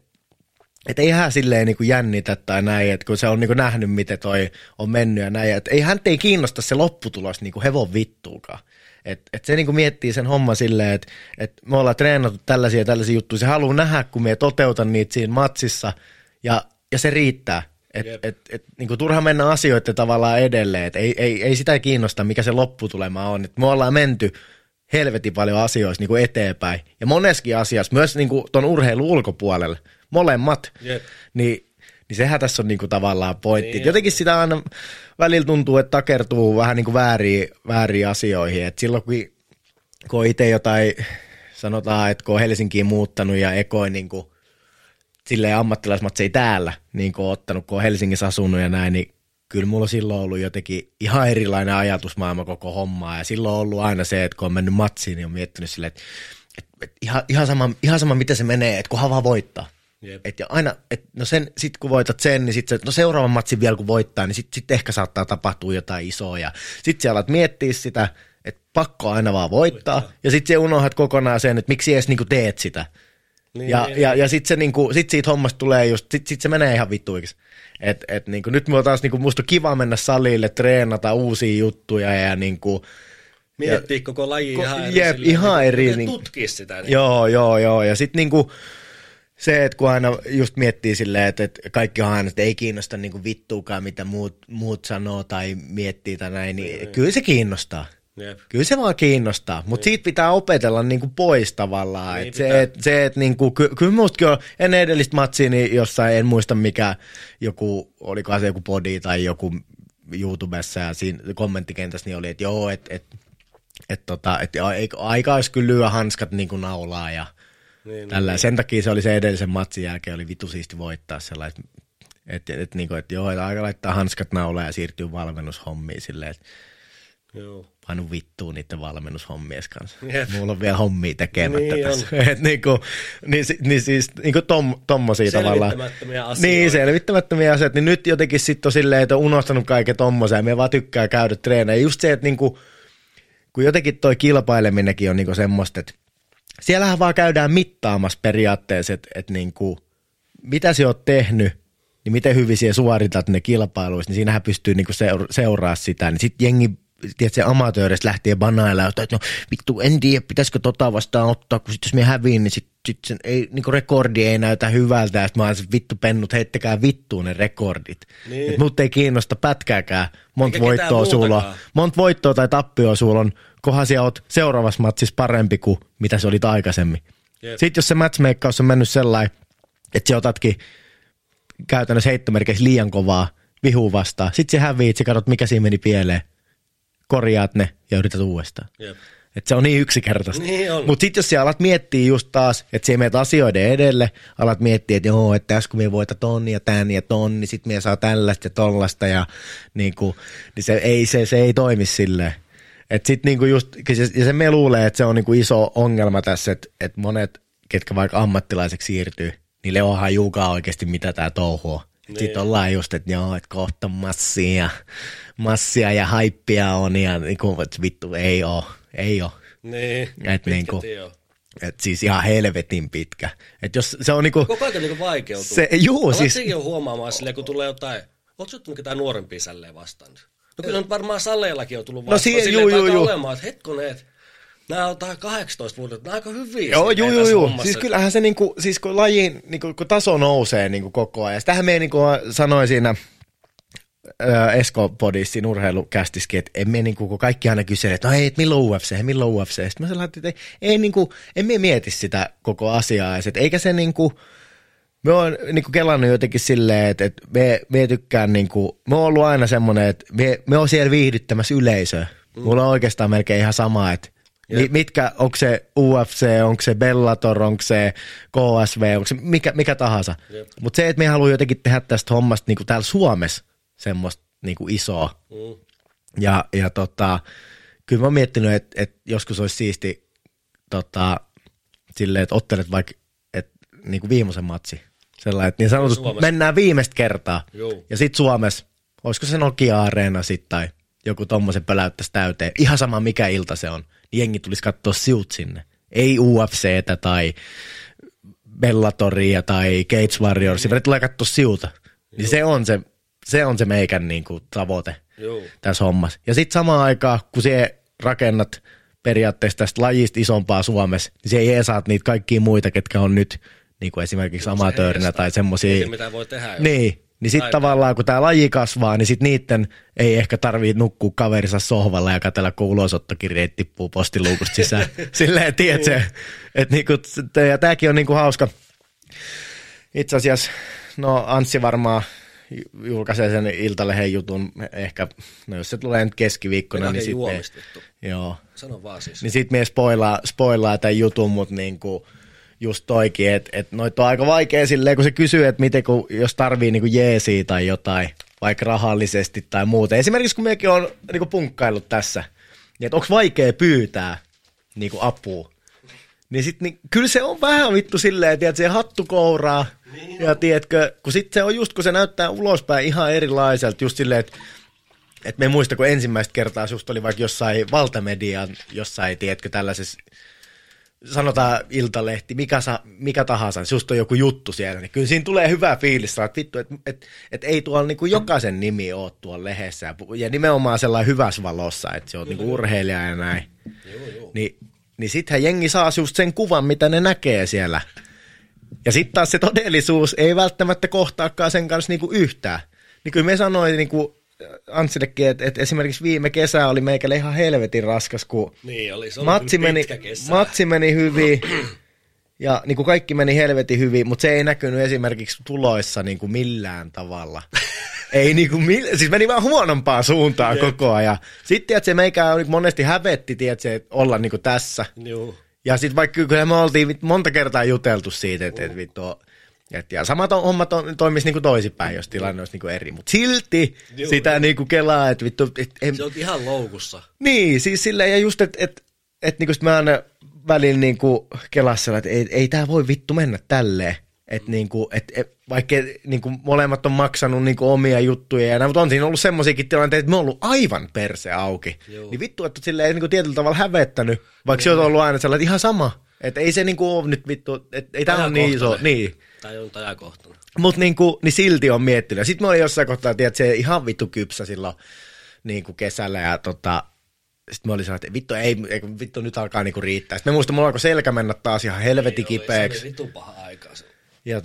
[SPEAKER 1] että ei hän silleen niinku jännitä tai näin, että kun se on niinku nähnyt, miten toi on mennyt ja näin, että ei häntä ei kiinnosta se lopputulos niinku hevon vittuukaan. Että se niinku miettii sen homman silleen, että me ollaan treenattu tällaisia juttuja, se haluaa nähdä, kun me toteutan niitä siinä matsissa ja se riittää. Et niinku turha mennä asioiden tavallaan edelleen, että ei sitä kiinnosta, mikä se lopputulema on. Et me ollaan menty helvetin paljon asioissa niinku eteenpäin. Ja moneskin asiassa, myös niinku ton urheilun ulkopuolelle, molemmat, niin sehän tässä on niinku tavallaan pointti. Niin jotenkin sitä aina välillä tuntuu, että takertuu vähän niinku vääriin asioihin. Et silloin kun on itse jotain, sanotaan, että kun on Helsinkiin muuttanut ja ekoin niinku silleen ammattilaismatseja täällä niin kuin ottanut, kun on Helsingissä asunut ja näin, niin kyllä mulla on silloin ollut jotenkin ihan erilainen ajatusmaailma koko hommaa. Ja silloin on ollut aina se, että kun on mennyt matsiin, niin on miettinyt silleen, että ihan sama miten se menee, että kunhan vaan voittaa. Ja aina, että no sit kun voitat sen, niin sitten seuraavan matsin vielä kun voittaa, niin sit ehkä saattaa tapahtua jotain isoa. Ja sitten sä alat miettiä sitä, että pakko aina vaan voittaa. Ja sitten sä unohdat kokonaan sen, että miksi edes niinku teet sitä. Niin, ja sitten se niinku, sit siitä hommasta tulee just, sit se menee ihan vittuiksi. Et niinku, nyt mulla taas niinku, musta on kiva mennä salille, treenata uusia juttuja ja niinku
[SPEAKER 2] miettiä koko laji
[SPEAKER 1] ihan eri.
[SPEAKER 2] Niin, tutkia sitä. Niin.
[SPEAKER 1] Joo. Ja sitten niinku se, että kun aina just miettii silleen, että kaikki on aina, että ei kiinnosta niinku vittuukaan, mitä muut sanoo tai miettii tai näin, niin kyllä se kiinnostaa. Jep. Kyllä se vaan kiinnostaa, mutta siitä pitää opetella niinku pois tavallaan. Niin että niinku, kyllä mustakin on ennen edellistä matsia, niin jossain en muista mikä joku, olikohan se joku podi tai joku YouTubessa ja siinä kommenttikentässä niin oli, että joo, että aika olisi kyllä lyö hanskat niinku naulaa ja tällä. Niin. Sen takia se oli se edellisen matsin jälkeen, oli vitu siisti voittaa sellainen, että joo, että aika laittaa hanskat naulaa ja siirtyy valmennushommiin silleen, että joo. Painu vittuun niiden valmennushommies kanssa. Jep. Mulla on vielä hommia tekemättä niin tässä. Niin siis niinku tommosia tavallaan.
[SPEAKER 2] Selvittämättömiä asioita.
[SPEAKER 1] Niin, selvittämättömiä asioita. Niin nyt jotenkin sitten on silleen, että on unohtanut kaiken tommosen. Ja me vaan tykkää käydä treenejä. Just se, että niinku, kun jotenkin toi kilpaileminenkin on niinku semmoista, että siellähän vaan käydään mittaamassa periaatteessa, että niinku, mitä sä oot tehnyt, niin miten hyvin siellä suoritat ne kilpailuissa, niin siinähän pystyy niinku seuraa sitä. Niin sit jengi tiedätkö, amatööristä lähtien banailla, että no vittu, en tiedä, pitäisikö vastaan ottaa, kun sit jos me häviin, niin sit sen ei, niinku rekordi ei näytä hyvältä, ja sit mä oon se vittu pennut, heittäkää vittuun ne rekordit. Niin. Et mut ei kiinnosta pätkääkään, monta voittoa tai tappioa sulla on, kohan siellä oot seuraavassa matsissa parempi kuin mitä se olit aikaisemmin. Jep. Sitten jos se matchmakeaus on mennyt sellainen, että sä otatkin käytännössä heittomerkeissä liian kovaa vihua vastaan, sit sä häviit, sä katsot mikä siinä meni pieleen, korjaat ne ja yrität uudestaan. Jep. Että se on niin yksinkertaista. Niin mutta sitten jos sä alat miettiä just taas, että sä menet asioiden edelle, alat miettiä, että joo, että tässä kun me voita tonni ja tän ja tonni, niin sitten me saa tällaista ja tollasta ja niinku, niin se ei toimi silleen. Että sitten niinku just, ja se me luulee, että se on niinku iso ongelma tässä, että monet, ketkä vaikka ammattilaiseksi siirtyy, niin Leohan juukaa oikeasti mitä tää touhuu. Niin. Sitten ollaan just, että joo, että kohta massia ja haippia on ja niinku, että vittu ei oo.
[SPEAKER 2] Niin,
[SPEAKER 1] että niinku, et siis ihan helvetin pitkä. Et jos se on niinku
[SPEAKER 2] koko ajan niinku vaikeutuu.
[SPEAKER 1] Se, juu, siis
[SPEAKER 2] sekin on huomaamaan silleen, kun tulee jotain Ootko ottanut ketään nuorempia sälleen vastaan? No kyllä on varmaan salleillakin on tullut vastaan. No silleen olemaan, että hetkonen, nämä on 18 vuotta, nämä on aika hyviä.
[SPEAKER 1] Joo. Siis kyllähän se niinku, siis kun lajin niinku, kun taso nousee niinku koko ajan. Sitähän me niinku sanoin siinä Esko-podissa, siinä urheilukästiskin, että emme niinku, kun kaikki aina kyselee, että ei, milloin UFC. Sitten mä sanoin, että emme mieti sitä koko asiaa. Et eikä se niinku, me oon niinku kelannut jotenkin silleen, että me tykkään niinku, me oon ollut aina semmoinen, että me oon siellä viihdyttämässä yleisöä. Mulla on oikeastaan melkein ihan sama, että mitkä, onko se UFC, onko se Bellator, onko se KSV, onko se mikä tahansa. Mutta se, että me haluaa jotenkin tehdä tästä hommasta niinku täällä Suomessa semmoista niinku isoa. Ja kyllä mä oon miettinyt, että joskus olisi siisti silleen, että ottelet vaikka niinku viimeisen matsi. Sellainen, että niin sanotusti mennään viimeistä kertaa. Joo. Ja sit Suomessa, olisiko se Nokia-areena sit tai joku tommosen pöläyttäisi täyteen. Ihan sama mikä ilta se on. Niin jengi tulisi katsoa siut sinne. Ei UFCtä tai Bellatoria tai Cage Warriorsia, vaan tulee katsoa siuta. Niin se on se meikän niinku tavoite tässä hommassa. Ja sit samaan aikaan, kun se rakennat periaatteessa tästä lajista isompaa Suomessa, niin se ei saat niitä kaikkia muita, ketkä on nyt niin kuin esimerkiksi amatöörinä tai semmosia.
[SPEAKER 2] Mitä voi tehdä.
[SPEAKER 1] Niin sit tavallaan kun tää laji kasvaa, niin sit niitten ei ehkä tarvii nukkua kaverissa sohvalla ja katsella, kun ulosottokirjeet tippuu postiluukusta sisään. Silleen, tiedätkö, että niinku, ja tääkin on niinku hauska. Itse asiassa, no Anssi varmaan julkaisee sen Iltalehden jutun ehkä, no jos se tulee nyt keskiviikkona, niin sitten joo.
[SPEAKER 2] Sano vaan siis.
[SPEAKER 1] Niin sit me spoilaa tämän jutun, mutta niinku just toikin, että noita on aika vaikea silleen, kun se kysyy, että miten, jos tarvii niinku jeesiä tai jotain, vaikka rahallisesti tai muuta. Esimerkiksi kun mekin on niinku punkkaillut tässä, niin että onko vaikea pyytää niinku apua, niin sit niin, kyllä se on vähän vittu silleen, että se hattu kouraa, niin ja tiedätkö, kun sit se on just, kun se näyttää ulospäin ihan erilaiselta, just silleen, että me muista, kun ensimmäistä kertaa just oli vaikka jossain valtamedian, jossain, tiedätkö, tällaisessa, sanotaan Iltalehti, mikä tahansa, just on joku juttu siellä, niin kyllä siinä tulee hyvä fiilis, että vittu, että ei tuolla niinku jokaisen nimi ole tuolla lehdessä, ja nimenomaan sellainen hyvässä valossa, että se on niinku urheilija ja näin. Niin sittenhän jengi saa just sen kuvan, mitä ne näkee siellä. Ja sitten taas se todellisuus ei välttämättä kohtaakaan sen kanssa niinku yhtään. Niin kyllä me sanoin niinku Antsillekin, että esimerkiksi viime kesä oli meikälle ihan helvetin raskas, kun
[SPEAKER 2] niin oli,
[SPEAKER 1] matsi meni hyvin ja niin kuin kaikki meni helvetin hyvin, mutta se ei näkynyt esimerkiksi tuloissa niin kuin millään tavalla. Ei niin kuin siis meni vaan huonompaan suuntaan koko ajan. Sitten tiedätkö, meikä monesti hävetti, tiedätkö, että olla niin kuin tässä.
[SPEAKER 2] Joo.
[SPEAKER 1] Ja sitten vaikka kyllä me oltiin monta kertaa juteltu siitä, että vittu, ja samat hommat toimisi niinku toisinpäin, jos tilanne olisi niinku eri, mutta silti sitä niinku kelaa, että vittu.
[SPEAKER 2] Se on ihan loukussa.
[SPEAKER 1] Niin, siis silleen, ja just, että niinku mä aina välillä niinku kelassa, että ei tää voi vittu mennä tälleen. Että niinku, vaikka niinku molemmat on maksanut niinku omia juttuja ja näin, mutta on siinä ollut semmoisiakin tilanteita, että me on ollut aivan perse auki. Joo. Niin vittu, että silleen ei niinku tietyllä tavalla hävettänyt, vaikka se on ollut aina sellainen, että ihan sama. Että ei se niinku ole nyt vittu, että ei tää ole niin iso. Niin.
[SPEAKER 2] Tai on ajankohtainen.
[SPEAKER 1] Mutta niinku, niin silti on miettinyt. Sitten mä olin jossain kohtaa, että se ihan vittu kypsä silloin niinku kesällä ja sitten mä olin sellainen, että vittu, ei vittu nyt alkaa niinku riittää. Sitten mä muistan, mulla alkoi selkä mennä taas ihan helvetin kipeäksi.
[SPEAKER 2] Se oli vitun paha aikaa se.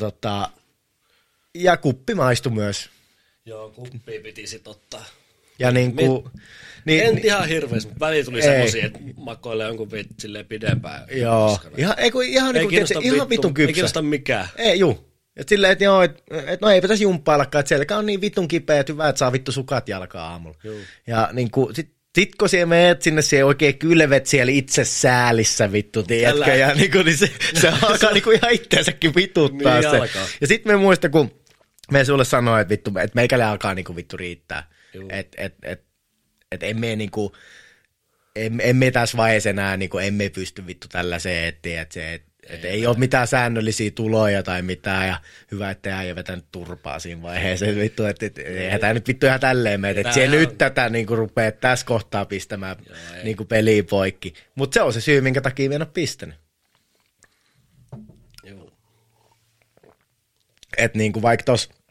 [SPEAKER 1] Ja kuppi maistui myös.
[SPEAKER 2] Joo, kuppia piti sit ottaa.
[SPEAKER 1] Ja niinku
[SPEAKER 2] en ihan hirveästi, mutta väliin tuli semmosia, että makoilee jonkun silleen pidempään.
[SPEAKER 1] Joo, ihan vitun kypsä.
[SPEAKER 2] Ei kiinnosta mikään.
[SPEAKER 1] Ei, juu. Et silleen, että joo, no ei pitäisi jumppaillakaan, että selkä on niin vitun kipeä, että hyvä, että saa vittu sukat jalkaa aamulla. Juu. Ja niinku, sit kun siellä menet sinne, siellä oikein kylvet siellä itse säälissä vittu, tiedätkö, ja niinku, niin se alkaa niinku ihan itseänsäkin vituttaa niin se. Ja sit me muista, kun me sulle sanoi, että vittu, että meikälle alkaa niinku vittu riittää. Että emme niinku, emme tässä vaiheessa enää, niinku, emme pysty vittu tällaiseen, että ei ole mitään säännöllisiä tuloja tai mitään, ja hyvä, että ei vetänyt turpaa siinä vaiheessa, vittu, että eihän tämä nyt vittu ihan tälleen mene, että se nyt tätä niinku rupeaa tässä kohtaa pistämään niinku peliä poikki, mutta se on se syy, minkä takia en ole pistänyt. Että niinku vaikka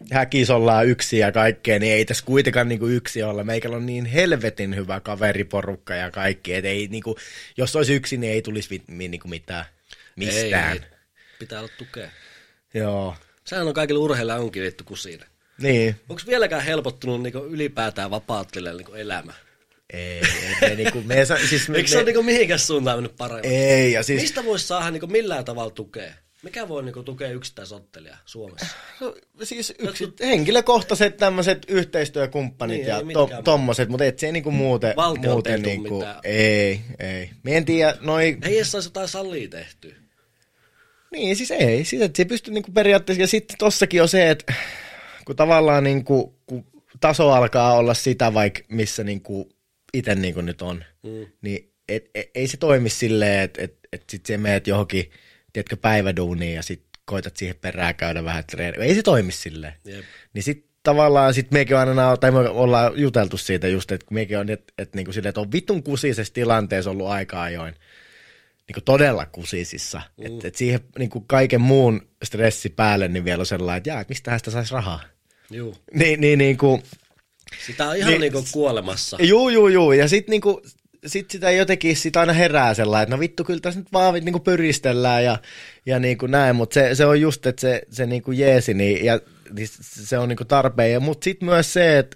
[SPEAKER 1] häkissä ollaan yksin ja kaikkea, niin ei tässä kuitenkaan niinku yksi olla. Meikällä on niin helvetin hyvä kaveriporukka ja kaikki, että ei niinku, jos olisi yksin, niin ei tulisi niinku mitään mistään.
[SPEAKER 2] Ei. Pitää olla tukea.
[SPEAKER 1] Joo.
[SPEAKER 2] Sehän on kaikille urheilijoille onkin vittu kusina.
[SPEAKER 1] Niin.
[SPEAKER 2] Onko vieläkään helpottunut niinku ylipäätään vapaattelijalle niinku elämä?
[SPEAKER 1] Ei siis
[SPEAKER 2] eikö se ole niinku mihinkään suuntaan mennyt paremmin?
[SPEAKER 1] Ei, ja siis...
[SPEAKER 2] Mistä voisi saada niinku millään tavalla tukea? Mikä voi niinku tukea yksittäisottelijaa Suomessa?
[SPEAKER 1] No, siis henkilökohtaiset tämmöiset yhteistyökumppanit niin, ja tommoset, mutta et se ei niinku muuten niinku... Mitään. Ei. Mä en tiedä, noi...
[SPEAKER 2] Ei edes saisi jotain sallia tehtyä.
[SPEAKER 1] Niin, siis ei. Siis et se pystyy niinku periaatteessa, ja sitten tossakin on se, että kun tavallaan niinku, kun taso alkaa olla sitä vaikka missä niinku itse niinku nyt on, niin ei se toimi silleen, että sit sä meet johonkin, tiedätkö, päiväduuniin ja sit koitat siihen perään käydä vähän treeniä. Ei se toimi silleen. Jep. Niin sit tavallaan sit mekin on aina, tai me ollaan juteltu siitä just, että mekin on, että niinku silleen, että on vitun kusisessa tilanteessa ollut aika ajoin. Niinku todella kusisissa. Että siihen niinku kaiken muun stressi päälle, niin vielä on sellainen, että että mistähän sitä saisi rahaa.
[SPEAKER 2] Juu.
[SPEAKER 1] Niinku...
[SPEAKER 2] Sitä on ihan niinku kuolemassa.
[SPEAKER 1] Juu. Ja sit niinku... Sitten sitä jotenkin sitä aina herää sellainen, että no vittu, kyllä tässä nyt vaan niinku pyristellään ja niinku näin, mutta se on just, että se niinku jeesi, niin, ja niin se on niinku tarpeen. Mutta sitten myös se, että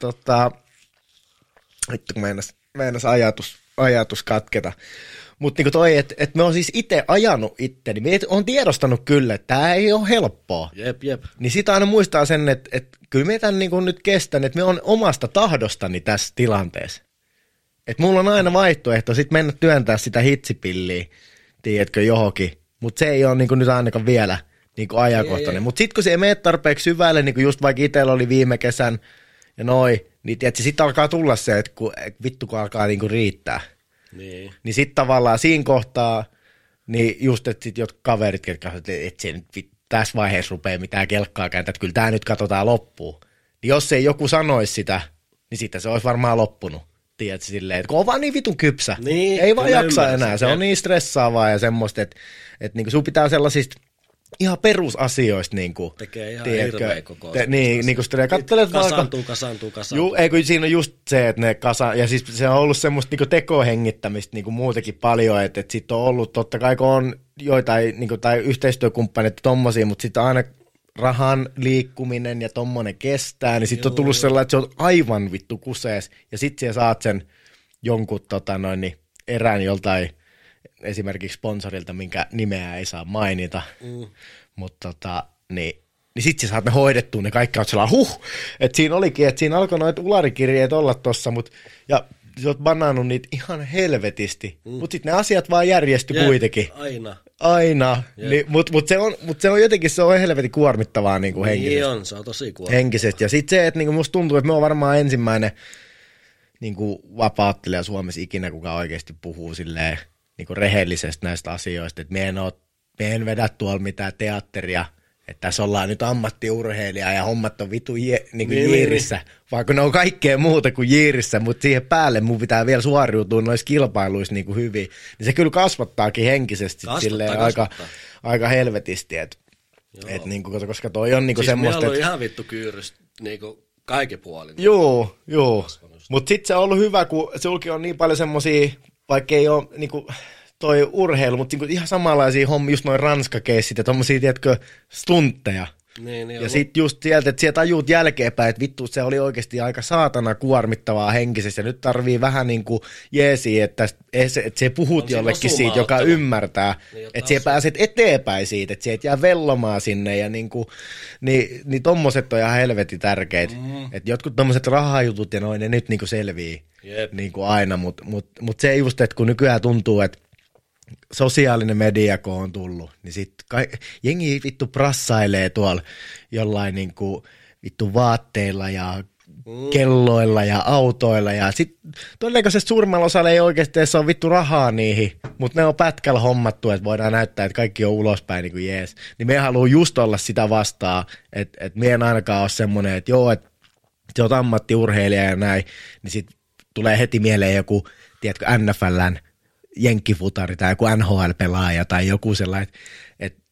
[SPEAKER 1] vittu kun meinas ajatus katketa. Mutta niinku toi, että me on siis itse ajanut itteni, me on tiedostanut kyllä, että tämä ei ole helppoa.
[SPEAKER 2] Jep.
[SPEAKER 1] Niin sitä aina muistaa sen, että kyllä me tämän niinku nyt kestän, että me on omasta tahdostani tässä tilanteessa. Että mulla on aina vaihtoehto sit mennä työntää sitä hitsipilliä, tiedätkö, johonkin. Mutta se ei ole niinku nyt ainakaan vielä niinku ajankohtainen. Mutta sitten kun se ei mene tarpeeksi syvälle, niin kuin just vaikka itsellä oli viime kesän ja niin tiedätkö, sitten alkaa tulla se, että kun alkaa niinku riittää. Niin sitten tavallaan siinä kohtaa, niin just, että sitten jotkut kaverit, ketkä että se nyt tässä vaiheessa rupeaa mitään kelkkaa kääntää, että kyllä tämä nyt katsotaan loppuun. Niin jos ei joku sanoisi sitä, niin sitten se olisi varmaan loppunut. Tiedätkö, silleen, että kun on vaan niin vitun kypsä,
[SPEAKER 2] niin,
[SPEAKER 1] ei vaan jaksa enää, se on niin stressaavaa ja semmoista, että niinku sun pitää sellaisista ihan perusasioista niinku,
[SPEAKER 2] tekee ihan hirveä kokoista.
[SPEAKER 1] Niin kun katselet
[SPEAKER 2] kasaantuu.
[SPEAKER 1] Juu, ei kun siinä on just se, että ne ja siis se on ollut semmoista niinku tekohengittämistä niinku muutenkin paljon, että sit on ollut, totta kai kun on joitain niinku, tai yhteistyökumppaneita tommosia, mutta sitten aina rahan liikkuminen ja tommonen kestää, niin sitten on tullut sellainen, että se on aivan vittu kusees, ja sitten sä saat sen jonkun erään joltain esimerkiksi sponsorilta, minkä nimeä ei saa mainita, mutta niin sitten sä saat ne hoidettua, ne kaikki on sellainen että siinä olikin, että siinä alkoi noita ularikirjeet olla tossa, ja sä oot banannut niitä ihan helvetisti, mutta sitten ne asiat vaan järjestyi kuitenkin. Aina, niin, mutta se on jotenkin, se on helvetin kuormittavaa niin kuin henkisesti.
[SPEAKER 2] Niin on, se on tosi kuormittavaa.
[SPEAKER 1] Henkisesti, ja sitten se, että niin musta tuntuu, että me on varmaan ensimmäinen niin kuin vapaattelija Suomessa ikinä, kuka oikeasti puhuu silleen niin kuin rehellisesti näistä asioista, että me en vedä tuolla mitään teatteria, että tässä ollaan nyt ammattiurheilija ja hommat on vitu jiirissä, vaikka ne on kaikkea muuta kuin jiirissä, mutta siihen päälle mun pitää vielä suoriutua noissa kilpailuissa niin kuin hyvin. Niin se kyllä kasvattaakin henkisesti silleen aika helvetisti, niin kuin, koska toi on niin kuin siis semmoista.
[SPEAKER 2] Siis ihan vittu kyyrystä niin kaiken puolin.
[SPEAKER 1] Joo. Mutta sitten se on ollut hyvä, kun sulki on niin paljon semmosia, vaikka ei ole niin kuin toi urheilu, mutta niinku ihan samanlaisia hommia, just noin ranskakeissit ja tommosia, tiedätkö, stuntteja.
[SPEAKER 2] Niin,
[SPEAKER 1] ja sitten just sieltä, että sieltä tajuut jälkeenpäin, että vittu, se oli oikeasti aika saatana kuormittavaa henkisesti, ja nyt tarvii vähän niinku jeesiä, että se puhut jollekin siitä, joka ymmärtää, niin, että sä pääset eteenpäin siitä, että sä et jää vellomaan sinne, ja niinku, niin tommoset on ihan helvetin tärkeitä. Että jotkut tommoset rahajutut ja noin, ne nyt niinku selvii niinku aina, mut se just, että kun nykyään tuntuu, että sosiaalinen media, kun on tullut, niin sitten jengi vittu prassailee tuolla jollain niinku vittu vaatteilla ja kelloilla ja autoilla ja sitten todennäköisesti suurimmalla osalla ei oikeasti edes ole vittu rahaa niihin, mutta ne on pätkällä hommattu, että voidaan näyttää, että kaikki on ulospäin niin kuin jees. Niin me haluaa just olla sitä vastaan, että me en ainakaan ole semmoinen, että joo, että sä oot ammattiurheilija ja näin, niin sitten tulee heti mieleen joku, tiedätkö, NFLn jenkkifutari tai joku NHL-pelaaja tai joku sellainen,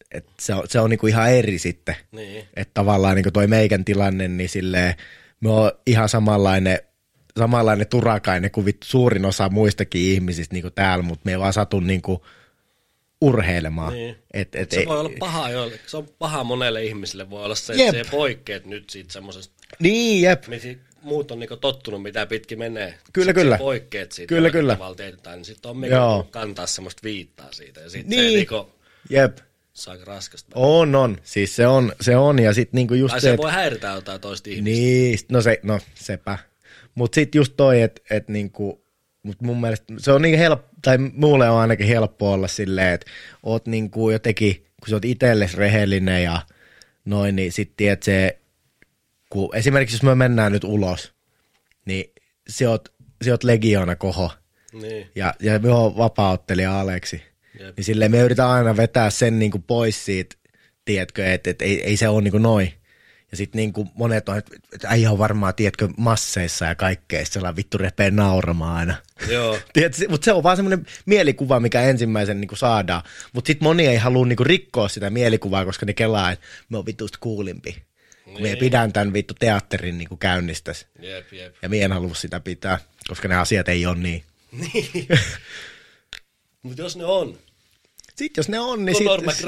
[SPEAKER 1] se on niinku ihan eri sitten.
[SPEAKER 2] Niin.
[SPEAKER 1] Että tavallaan niinku toi meikän tilanne, niin silleen me on ihan samanlainen turakainen kuin suurin osa muistakin ihmisistä niinku täällä, mutta me ei vaan satu niinku urheilemaan. Niin.
[SPEAKER 2] Se voi olla paha joillekin. Se on paha monelle ihmiselle. Voi olla se, että se poikkeet nyt siitä semmoisesta.
[SPEAKER 1] Niin, jep.
[SPEAKER 2] Muut on niinku tottunut, mitä pitkin menee.
[SPEAKER 1] Kyllä.
[SPEAKER 2] Poikkeet siitä.
[SPEAKER 1] Kyllä.
[SPEAKER 2] Niin sitten on mikä kantaa semmoista viittaa siitä. Ja sitten
[SPEAKER 1] niin.
[SPEAKER 2] Se niinku
[SPEAKER 1] jep.
[SPEAKER 2] se on aika raskasta.
[SPEAKER 1] On. Siis se on. Ja sitten niinku just
[SPEAKER 2] se voi häiritä jotain toista ihmistä.
[SPEAKER 1] Niin, sepä. Mutta sitten just toi, että niinku, mut mun mielestä se on niin helppo, tai mulle on ainakin helppo olla silleen, että oot niinku jotenkin, kun sä oot itselles rehellinen ja noin, niin sit tiedät se, kun esimerkiksi jos me mennään nyt ulos, niin sä oot Legioona Koho,
[SPEAKER 2] niin.
[SPEAKER 1] ja me oon vapaa-ottelija Aleksi, niin silleen me yritetään aina vetää sen niinku pois siitä, tiedätkö, että ei se ole niinku noin. Ja sitten niinku monet on, että äijä on varmaan, tiedätkö, masseissa ja kaikkea, sellainen vittu repee nauramaan aina.
[SPEAKER 2] Joo.
[SPEAKER 1] Mutta se on vaan semmoinen mielikuva, mikä ensimmäisen niinku saadaan. Mutta sitten moni ei halua niinku rikkoa sitä mielikuvaa, koska ne kelaa, että me on vitusta kuulimpi. Niin. Me pidän tämän vittu teatterin niinku käynnistäs.
[SPEAKER 2] Jep.
[SPEAKER 1] Ja mie en halua sitä pitää, koska ne asiat ei ole niin.
[SPEAKER 2] Niin. Mutta jos ne on.
[SPEAKER 1] Sitten jos ne on, niin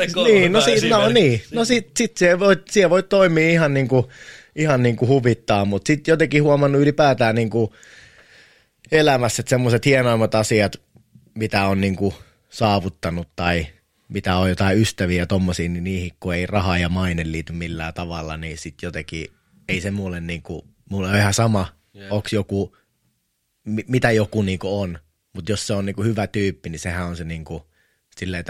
[SPEAKER 1] siellä voi toimia ihan niinku huvittaa, mutta sitten jotenkin huomannut ylipäätään niinku elämässä, että semmoiset hienoimmat asiat, mitä on niinku saavuttanut tai mitä on jotain ystäviä ja tommosia, niin niihin kun ei raha ja maine liity millään tavalla, niin sitten jotenkin ei se mulle on ihan sama, onko joku, mitä joku niinku on, mutta jos se on niinku hyvä tyyppi, niin sehän on se niinku silleen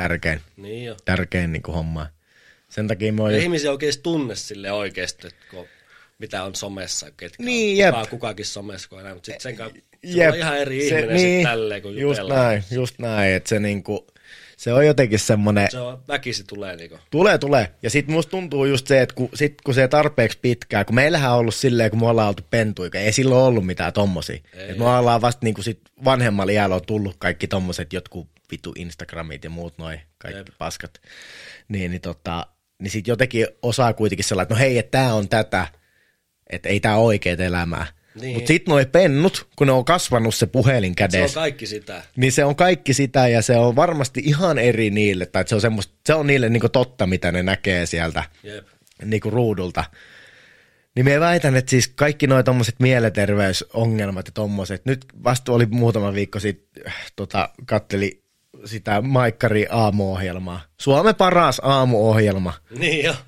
[SPEAKER 1] tärkein niin kuin homma. Sen takia
[SPEAKER 2] ihmisiä oikeasti tunne sille oikeasti, mitä on somessa, ketkä
[SPEAKER 1] niin,
[SPEAKER 2] on kukakin somessa, kun enää, mutta sitten sen kanssa se on ihan eri ihminen niin, tälleen, kun jutellaan.
[SPEAKER 1] Just näin, että se niinku, se on jotenkin semmoinen.
[SPEAKER 2] Se on, väkisi tulee niinku.
[SPEAKER 1] Tulee. Ja sitten musta tuntuu just se, että kun se tarpeeksi pitkään, kun meillähän on ollut silleen, kun me ollaan oltu pentuika, ei silloin ollut mitään tommosia. Että me ollaan vasta niinku sit vanhemmalla iällä on tullut kaikki tommoset jotkut vitu Instagramit ja muut noi kaikki paskat. Niin sit jotenkin osaa kuitenkin sellainen, että no hei, että tää on tätä, että ei tää ole oikeet elämää. Niin. Mutta sitten noi pennut, kun ne on kasvanut se puhelin kädessä.
[SPEAKER 2] Se on kaikki sitä.
[SPEAKER 1] Niin se on kaikki sitä ja se on varmasti ihan eri niille, tai se on niille niinku totta, mitä ne näkee sieltä niinku ruudulta. Niin me väitän, että siis kaikki noi tommoset mielenterveysongelmat ja tommoset, nyt vasta oli muutama viikko sitten, katteli sitä Maikkari aamuohjelmaa. Suomen paras aamuohjelma.
[SPEAKER 2] Niin jo.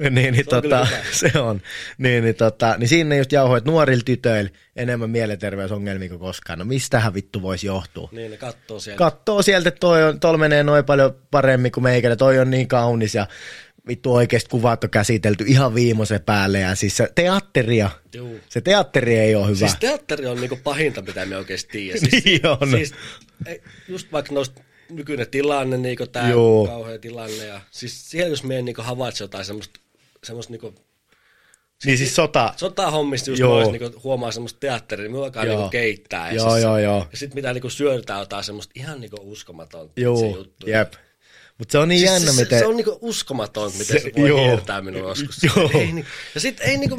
[SPEAKER 1] Se on. Niin siinä just jauhoi, että nuorilla tytöillä enemmän mielenterveysongelmia kuin koskaan. No mistähän vittu voisi johtua?
[SPEAKER 2] Niin ne kattoo
[SPEAKER 1] sieltä, että tuolla menee noin paljon paremmin kuin meikällä. Toi on niin kaunis ja vittu oikeasti kuvat on käsitelty ihan viimeisen päälle. Ja siis se teatteria. Juu. Se teatteri ei ole hyvä.
[SPEAKER 2] Siis teatteri on niinku pahinta, mitä me oikeasti tiedä.
[SPEAKER 1] Siis, niin on. Siis,
[SPEAKER 2] just vaikka noista nykyinen tilanne, niinku tää kauhea tilanne, ja siis siellä jos me ei niinku havaitse jotain semmoista niinku
[SPEAKER 1] niin siis
[SPEAKER 2] sotahommista just noista niinku huomaa semmoista teatteria, niin me alkaa niinku keittää, ja sit mitä niinku syötetään jotain semmoista ihan niinku uskomatonta se juttu.
[SPEAKER 1] Jep. Mut se on niin siis jännä, miten
[SPEAKER 2] se on niinku uskomatonta, miten se voi hiertää minua joskus. Ja sit ei niinku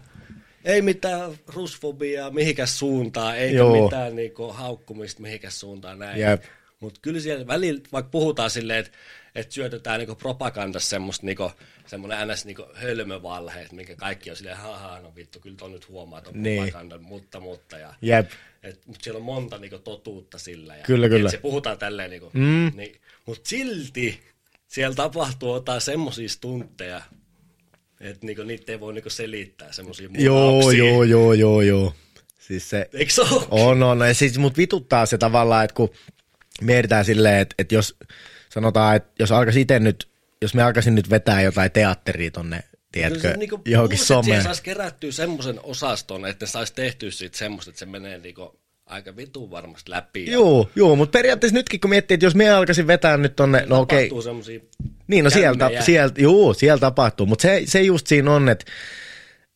[SPEAKER 2] mitään rusfobiaa mihinkäs suuntaan, eikä mitään niinku haukkumista mihinkäs suuntaan näin.
[SPEAKER 1] Jep.
[SPEAKER 2] Mutta kyllä siellä välillä, vaikka puhutaan silleen, että syötetään niinku propagandassa semmoinen ns. Niinku hölmövalhe, minkä kaikki on silleen, no vittu, kyllä tuon nyt huomaa tuon propagandan, mutta. Mutta siellä on monta niinku totuutta sillä. Ja
[SPEAKER 1] kyllä.
[SPEAKER 2] Se puhutaan tälleen, niinku, niin, mutta silti siellä tapahtuu jotain semmoisia stuntteja, että niinku, niitä ei voi niinku selittää semmoisia muutoksia.
[SPEAKER 1] Joo. Siis se
[SPEAKER 2] eikö se ole?
[SPEAKER 1] On. Ja siis mut vituttaa se tavallaan, että kun mietitään silleen, että jos sanotaan, että jos me alkaisin nyt vetää jotain teatteria tonne, tiedätkö,
[SPEAKER 2] niinku,
[SPEAKER 1] johonkin someen. Siihen
[SPEAKER 2] saisi kerättyä semmoisen osaston, että ne saisi tehtyä siitä semmoista, että se menee niinku aika vitun varmasti läpi.
[SPEAKER 1] Joo, mutta periaatteessa nytkin kun miettii, että jos me alkaisin vetää nyt tonne, no okei.
[SPEAKER 2] Tapahtuu semmosia
[SPEAKER 1] niin, no siellä tapahtuu, mutta se just siinä on, että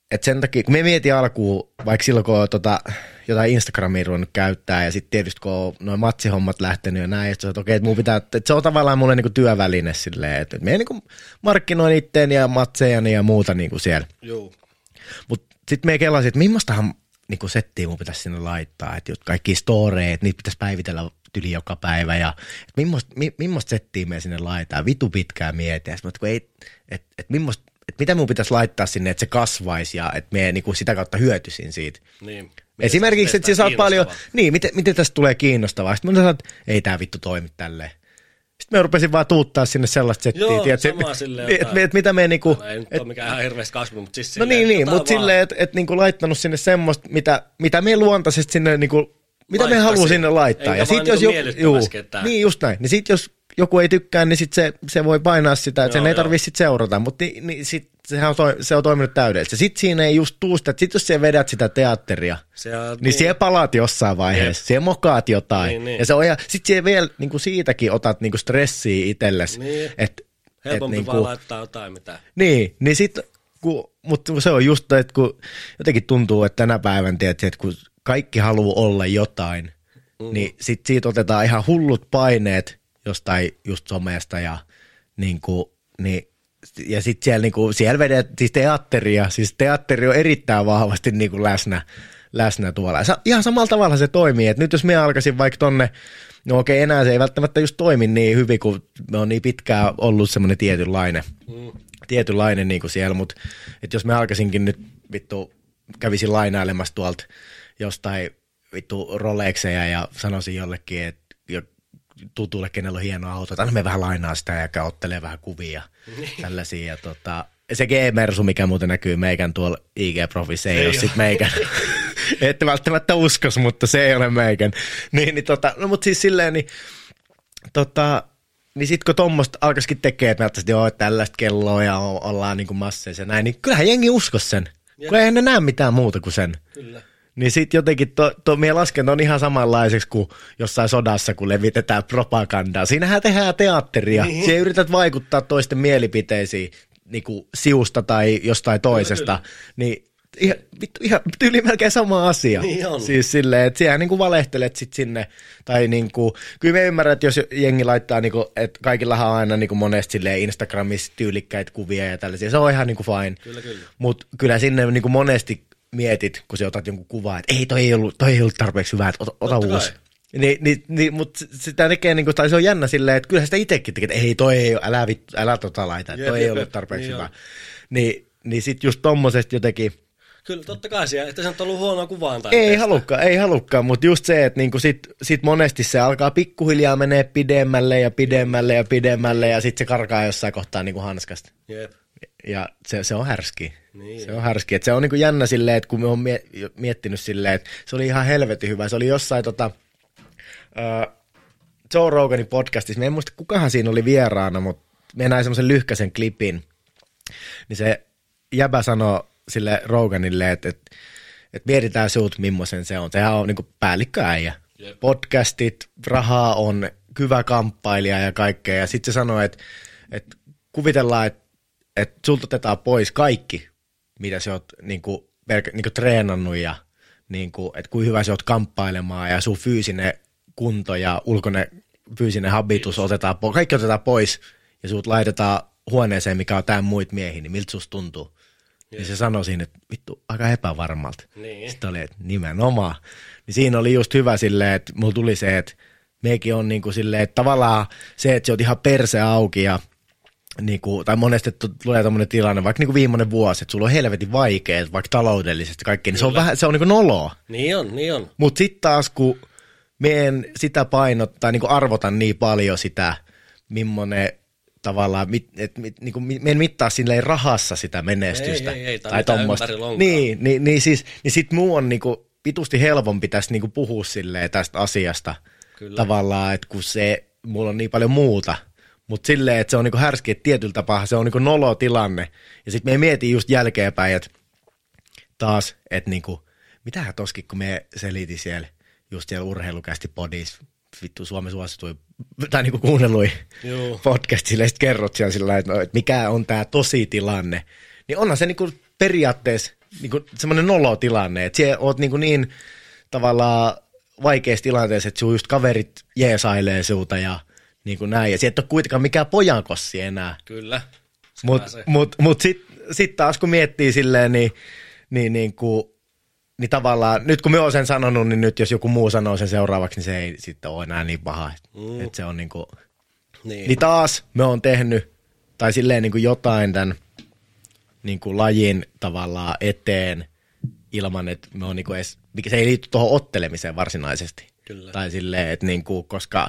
[SPEAKER 1] et sen takia, kun me mietin alkuun, vaikka silloin kun on jotain Instagramia ruvennut käyttää, ja sitten tietysti kun on noin matsihommat lähtenyt ja näin, että okei, että se on tavallaan mulle niinku työväline silleen, että me niinku markkinoin itteen ja matsejani ja muuta niinku siellä.
[SPEAKER 2] Joo.
[SPEAKER 1] Mutta sitten me kelasin, että millaistahan niinku settiä mun pitäisi sinne laittaa, että kaikki storeet, niitä pitäisi päivitellä yli joka päivä, ja millaista settiä me sinne laitetaan, vitu pitkään mietin, ja mitä mun pitäisi laittaa sinne, että se kasvaisi ja että me niinku sitä kautta hyötyisin siitä. Niin. Esimerkiksi, että saat paljon, niin, miten tästä tulee kiinnostavaa. Sitten mä sanoin, että ei tää vittu toimi tälleen. Sitten mä rupesin vaan tuuttaa sinne sellaista settiä.
[SPEAKER 2] Joo, samaa silleen.
[SPEAKER 1] Että mitä me niinku...
[SPEAKER 2] Ei nyt ole mikään ihan hirveästi kasvu, mutta siis
[SPEAKER 1] silleen. No niin, mutta silleen, että niinku laittanut sinne semmoista, mitä me luontaisesti sinne niinku... Mitä me haluaa sinne laittaa.
[SPEAKER 2] Eikä ja sit jos
[SPEAKER 1] niin just näin. Niin sit jos joku ei tykkää, niin sit se voi painaa sitä, että sen ei tarvitse sit seurata, mutta sit se on toiminut täydellisesti. Sitten siinä ei just tuu sitä, että sit jos sä vedät sitä teatteria, niin siellä palaat jossain vaiheessa, siellä mokaat jotain. Niin. Ja sit siellä vielä niin siitäkin otat niin stressiä itsellesi.
[SPEAKER 2] Niin. Helpompi niin vaan laittaa jotain mitä.
[SPEAKER 1] Niin sit, mutta se on just, että kun jotenkin tuntuu, että tänä päivän, että kun kaikki haluaa olla jotain, niin sit siitä otetaan ihan hullut paineet jostain just somesta ja ja sitten siellä, niinku, siellä vedät siis teatteria, siis teatteri on erittäin vahvasti niinku läsnä tuolla. Ihan samalla tavalla se toimii, että nyt jos minä alkaisin vaikka tonne, no okei, enää se ei välttämättä just toimi niin hyvin, kun me on niin pitkään ollut semmoinen tietynlainen niinku siellä, mutta että jos me alkaisinkin nyt vittu, kävisin lainailemassa tuolta jostain vittu Rolexeja ja sanoisin jollekin, että tutulle, kenellä on hieno auto, että anna me vähän lainaa sitä ja ottelee vähän kuvia tällaisia. Ja se G-Mersu, mikä muuten näkyy meikän tuolla IG-profissa, se ei ole sit meikän. Ette välttämättä uskos, mutta se ei ole meikän. No mutta siis silleen, niin sit kun tommoista alkaisikin tekee, että näyttäisi, että tällaista kelloa ja ollaan niin kuin masseissa ja näin, niin kyllähän jengi uskos sen. Kun eihän ne näe mitään muuta kuin sen.
[SPEAKER 2] Kyllä.
[SPEAKER 1] Niin sit jotenkin minä lasken on ihan samanlaiseksi kuin jossain sodassa, kun levitetään propagandaa. Siinähän tehdään teatteria. Niin. Siellä yrität vaikuttaa toisten mielipiteisiin niin kuin siusta tai jostain toisesta. Niin ihan tyyli melkein sama asia.
[SPEAKER 2] Niin on.
[SPEAKER 1] Siis silleen, että siellä niin kuin valehtelet sit sinne. Tai niin kuin, kyllä me ymmärrän, että jos jengi laittaa, niin kuin, että kaikillahan on aina niin kuin monesti silleen Instagramissa tyylikkäitä kuvia ja tällaisia. Se on ihan niin kuin fine.
[SPEAKER 2] Kyllä.
[SPEAKER 1] Mutta kyllä sinne niin kuin monesti mietit, kun sä otat jonkun kuvaa, että ei, toi ei ollut tarpeeksi hyvää, että ota uusi. Mutta sitä tekee, niin tai se on jännä silleen, että kyllähän sitä itsekin tekee, että ei, toi ei ole, älä laita, että toi ei ollut tarpeeksi hyvää. Niin sit just tommosesta jotenkin.
[SPEAKER 2] Kyllä, totta kai siellä, että se on ollut huonoa kuvaan tai
[SPEAKER 1] ei halukkaan, mutta just se, että niinku sit monesti se alkaa pikkuhiljaa menee pidemmälle ja sit se karkaa jossain kohtaa niinku hanskasta.
[SPEAKER 2] Jep.
[SPEAKER 1] Ja se on härski.
[SPEAKER 2] Niin.
[SPEAKER 1] Se on härski. Et se on niinku jännä silleen, että kun me on miettinyt silleen, että se oli ihan helvetin hyvä. Se oli jossain Joe Roganin podcastissa. Me en muista, kukahan siinä oli vieraana, mutta me näin semmoisen lyhkäisen klipin. Niin se jäbä sanoi sille Roganille, että mietitään sut, millaisen se on. Sehän on niinku päällikköäijä.
[SPEAKER 2] Yep.
[SPEAKER 1] Podcastit, rahaa on, hyvä kamppailija ja kaikkea. Ja sitten se sanoi, että kuvitellaan, että sulta otetaan pois kaikki, mitä sä oot niinku treenannut ja niinku, että kuinka hyvä sä oot kamppailemaan ja sun fyysinen kunto ja ulkoinen fyysinen habitus otetaan pois. Kaikki otetaan pois ja sut laitetaan huoneeseen, mikä on tämän muit miehiä, niin miltä susta tuntuu? Niin se sanoi siinä, että vittu, aika epävarmalta.
[SPEAKER 2] Niin.
[SPEAKER 1] Sitten oli, että nimenomaan. Niin siinä oli just hyvä silleen, että mulla tuli se, että meikin on niinku silleen, että tavallaan se, että sä oot ihan perse auki ja niinku, tai monesti tulee tommoinen tilanne, vaikka niinku viimeinen vuosi, että sulla on helvetin vaikea, vaikka taloudellisesti kaikki, niin se on niinku noloa.
[SPEAKER 2] Niin on.
[SPEAKER 1] Mutta sitten taas, kun me en sitä painottaa, niinku arvotan niin paljon sitä, millainen tavallaan, niinku, me en mittaa silleen rahassa sitä menestystä.
[SPEAKER 2] Ei tai tommoista.
[SPEAKER 1] Niin sit muu on niinku vitusti helpompi tästä niinku puhua silleen tästä asiasta.
[SPEAKER 2] Kyllä. Tavallaan,
[SPEAKER 1] että kun mulla on niin paljon muuta. Mutta silleen, että se on niinku härski, että tietyllä tapaa se on niinku nolo tilanne. Ja sitten me mietin just jälkeenpäin, että taas, että niinku, mitähän toskin, kun me selitin siellä, just siellä urheilukästi podissa, vittu Suomen suositui, tai niinku kuunnelui podcast, silleen sit kerrot siellä sillä että mikä on tää tosi tilanne. Niin onhan se niinku periaatteessa niinku semmoinen nolotilanne, että siellä oot niin tavallaan vaikeassa tilanteessa, että sun just kaverit jeesailee sulta ja niin kuin näin, ja sieltä ei ole kuitenkaan mikään pojankossi enää.
[SPEAKER 2] Kyllä.
[SPEAKER 1] Mut sit taas kun miettii silleen, niin tavallaan, nyt kun mä oon sen sanonut, niin nyt jos joku muu sanoo sen seuraavaksi, niin se ei sitten ole enää niin paha. Että se on niinku, niin taas me oon tehnyt, tai silleen niinku jotain tämän niinku lajin tavallaan eteen, ilman, että me on niinku edes, mikä se ei liity tuohon ottelemiseen varsinaisesti.
[SPEAKER 2] Kyllä.
[SPEAKER 1] Tai silleen, että niinku, koska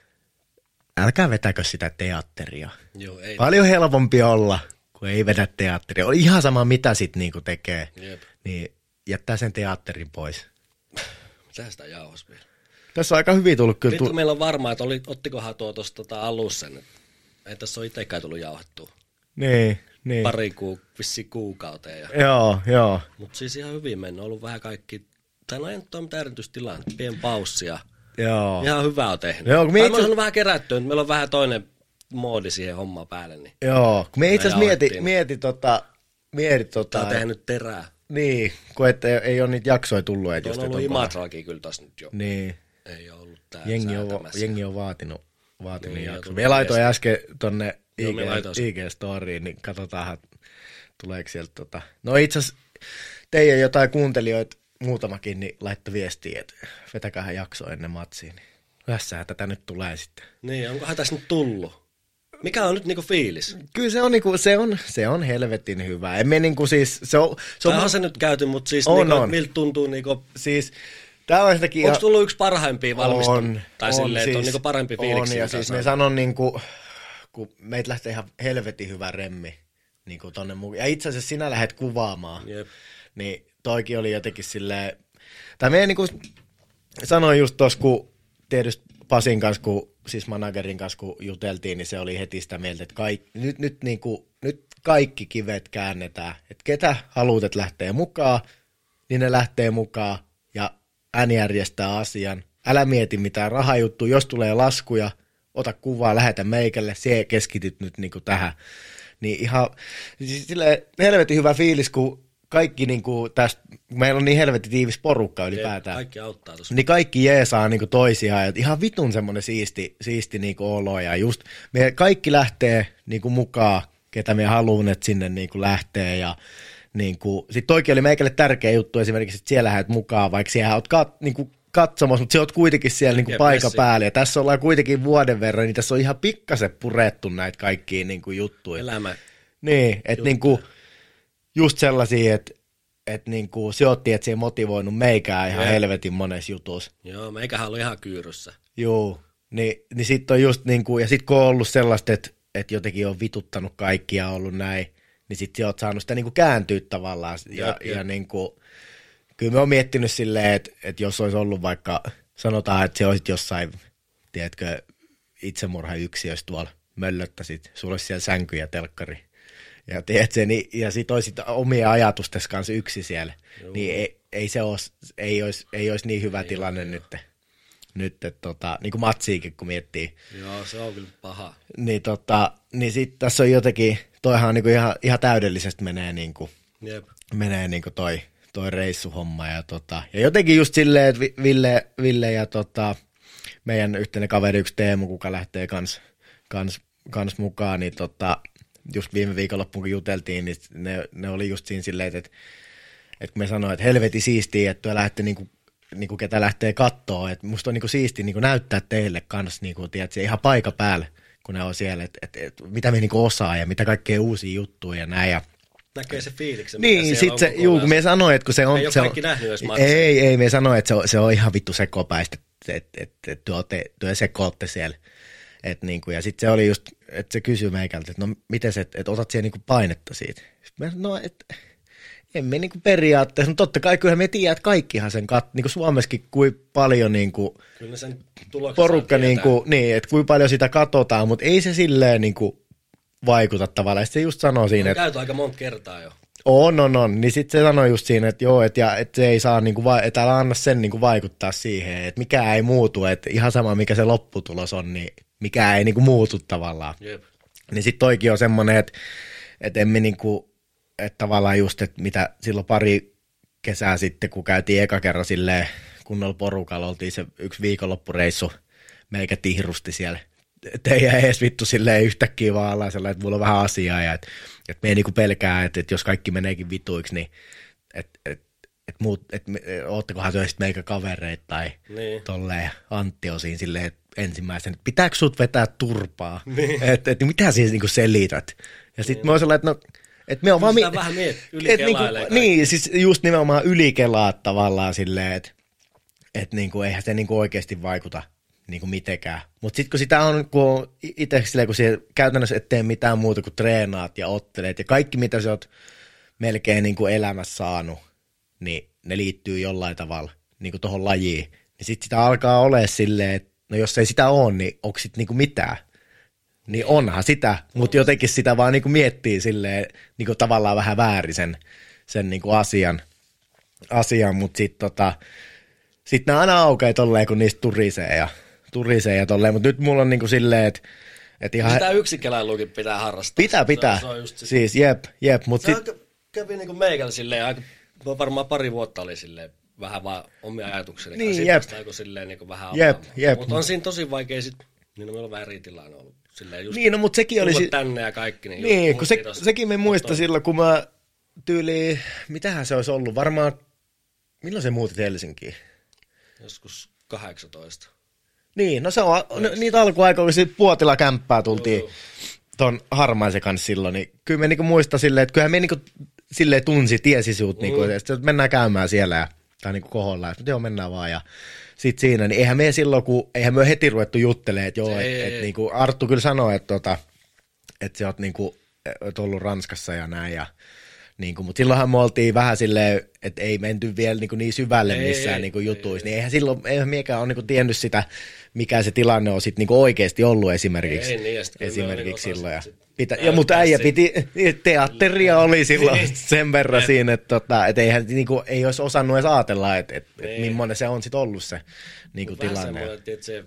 [SPEAKER 1] älkää vetäkö sitä teatteria.
[SPEAKER 2] Joo, ei.
[SPEAKER 1] Paljon helpompi olla, kun ei vedä teatteria. On ihan sama, mitä sit niinku tekee.
[SPEAKER 2] Jep.
[SPEAKER 1] Niin jättää sen teatterin pois.
[SPEAKER 2] Mitähän sitä jauhos vielä?
[SPEAKER 1] Tässä on aika hyvin tullut kyllä.
[SPEAKER 2] Nyt meillä on varmaa, että ottikohan tuo tuosta alussa sen, ei tässä ole itsekään tullut jauhettua.
[SPEAKER 1] Niin.
[SPEAKER 2] Pari kuukauteen.
[SPEAKER 1] Joo.
[SPEAKER 2] Mutta siis ihan hyvin mennyt, on ollut vähän kaikki, tai no ei nyt ole mitään erityistilanne, pien paussia.
[SPEAKER 1] Joo.
[SPEAKER 2] Ihan hyvää on tehnyt.
[SPEAKER 1] Joo,
[SPEAKER 2] me on vähän kerättyä, meillä on vähän toinen moodi siihen hommaan päälle. Niin
[SPEAKER 1] joo, kun me itse asiassa mieti
[SPEAKER 2] Tää on tehnyt terää.
[SPEAKER 1] Niin, kun ei ole niitä jaksoja tullut.
[SPEAKER 2] On ollut Imatrakin kyllä tässä nyt jo.
[SPEAKER 1] Niin.
[SPEAKER 2] Ei ole ollut tää
[SPEAKER 1] jengi on vaatinut niin, jaksoja. Me laitoin äsken tonne IG-storiin, niin katsotaan, tuleeko sieltä No itse asiassa teidän jotain kuuntelijoita muutamakin niin laittoi viestiä, että vetäkäähän jakso ennen matsia. Niin hyvässähän tätä nyt tulee sitten.
[SPEAKER 2] Niin, onkohan tässä nyt tullut? Mikä on nyt niinku fiilis?
[SPEAKER 1] Kyllä se on helvetin hyvä. Emme niinku siis
[SPEAKER 2] onhan se nyt käyty, mutta siis miltä tuntuu niinku
[SPEAKER 1] siis tää on sitäkin.
[SPEAKER 2] Onko tullut yksi parhaimpia valmistumia? Tai silleen, siis, että on niinku parempi fiiliksi.
[SPEAKER 1] On, ja siis me sanon niinku, kun meitä lähtee ihan helvetin hyvä remmi niinku tonne mukaan. Ja itse asiassa sinä lähdet kuvaamaan.
[SPEAKER 2] Jep.
[SPEAKER 1] Niin toikin oli jotenkin silleen, tai me niinku sanoin just tossa, kun tietysti Pasin kanssa, siis managerin kanssa, kun juteltiin, niin se oli heti sitä mieltä, että nyt kaikki kivet käännetään. Että ketä haluat, että lähtee mukaan, niin ne lähtee mukaan ja hän järjestää asian. Älä mieti mitään rahajuttua, jos tulee laskuja, ota kuvaa, lähetä meikälle, se keskityt nyt niinku tähän. Niin ihan siis silleen helvetin hyvä fiilis, kun kaikki niinku tästä, meillä on niin helvetin tiivis porukka ylipäätään.
[SPEAKER 2] Kaikki auttaa tossa.
[SPEAKER 1] Niin kaikki jeesaa niinku toisiaan, ja ihan vitun semmoinen siisti niinku olo, ja just me kaikki lähtee niinku mukaan, ketä me haluun, että sinne niinku lähtee, ja niinku, sit toikin oli meikälle tärkeä juttu esimerkiksi, että siellä lähdet mukaan, vaikka siellä oot niinku katsomassa, mutta sä oot kuitenkin siellä niinku paikan päällä, ja tässä ollaan kuitenkin vuoden verran, niin tässä on ihan pikkasen purettu näitä kaikkia niinku juttuja.
[SPEAKER 2] Elämä.
[SPEAKER 1] Niin, että niinku just sellaisia, että niinku se otti, että se ei motivoinut meikään ihan helvetin monessa jutussa.
[SPEAKER 2] Joo, meikähän oli ihan kyyryssä.
[SPEAKER 1] Joo, niin sit on just niinku, ja sit kun on ollut sellaista, että jotenkin on vituttanut kaikkia ollut näin, niin sit sä oot saanut sitä niinku kääntyä tavallaan. Ja niinku, kyllä me on miettinyt silleen, että jos olisi ollut vaikka, sanotaan, että se olisit jossain, tiedätkö, itsemurhayksiössä tuolla möllöttäsit, sulla olisi siellä sänky ja telkkari. Ja tiedätkö, ja sit olisit omia ajatusten kanssa yksi siellä, niin ei olisi niin hyvä tilanne nyt niin kuin matsiikin, kun miettii.
[SPEAKER 2] Joo, se on kyllä paha.
[SPEAKER 1] Niin sit tässä on jotenkin, toihan niin kuin ihan täydellisesti menee niinku toi reissuhomma ja jotenkin just silleen, että Ville ja meidän yhteinen kaveri yksi Teemu, kuka lähtee kans mukaan, niin just viime viikonloppuun kun juteltiin, niin ne oli just siinä silleen, että kun me sanoin, että helvetin siistiä, että lähdette niinku ketä lähtee kattoo, että musta on niinku siistiä niinku näyttää teille kanssa niinku, tiedätkö, ihan paikka päällä, kun ne on siellä, että mitä me niinku osaa ja mitä kaikkea uusia juttuja ja näin. Ja
[SPEAKER 2] näkee se fiiliksen.
[SPEAKER 1] Niin, sit se, kun me sanoin, että kun se on...
[SPEAKER 2] Ei ole kaikki nähnyt edes matsia.
[SPEAKER 1] Ei, me sanoin, että se on ihan vittu sekopäistä, että työ sekootte siellä. Niinku, ja sitten se oli just, että se kysyi meikältä, että no miten se, että otat siihen niinku painetta siitä. Sitten no, että emme niinku periaatteessa, no totta kai kyllähän me tiedät, että kaikkihan sen niinku Suomessakin kuin paljon niinku
[SPEAKER 2] kyllä sen
[SPEAKER 1] porukka niinku, niin, että kuin paljon sitä katsotaan, mutta ei se silleen niinku vaikuta tavallaan. Sitten se just sanoo siinä, että...
[SPEAKER 2] käyty aika monta kertaa jo.
[SPEAKER 1] On. Niin sitten se sanoi just siinä, että joo, että se ei saa niinku, että älä anna sen niinku vaikuttaa siihen, että mikään ei muutu, että ihan sama mikä se lopputulos on, niin mikään ei niinku muutu tavallaan.
[SPEAKER 2] Jep.
[SPEAKER 1] Niin sitten toikin on semmoinen, että emme niinku, että tavallaan just, että mitä silloin pari kesää sitten, kun käytiin eka kerran silleen kunnolla porukalla, oltiin se yksi viikonloppureissu, meikä tihrusti siellä. Teidän edes vittu silleen yhtäkkiä vaan alla sellainen, että mulla on vähän asiaa ja että me ei niinku pelkää, että jos kaikki meneekin vituiksi, niin oottekohan se sitten meikä kavereita tai niin. Tolleen Antti on siinä silleen, että ensimmäisenä, että pitääkö sut vetää turpaa, niin. Että mitä siis niinku selität. Ja sitten niin. Mä oon sellainen, että no, että me on vaan...
[SPEAKER 2] vähän ylikelailee
[SPEAKER 1] niinku, niin, siis just nimenomaan ylikelaa tavallaan silleen, että niinku, eihän se niinku oikeasti vaikuta niinku mitenkään. Mutta sitten kun sitä on, kun itse silleen, kun siellä käytännössä et tee mitään muuta kuin treenaat ja otteleet ja kaikki mitä sä oot melkein niinku elämässä saanut, niin ne liittyy jollain tavalla niinku tohon lajiin. Niin sitten sitä alkaa olemaan silleen, että no jos ei sitä ole, niin onko sit niinku mitään? Niin onhan sitä, mutta jotenkin sitä vaan niinku miettii silleen niinku tavallaan vähän väärin sen niinku asian mutta sitten sit nämä aina aukeaa tolleen, kun niistä turisee ja tolleen, mutta nyt mulla on niinku silleen, että ihan...
[SPEAKER 2] Sitä yksinkelailuukin pitää harrastaa.
[SPEAKER 1] Pitää.
[SPEAKER 2] Se on just
[SPEAKER 1] siis jep.
[SPEAKER 2] Se kävi niinku meikällä silleen, aika, varmaan pari vuotta oli silleen vähän vaan omia ajatuksia.
[SPEAKER 1] Niin,
[SPEAKER 2] sitten silleen niinku vähän avaamaan. Mutta on siinä tosi vaikea sit, niin meillä on vähän eri tilanne ollut. Silleen just
[SPEAKER 1] niin, no mutta sekin oli...
[SPEAKER 2] tänne ja kaikki.
[SPEAKER 1] Niin kun sekin me muista silloin, kun mä tyyliin, mitähän se olisi ollut, varmaan, milloin se muutit Helsinkiin?
[SPEAKER 2] Joskus 18.
[SPEAKER 1] Niin, no se on, niitä alkuaikoja, kun siitä Puotila-kämppää tultiin ton Harmaisen kanssa silloin, niin kyllä me niinku muista silleen, että kyllähän me niinku silleen tiesi sut, niinku, että mennään käymään siellä tai niinku koholla, että joo, mennään vaan ja sit siinä, niin eihän me silloin, kun eihän me heti ruvettu juttelemaan, että joo, että niinku Arttu kyllä sanoi, että sä oot niinku ollut Ranskassa ja näin ja niinku, mutta silloinhan me oltiin vähän silleen, että ei menty vielä niin syvälle missään niinku jutuissa, niin eihän miekään ole niinku tiennyt sitä, mikä se tilanne on sitten niinku oikeasti ollut esimerkiksi silloin. Ja mutta äijä piti, teatteria oli silloin sen verran siinä, että eihän niinku, ei olisi osannut edes ajatella, että millainen se on sitten ollut se niinku tilanne.
[SPEAKER 2] Vähän semmoinen,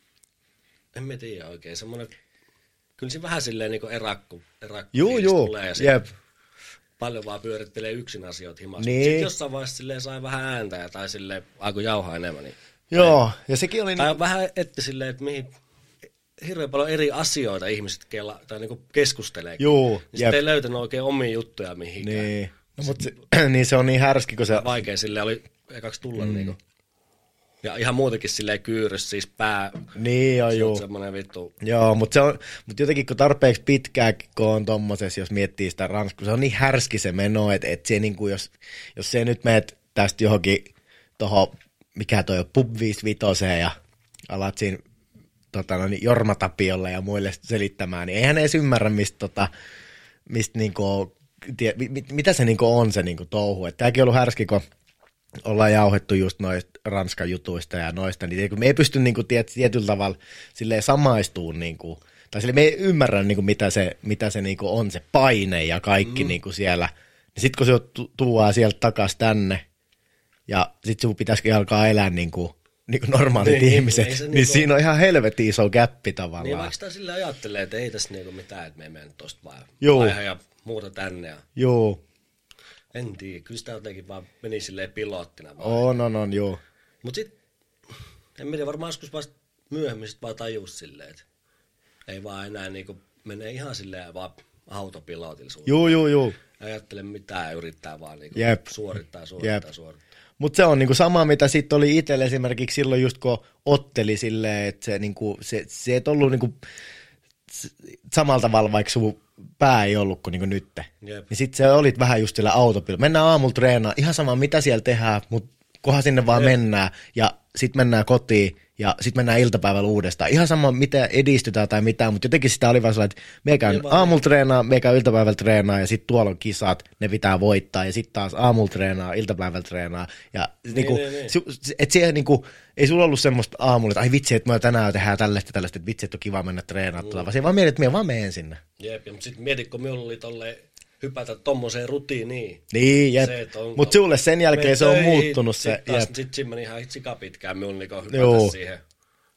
[SPEAKER 2] en mä tiedä oikein, semmoinen, kyllä se vähän silleen niinku erakku tulee ja paljon vaan pyörittelee yksin asioita himassa. Niin. Sitten jossain vaiheessa silleen sai vähän ääntä tai silleen alkoi jauhaa enemmän. Niin
[SPEAKER 1] joo, ja sekin oli...
[SPEAKER 2] Tai vähän etti silleen, että mihin hirveän paljon eri asioita ihmiset niinku keskustelee.
[SPEAKER 1] Joo,
[SPEAKER 2] niin sitten ei löytänyt oikein omia juttuja mihinkään.
[SPEAKER 1] Niin, no, mutta niin se on niin härski, kun se...
[SPEAKER 2] Vaikea silleen oli ekaksi tulla niinku. Ja ihan muutenkin silleen kyyrys, siis pää.
[SPEAKER 1] Niin joo.
[SPEAKER 2] Semmoinen vittu.
[SPEAKER 1] Joo, mutta jotenkin kun tarpeeksi pitkään, kun on tommosessa, jos miettii sitä Ranskaa, se on niin härski se meno, että se niinku, jos se nyt meet tästä johonkin tohon, mikä toi on, Pub 55 ja alat siinä Jorma Tapiolle ja muille selittämään, niin eihän ne edes ymmärrä, mistä niinku, mitä se niinku on se niinku touhu. Että tämäkin on ollut härski, kun ollaan jauhettu just noista Ranskan jutuista ja noista, niin me ei pysty niinku tietyllä tavalla silleen samaistumaan, niinku, tai silleen me ei ymmärrä, niinku, mitä se niinku on se paine ja kaikki niinku siellä. Sitten kun se tuodaan sieltä takaisin tänne, ja sitten sun pitäisikin alkaa elää niinku normaalit ihmiset, niin niinku, siinä on ihan helvetin iso gäppi tavallaan.
[SPEAKER 2] Niin vaikka sitä sillä ajattelee, että ei tässä niinku mitään, että me ei mene tosta vaan ja muuta tänne. Ja...
[SPEAKER 1] Joo.
[SPEAKER 2] En tiedä, kyllä sitä jotenkin vaan meni silleen pilottina.
[SPEAKER 1] On, joo.
[SPEAKER 2] Mut sit, en tiedä, varmaan joskus vasta myöhemmin sit vaan tajus silleen, että ei vaan enää niinku, menee ihan silleen vaan autopilotilla suunnilleen.
[SPEAKER 1] Joo.
[SPEAKER 2] Ajattele mitään, yrittää vaan niinku suorittaa.
[SPEAKER 1] Mutta se on niinku sama, mitä sitten oli itselle esimerkiksi silloin just kun otteli silleen, että se, niinku, se et ollut niinku, samalla tavalla, vaikka sun pää ei ollut kuin niinku nytte. Niin sitten se olit vähän just siellä autopilla. Mennään aamulla treenaan, ihan sama mitä siellä tehdään, mutta kunhan sinne vaan mennään ja sitten mennään kotiin ja sitten mennään iltapäivällä uudestaan. Ihan sama mitä edistytään tai mitään, mutta jotenkin sitä oli vaan sellainen, että me käyn aamulla treenaa, me käyn iltapäivällä treenaa ja sitten tuolla on kisat, ne pitää voittaa ja sitten taas aamulla treenaa, iltapäivällä treenaa. Ja niinku, että siihen niinku, ei sulla ollut semmoista aamulla, että ai vitsi, että me tänään tehdään tällaista, että vitsi, että on kiva mennä treenaamaan. Vaan se vaan mietit, että me vaan menen sinne.
[SPEAKER 2] Jep, mutta sitten mietit, kun minulla oli tolleen hypätä tommoseen rutiiniin.
[SPEAKER 1] Niin, jep. Mutta sulle sen jälkeen se on muuttunut se.
[SPEAKER 2] Sitten siinä meni ihan sikapitkään minulla niinku hypätä siihen.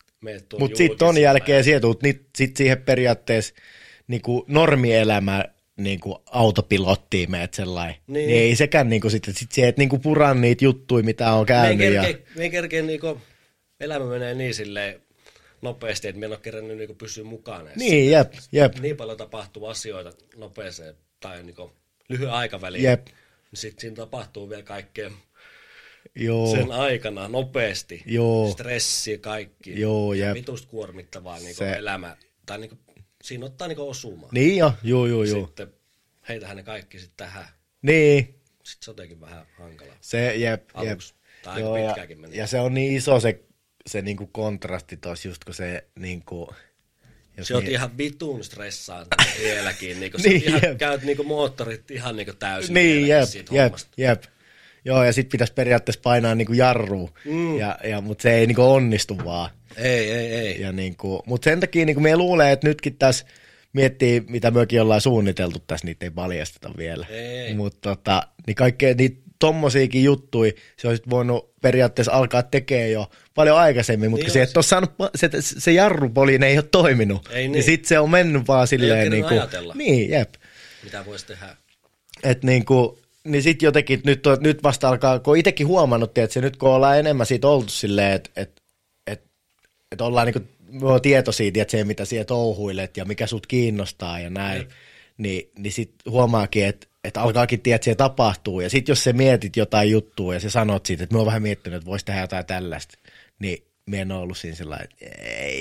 [SPEAKER 1] Mutta sitten ton jälkeen sieltä tuut sit siihen periaatteessa niinku normielämään niinku autopilottiin meet sellainen. Niin ei sekään niinku sit se, et niinku puran niitä juttuja, mitä on käynyt.
[SPEAKER 2] Me ei kerkeä niinku, elämä menee niin silleen nopeasti, että me en ole kerännyt niinku pysyä mukana.
[SPEAKER 1] Niin, jep.
[SPEAKER 2] Niin paljon tapahtuu asioita nopeeseen tai niinku lyhyen aikaväliin.
[SPEAKER 1] Jep.
[SPEAKER 2] Sitten siinä tapahtuu vielä kaikkea
[SPEAKER 1] Joo.
[SPEAKER 2] sen aikana nopeasti.
[SPEAKER 1] Joo.
[SPEAKER 2] Stressi ja kaikki.
[SPEAKER 1] Joo, jep.
[SPEAKER 2] Vitusti kuormittavaa niinku elämä. Tai niinku, siinä ottaa niinku osumaa.
[SPEAKER 1] Niin jo, joo.
[SPEAKER 2] Sitten heitähän ne kaikki sitten tähän.
[SPEAKER 1] Niin.
[SPEAKER 2] Sitten se on jotenkin vähän hankalaa.
[SPEAKER 1] Se, jep.
[SPEAKER 2] Tai aika pitkääkin menee.
[SPEAKER 1] Ja se on niin iso se niinku kontrasti tossa, just kun se niinku...
[SPEAKER 2] Se on ihan vitun stressaantunut vieläkin. Niinku, niin, ihan, käyt niinku moottorit ihan niinku täysin
[SPEAKER 1] niin, jep. Joo, ja sit pitäisi periaatteessa painaa niinku jarruun, mutta se ei niinku onnistu vaan.
[SPEAKER 2] Ei.
[SPEAKER 1] Ja niinku, mutta sen takia niinku me luulee, että nytkin tässä miettii, mitä mekin ollaan suunniteltu tässä, niitä ei paljasteta vielä. Mutta niin kaikkea niitä tommosiakin juttuja, se olisi voinut periaatteessa alkaa tekemään jo paljon aikaisemmin, mutta se et ole saanut, se jarrupoli ei ole toiminut. Niin sit se on mennyt vaan silleen niinku. Niin, jep.
[SPEAKER 2] Mitä voisi tehdä?
[SPEAKER 1] Et niinku, niin sit jotenkin nyt vasta alkaa, kun itsekin huomannut, että nyt kun ollaan enemmän siitä oltu silleen, että ollaan niinku tietoisia, että mitä siellä touhuilet ja mikä sut kiinnostaa ja näin, niin sit huomaakin, että alkaakin tiedät, että se tapahtuu. Ja sit jos sä mietit jotain juttua ja sä sanot siitä, että mä oon vähän miettinyt, että vois tehdä jotain tällaista, niin mä en ole ollut siinä sellainen, että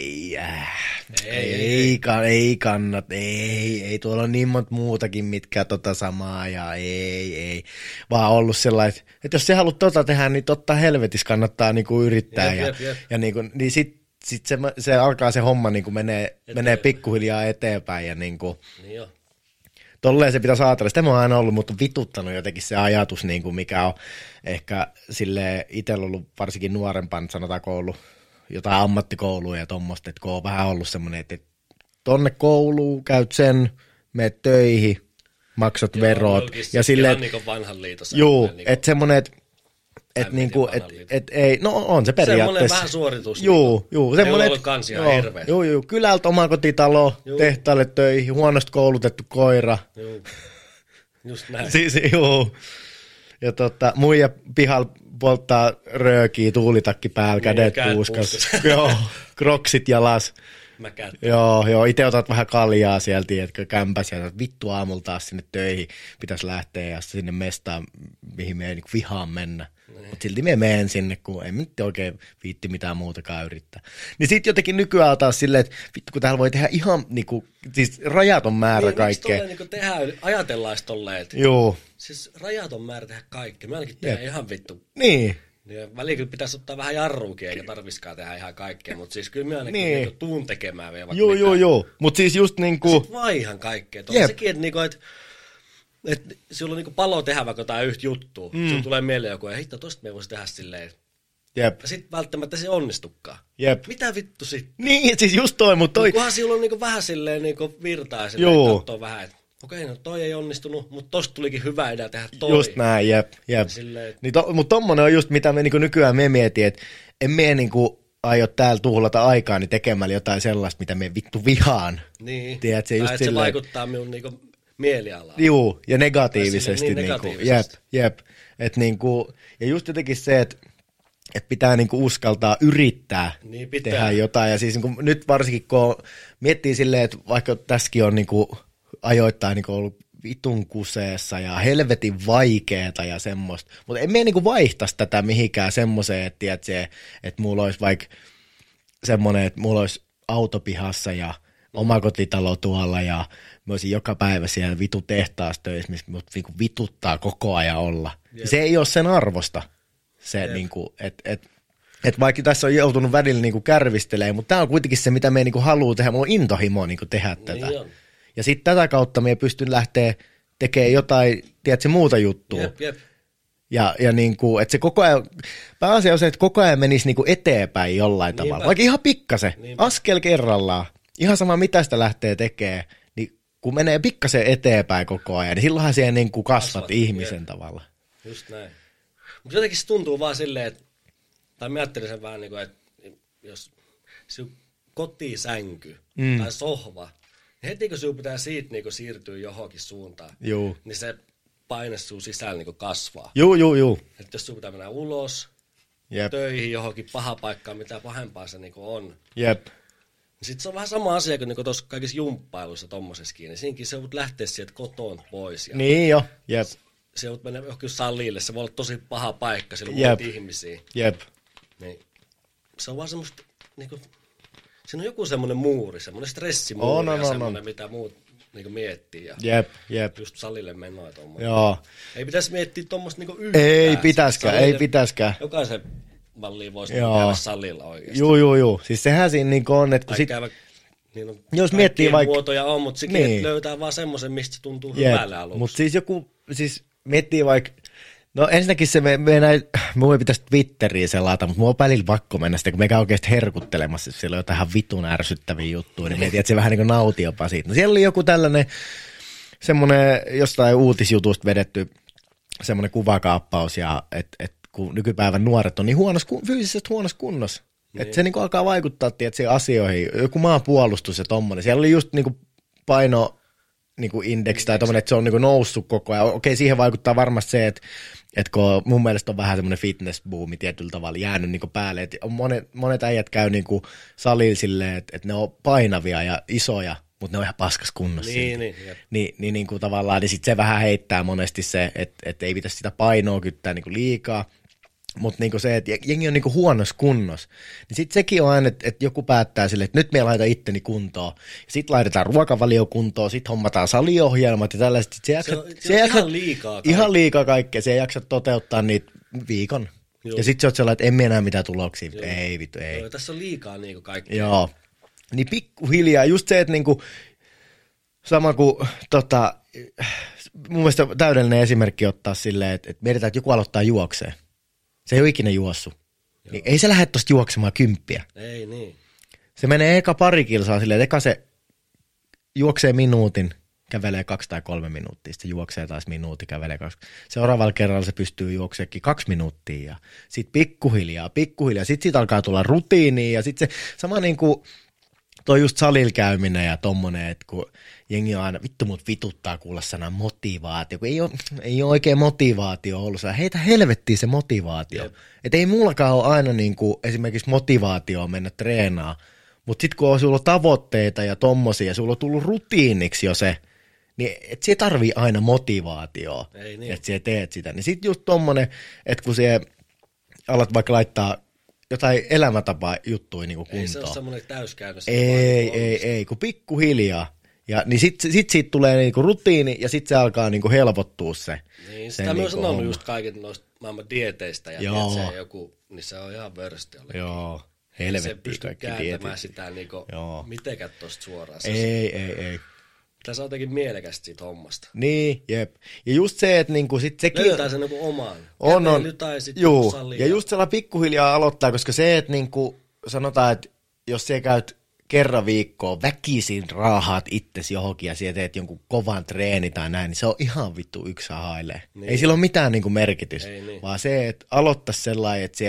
[SPEAKER 1] ei kannata, ei, tuolla on niin monta muutakin, mitkä samaa ja ei. Vaan ollut sellainen, että jos sä haluat tehdä, niin totta helvetissä kannattaa niinku yrittää. Ja niinku, niin sit se alkaa se homma niinku menee pikkuhiljaa eteenpäin ja niinku. Niin jo. Tolleen se pitäisi ajatella. Sitä mä oon aina ollut, mutta vituttanut jotenkin se ajatus, niin kuin mikä on ehkä silleen itsellä ollut varsinkin nuorempana, sanotaanko ollut jotain ammattikoulua ja tommoista, että kun on vähän ollut semmoinen, että tonne kouluun käyt sen, meet töihin, maksat verot. Ja silleen,
[SPEAKER 2] ihan niin kuin vanhan liitossa.
[SPEAKER 1] Juu, että semmoinen, että niinku, et ei, no on se periaatteessa.
[SPEAKER 2] Semmoinen vähän suoritus.
[SPEAKER 1] Juu.
[SPEAKER 2] Semmoinen, ei ole ollut kans ihan hirveä.
[SPEAKER 1] Joo, kylältä omakotitalo, tehtaalle töihin, huonosti koulutettu koira.
[SPEAKER 2] Joo, just näin.
[SPEAKER 1] Joo. Ja muija pihalla polttaa röökiä, tuulitakki päällä, kädet puuskas. Joo, kroksit jalas. Joo, itse otat vähän kaljaa sieltä, tiedätkö, kämpäs ja vittu aamulla taas sinne töihin pitäisi lähteä ja sinne mestaan, mihin me ei niin vihaan mennä. Mutta silti me menen sinne, kun ei nyt oikein viitti mitään muutakaan yrittää. Niin sit jotenkin nykyään taas silleen, että vittu kun täällä voi tehdä ihan niinku, siis rajaton määrä kaikkea.
[SPEAKER 2] Niin, miksi tolleen ajatellaan tolleen,
[SPEAKER 1] joo.
[SPEAKER 2] Siis rajaton määrä tehdä kaikkea. Me ainakin tehdään ihan vittu.
[SPEAKER 1] Niin.
[SPEAKER 2] Ja väliin kyllä pitäisi ottaa vähän jarruukin, eikä tarviskaan tehdä ihan kaikkea, mutta siis kyllä me ainakin niinku tuun tekemään vielä vaikka mitään.
[SPEAKER 1] Joo, mutta siis just niinku.
[SPEAKER 2] Sitten vaan ihan kaikkea. Tuolla sekin, että niinku, että sulla on niinku palo tehdä vaikka jotain yhtä juttua. Sulla tulee mieleen joku, ja hitto, tosta me voisi tehdä silleen.
[SPEAKER 1] Jep.
[SPEAKER 2] Ja sitten välttämättä se onnistukaan.
[SPEAKER 1] Jep.
[SPEAKER 2] Mitä vittu sitten?
[SPEAKER 1] Niin, siis just toi, mutta toi.
[SPEAKER 2] Kunhan sulla on niinku vähän silleen niinku virtaa ja silleen katsoo vähän, että okei, no toi ei onnistunut, mutta tosta tulikin hyvä idea tehdä toi.
[SPEAKER 1] Just näin, jep. Silleen, niin mutta tommonen on just, mitä me niinku nykyään me mietin, että en me niinku aio täällä tuhlata aikaani tekemällä jotain sellaista, mitä me vittu vihaan.
[SPEAKER 2] Niin,
[SPEAKER 1] tiedät, se, just
[SPEAKER 2] se vaikuttaa minun niinku mielialaan.
[SPEAKER 1] Juu, ja negatiivisesti.
[SPEAKER 2] Niin negatiivisesti.
[SPEAKER 1] Jep. Et niinku, ja just jotenkin se, että pitää niinku uskaltaa yrittää tehdä jotain. Ja siis niinku, nyt varsinkin, kun miettii silleen, että vaikka tässäkin on niinku ajoittain niinku ollut vitun kuseessa ja helvetin vaikeeta ja semmoista. Mutta en mene niinku vaihtaisi tätä mihinkään semmoiseen, että mulla olisi vaikka semmoinen, että mulla olisi autopihassa ja omakotitalo tuolla ja mä olisin joka päivä siellä vitu tehtaastöissä, missä mut niinku vituttaa koko ajan olla. Yep. Se ei ole sen arvosta. Se niinku, et vaikka tässä on joutunut välillä niinku kärvistelemään, mutta tämä on kuitenkin se, mitä me niinku haluaa tehdä. Mulla on intohimo niinku tehdä tätä. Niin. Ja sitten tätä kautta me pystyn lähteä tekemään jotain, tiedätkö, muuta juttua.
[SPEAKER 2] Jep.
[SPEAKER 1] Ja niinku, että se koko ajan, pääasia on se, että koko ajan menisi niinku eteenpäin jollain tavalla. Vaikka ihan pikkasen, askel kerrallaan. Ihan sama, mitä sitä lähtee tekemään, niin kun menee pikkasen eteenpäin koko ajan, niin silloinhan siihen niinku kasvat ihmisen tavalla.
[SPEAKER 2] Just näin. Mutta jotenkin se tuntuu vaan silleen, että, tai mä ajattelin sen vähän niin kuin, että jos se kotisänky tai sohva, Heti kun sinun pitää siitä niinku siirtyä johonkin suuntaan, niin se paine sun sisällä niinku kasvaa.
[SPEAKER 1] Joo.
[SPEAKER 2] Että jos sinun pitää mennä ulos, töihin johonkin paha paikkaan, mitä pahempaa se niinku on.
[SPEAKER 1] Jep.
[SPEAKER 2] Sitten se on vähän sama asia kuin niinku tuossa kaikissa jumppailuissa tommosessakin. Niin siinäkin se voit lähteä sieltä kotoon pois. Ja
[SPEAKER 1] niin jo, jep.
[SPEAKER 2] Se voit mennä johonkin salille, se voi olla tosi paha paikka, siellä on muita ihmisiä.
[SPEAKER 1] Jep.
[SPEAKER 2] Niin, se on vaan semmoista, niinku, siinä on joku semmoinen muuri, semmoinen stressimuuri ja semmoinen, mitä muut niinku miettii. Ja
[SPEAKER 1] jep.
[SPEAKER 2] Just salille menoa tommoinen.
[SPEAKER 1] Joo.
[SPEAKER 2] Ei pitäisi miettiä tommoista niinku yhtään.
[SPEAKER 1] Ei pitäskään.
[SPEAKER 2] Jokaisen malliin voisi käydä salilla oikeasti.
[SPEAKER 1] Joo. Siis sehän siinä niinku on, että kun
[SPEAKER 2] niin on
[SPEAKER 1] jos miettii vaikka
[SPEAKER 2] muotoja on, mutta sekin niin. Löytää vaan semmoisen, mistä se tuntuu hyvälle aluksi.
[SPEAKER 1] Mutta siis miettii vaikka, no ensinnäkin se me pitäisi Twitteriin selata, mutta mulla on välillä pakko mennä sitä, kun me käy oikeasti herkuttelemassa, jos siellä on jotain vitun ärsyttäviä juttuja, niin mietin, että se vähän niin kuin nauti jopa siitä. No siellä oli joku tällainen, semmoinen jostain uutisjutusta vedetty semmoinen kuvakaappaus, ja että kun nykypäivän nuoret on niin fyysisesti huonossa kunnossa, että se niin kuin alkaa vaikuttaa siihen asioihin, joku maanpuolustus ja tommoinen. Siellä oli just niin kuin paino niinku indeksi tai tommoinen, että se on niinku noussut koko ajan. Okei, siihen vaikuttaa varmasti se, että kun mun mielestä on vähän semmoinen fitness-boomi tietyllä tavalla jäänyt niinku päälle, että monet äijät käy niinku salilla silleen, että ne on painavia ja isoja, mutta ne on ihan paskas kunnossa. Niin niinku tavallaan, niin sit se vähän heittää monesti se, että ei pitäisi sitä painoa kyttää niinku liikaa. Mutta niinku se, että jengi on niinku huonossa kunnossa, niin sitten sekin on aina, että joku päättää silleen, että nyt me laitan itteni kuntoon. Sitten laitetaan ruokavalio kuntoon, sitten hommataan saliohjelmat ja tällaiset.
[SPEAKER 2] Se on ihan liikaa kaikkea.
[SPEAKER 1] Ihan liikaa kaikkea, se ei jaksa toteuttaa niitä viikon. Joo. Ja sitten se on sellainen, että emme enää mitään tuloksia. Joo. Ei vittu, ei.
[SPEAKER 2] Joo, tässä on liikaa niinku kaikkea.
[SPEAKER 1] Joo, niin pikkuhiljaa, just se, että niinku, sama kuin mun mielestä täydellinen esimerkki ottaa silleen, että mietitään, että joku aloittaa juokseen. Se ei ole ikinä juossut. Niin ei se lähde tosta juoksemaan 10.
[SPEAKER 2] Ei niin.
[SPEAKER 1] Se menee eka pari kilsaa silleen, että eka se juoksee minuutin, kävelee 2 tai 3 minuuttia, sitten juoksee taas minuutin, kävelee 2. Seuraavalla kerralla se pystyy juokseekin 2 minuuttia ja sitten pikkuhiljaa, sitten siitä alkaa tulla rutiiniin ja sitten se sama niin kuin toi just salilla käyminen ja tommonen, että kun jengi on aina, vittu mut vituttaa kuulla sana motivaatio, kun ei ole oikein motivaatio ollut. Heitä helvettiin se motivaatio. Että ei mullakaan ole aina niin kuin esimerkiksi motivaatio mennä treenaamaan, mutta sitten kun on sulla tavoitteita ja tommosia, ja sulla on tullut rutiiniksi jo se, niin et se tarvii aina motivaatioa, niin. Että sä teet sitä. Niin sitten just tommonen, että kun sä alat vaikka laittaa jotain elämätapaa juttuja niin kuin kuntoon.
[SPEAKER 2] Ei se ole semmoinen täyskäännös.
[SPEAKER 1] Ei, kun pikkuhiljaa. Ja niin sit siitä tulee niinku rutiini ja sit se alkaa niinku helpottua se.
[SPEAKER 2] Niin, sitä myös on ollut just kaiken noista maailman dieteistä ja se joku, niin se on ihan vörsti ollekin.
[SPEAKER 1] Joo, helvettiin kaikki dietit. Se
[SPEAKER 2] pystyy kääntämään sitä niinku mitenkään tosta suoraan.
[SPEAKER 1] Ei.
[SPEAKER 2] Tässä on jotenkin mielekästä siitä hommasta.
[SPEAKER 1] Niin, jep. Ja just se, että niinku sit sekin
[SPEAKER 2] löytää sen niinku omaan.
[SPEAKER 1] On.
[SPEAKER 2] Juu,
[SPEAKER 1] ja just sellainen pikkuhiljaa aloittaa, koska se, että niinku sanotaan, että jos sä käyt kerran viikkoon väkisin raahaat itsesi johonkin ja siellä teet jonkun kovan treeni tai näin, niin se on ihan vittu yksi hailee. Niin. Ei sillä ole mitään niinku merkitystä, niin. Vaan se, että aloittaisi sellainen, että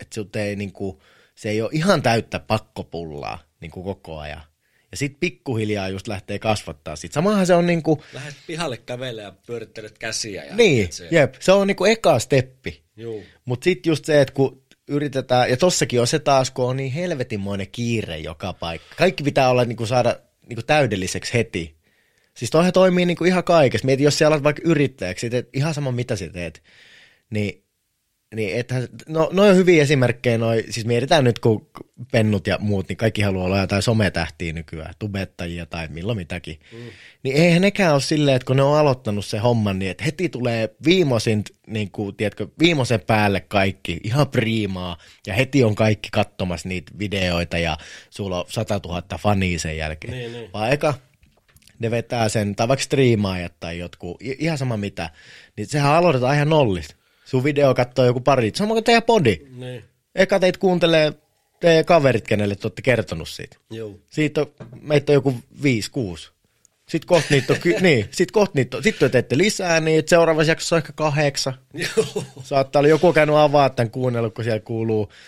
[SPEAKER 1] se ei ole ihan täyttä pakkopullaa niinku koko ajan. Ja sitten pikkuhiljaa just lähtee kasvattaa sit. Samahan se on niinku
[SPEAKER 2] lähdet pihalle kävelemään ja pyörittelet käsiä. Ja
[SPEAKER 1] niin, se on niinku eka steppi. Mutta sitten just se, että kun yritetään, ja tossakin on se taas, kun on niin helvetinmoinen kiire joka paikka. Kaikki pitää olla niinku saada niinku täydelliseksi heti. Siis toihan toimii niinku ihan kaikessa. Mieti, jos sä alat vaikka yrittäjäksi, teet ihan sama mitä sä teet, niin ethän, no on hyviä esimerkkejä, siis mietitään nyt, kun pennut ja muut, niin kaikki haluaa olla jotain sometähtiä nykyään, tubettajia tai milloin mitäkin. Niin eihän nekään ole silleen, että kun ne on aloittanut se homman, niin että heti tulee viimeisen päälle kaikki, ihan priimaa, ja heti on kaikki katsomassa niitä videoita, ja sulla on 100 000 fania sen jälkeen. Niin. Vaan eka ne vetää sen, tai vaikka striimaajat tai jotkut, ihan sama mitä, niin sehän aloitetaan ihan nollista. Sun video katsoo joku pari, sama kuin teidän podi. Niin. Eka teitä kuuntelee teidän kaverit, kenelle te olette kertonut siitä. Joo. Siitä meitä on joku 5-6. Sitten kohta niitä on, sitten te teette lisää niitä, seuraavassa jaksossa on ehkä 8. Joo. Saattaa olla joku käynyt avaa tämän kuunnellut, kun siellä kuuluu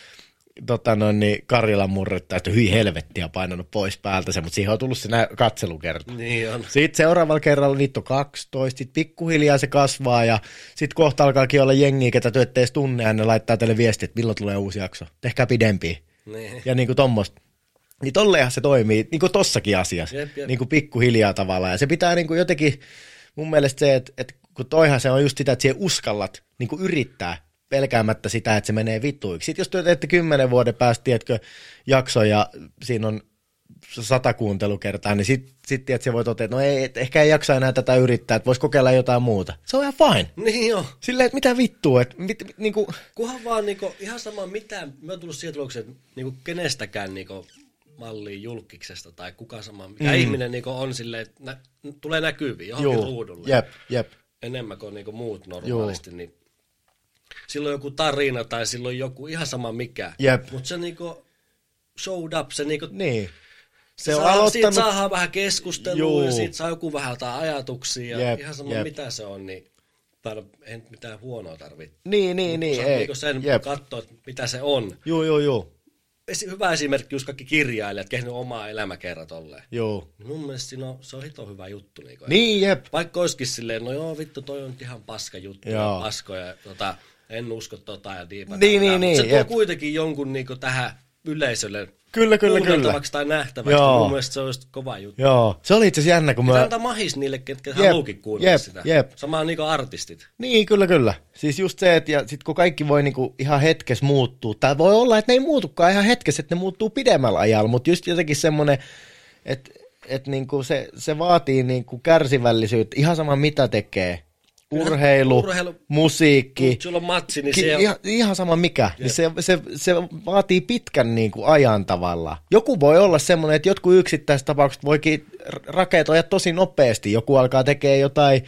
[SPEAKER 1] Karjalan murretta, että hyi helvettiä painanut pois päältä se, mutta siihen on tullut se katselukerta.
[SPEAKER 2] Niin on.
[SPEAKER 1] Sitten seuraavalla kerralla niitä on 12, sitten pikkuhiljaa se kasvaa ja sitten kohta alkaakin olla jengiä, ketä te ette edes tunne ja ne laittaa teille viestiä, että milloin tulee uusi jakso. Tehkää pidempiä.
[SPEAKER 2] Niin.
[SPEAKER 1] Ja niinku tommoista. Niin tolleenhan se toimii, niinku tossakin asiassa.
[SPEAKER 2] Jep.
[SPEAKER 1] Niinku pikkuhiljaa tavallaan. Ja se pitää niinku jotenkin, mun mielestä se, että kun toihan se on just sitä, että siihen uskallat niinku yrittää pelkäämättä sitä, että se menee vittuiksi. Sitten jos te teette 10 vuoden päästä, tiedätkö, jakso ja siinä on 100 kuuntelukertaa, niin sitten että se voi totea, että no ei, ehkä ei jaksa enää tätä yrittää, että voisi kokeilla jotain muuta. Se on ihan fine.
[SPEAKER 2] Niin joo.
[SPEAKER 1] Silleen, että mitä vittua, että niinku...
[SPEAKER 2] Kunhan vaan niinku, ihan sama mitään, mä oon tullut siihen tulokseen, että niinku kenestäkään niinku malliin julkiksesta tai kuka sama, mikä ihminen niinku on silleen, että tulee näkyviin johonkin ruudulle.
[SPEAKER 1] Jep.
[SPEAKER 2] Enemmän kuin niinku muut normaalisti, niin silloin joku tarina tai silloin joku ihan sama mikä. Mutta se niinku showed up, se niinku...
[SPEAKER 1] Niin.
[SPEAKER 2] Se on aloittanut... Siitä saadaan vähän keskustelua ja siitä saa joku vähän jotain ajatuksia ja ihan sama mitä se on, niin ei mitään huonoa tarvitse.
[SPEAKER 1] Niin, ei.
[SPEAKER 2] Niinku sen katsoa, mitä se on.
[SPEAKER 1] Joo.
[SPEAKER 2] Hyvä esimerkki, just kaikki kirjailijat, kehnyt omaa elämäkerran tolleen.
[SPEAKER 1] Joo.
[SPEAKER 2] Mun mielestä se on hito hyvä juttu.
[SPEAKER 1] Niin, jep.
[SPEAKER 2] Vaikka olisikin silleen, no joo, vittu, toi on ihan paska juttu ja paskoja, en usko ja diipata.
[SPEAKER 1] Niin,
[SPEAKER 2] se tuo kuitenkin jonkun niinku tähän yleisölle
[SPEAKER 1] kyllä.
[SPEAKER 2] tai nähtäväksi. Mun mielestä se on just kova juttu.
[SPEAKER 1] Joo, se oli itse asiassa jännä, kun
[SPEAKER 2] pitää antaa mahis niille, ketkä haluukin kuunnella sitä. Samaan niinku artistit.
[SPEAKER 1] Niin, kyllä. Siis just se, että ja sit kun kaikki voi niinku ihan hetkessä muuttua, tai voi olla, että ne ei muutukaan ihan hetkessä, että ne muuttuu pidemmällä ajalla, mutta just jotenkin semmoinen, että niinku se vaatii niinku kärsivällisyyttä, ihan sama mitä tekee. Urheilu, musiikki.
[SPEAKER 2] Sulla on matsi, niin
[SPEAKER 1] ihan sama mikä. Niin se vaatii pitkän niin kuin ajan tavallaan. Joku voi olla semmoinen, että jotkut yksittäiset tapaukset voikin raketoida tosi nopeasti. Joku alkaa tekemään jotain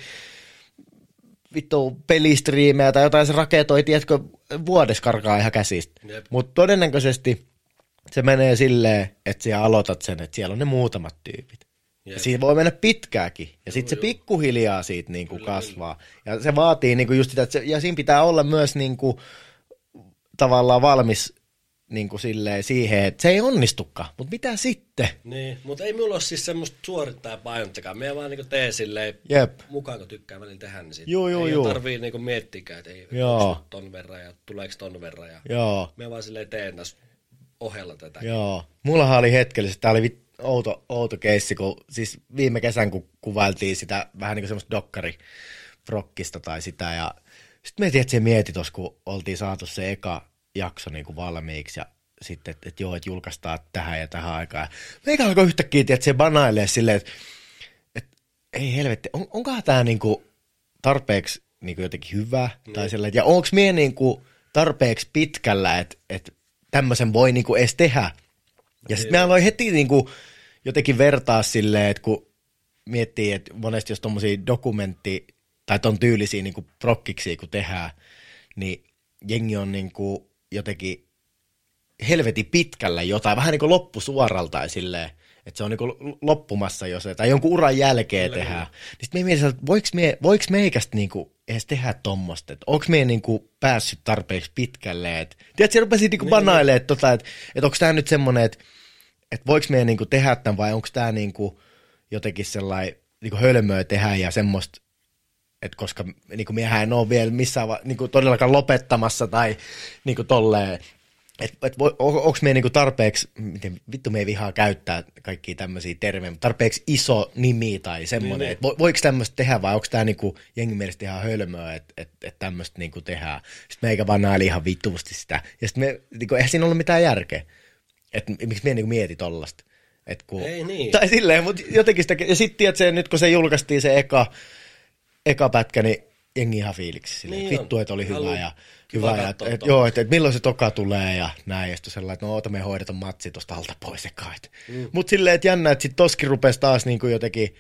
[SPEAKER 1] pelistriimejä tai jotain, se raketoi, tiedätkö, vuodessa karkaa ihan käsistä. Mutta todennäköisesti se menee silleen, että sä aloitat sen, että siellä on ne muutamat tyypit. Ja siinä voi mennä pitkääkin. Ja sitten se pikkuhiljaa siitä niinku kasvaa. Ja se vaatii niinku just sitä, ja siinä pitää olla myös niinku tavallaan valmis niinku siihen, että se ei onnistukaan. Mutta mitä sitten?
[SPEAKER 2] Niin, mutta ei minulla ole siis semmoista suorittajapainottakaan. Me vaan niinku tee silleen, mukaan kun tykkää välillä tehdä, niin sitten ei tarvii niinku miettikään, että ei ton verran ja tuleeko ton verran. Ja me vaan silleen teen tässä ohella tätä.
[SPEAKER 1] Joo, mullahan oli hetkellisesti, tää oli outo keissi, kun siis viime kesän, kun kuvailtiin sitä vähän niin kuin semmoista dokkariprokkista tai sitä, ja sitten mietin tuossa, kun oltiin saatu se eka jakso niin kuin valmiiksi, ja sitten, että joo, että julkaistaan tähän ja tähän aikaan. Meikä alkoi yhtäkkiä, että se banailee silleen, että ei helvetti, onkohan tämä niin kuin tarpeeksi niin kuin jotenkin hyvä, tai sellainen, ja onko mie niin kuin tarpeeksi pitkällä, että tämmöisen voi niin kuin edes tehdä. Ja sitten me aloin heti niinku jotenkin vertaa silleen, että kun miettii, että monesti jos tommosia tai ton tyylisiä niinku prokkiksi kun tehdään, niin jengi on niinku jotenkin helvetin pitkällä jotain, vähän niinku loppusuoraltaan silleen, että se on niinku loppumassa jos tai jonkun uran jälkeen tehdään. Niin sitten me mietin, että voiko meikästä niinku edes tehdä tommoista, että onko me niinku päässyt tarpeeksi pitkälle, että tiedätkö, rupesin niinku banailemaan, että onko tämä nyt semmoinen, että voiko me niinku tehdä tämän vai onko tämä niinku jotenkin sellainen niinku hölmöä tehdä ja semmoista, että koska niinku miehän en ole vielä missään niinku todellakaan lopettamassa tai niinku tolleen, että onko me niinku tarpeeksi, miten vittu me ei vihaa käyttää kaikkia tämmöisiä termejä, tarpeeksi iso nimi tai semmoinen, että voiko tämmöistä tehdä vai onko tämä niinku jengi mielestä ihan hölmöä, että tämmöistä niinku tehdään. Sitten meikä vaan naili ihan vittuusti sitä. Ja sitten me, niinku, eihän siinä ollut mitään järkeä, että miksi me niinku mieti tollasta.
[SPEAKER 2] Ei niin.
[SPEAKER 1] Tai silleen, mutta jotenkin sitä, ja sitten tiedätkö, nyt kun se julkaistiin se eka pätkä, niin jengi ihan fiiliksi silleen, niin vittu, että oli hyvä ja joo, että milloin se toka tulee ja näin, ja sitten sellainen, että no oota me hoidetaan matsi tuosta alta pois ekaan. Mutta silleen, että jännä, että sitten toskin rupesi taas niinku jotenkin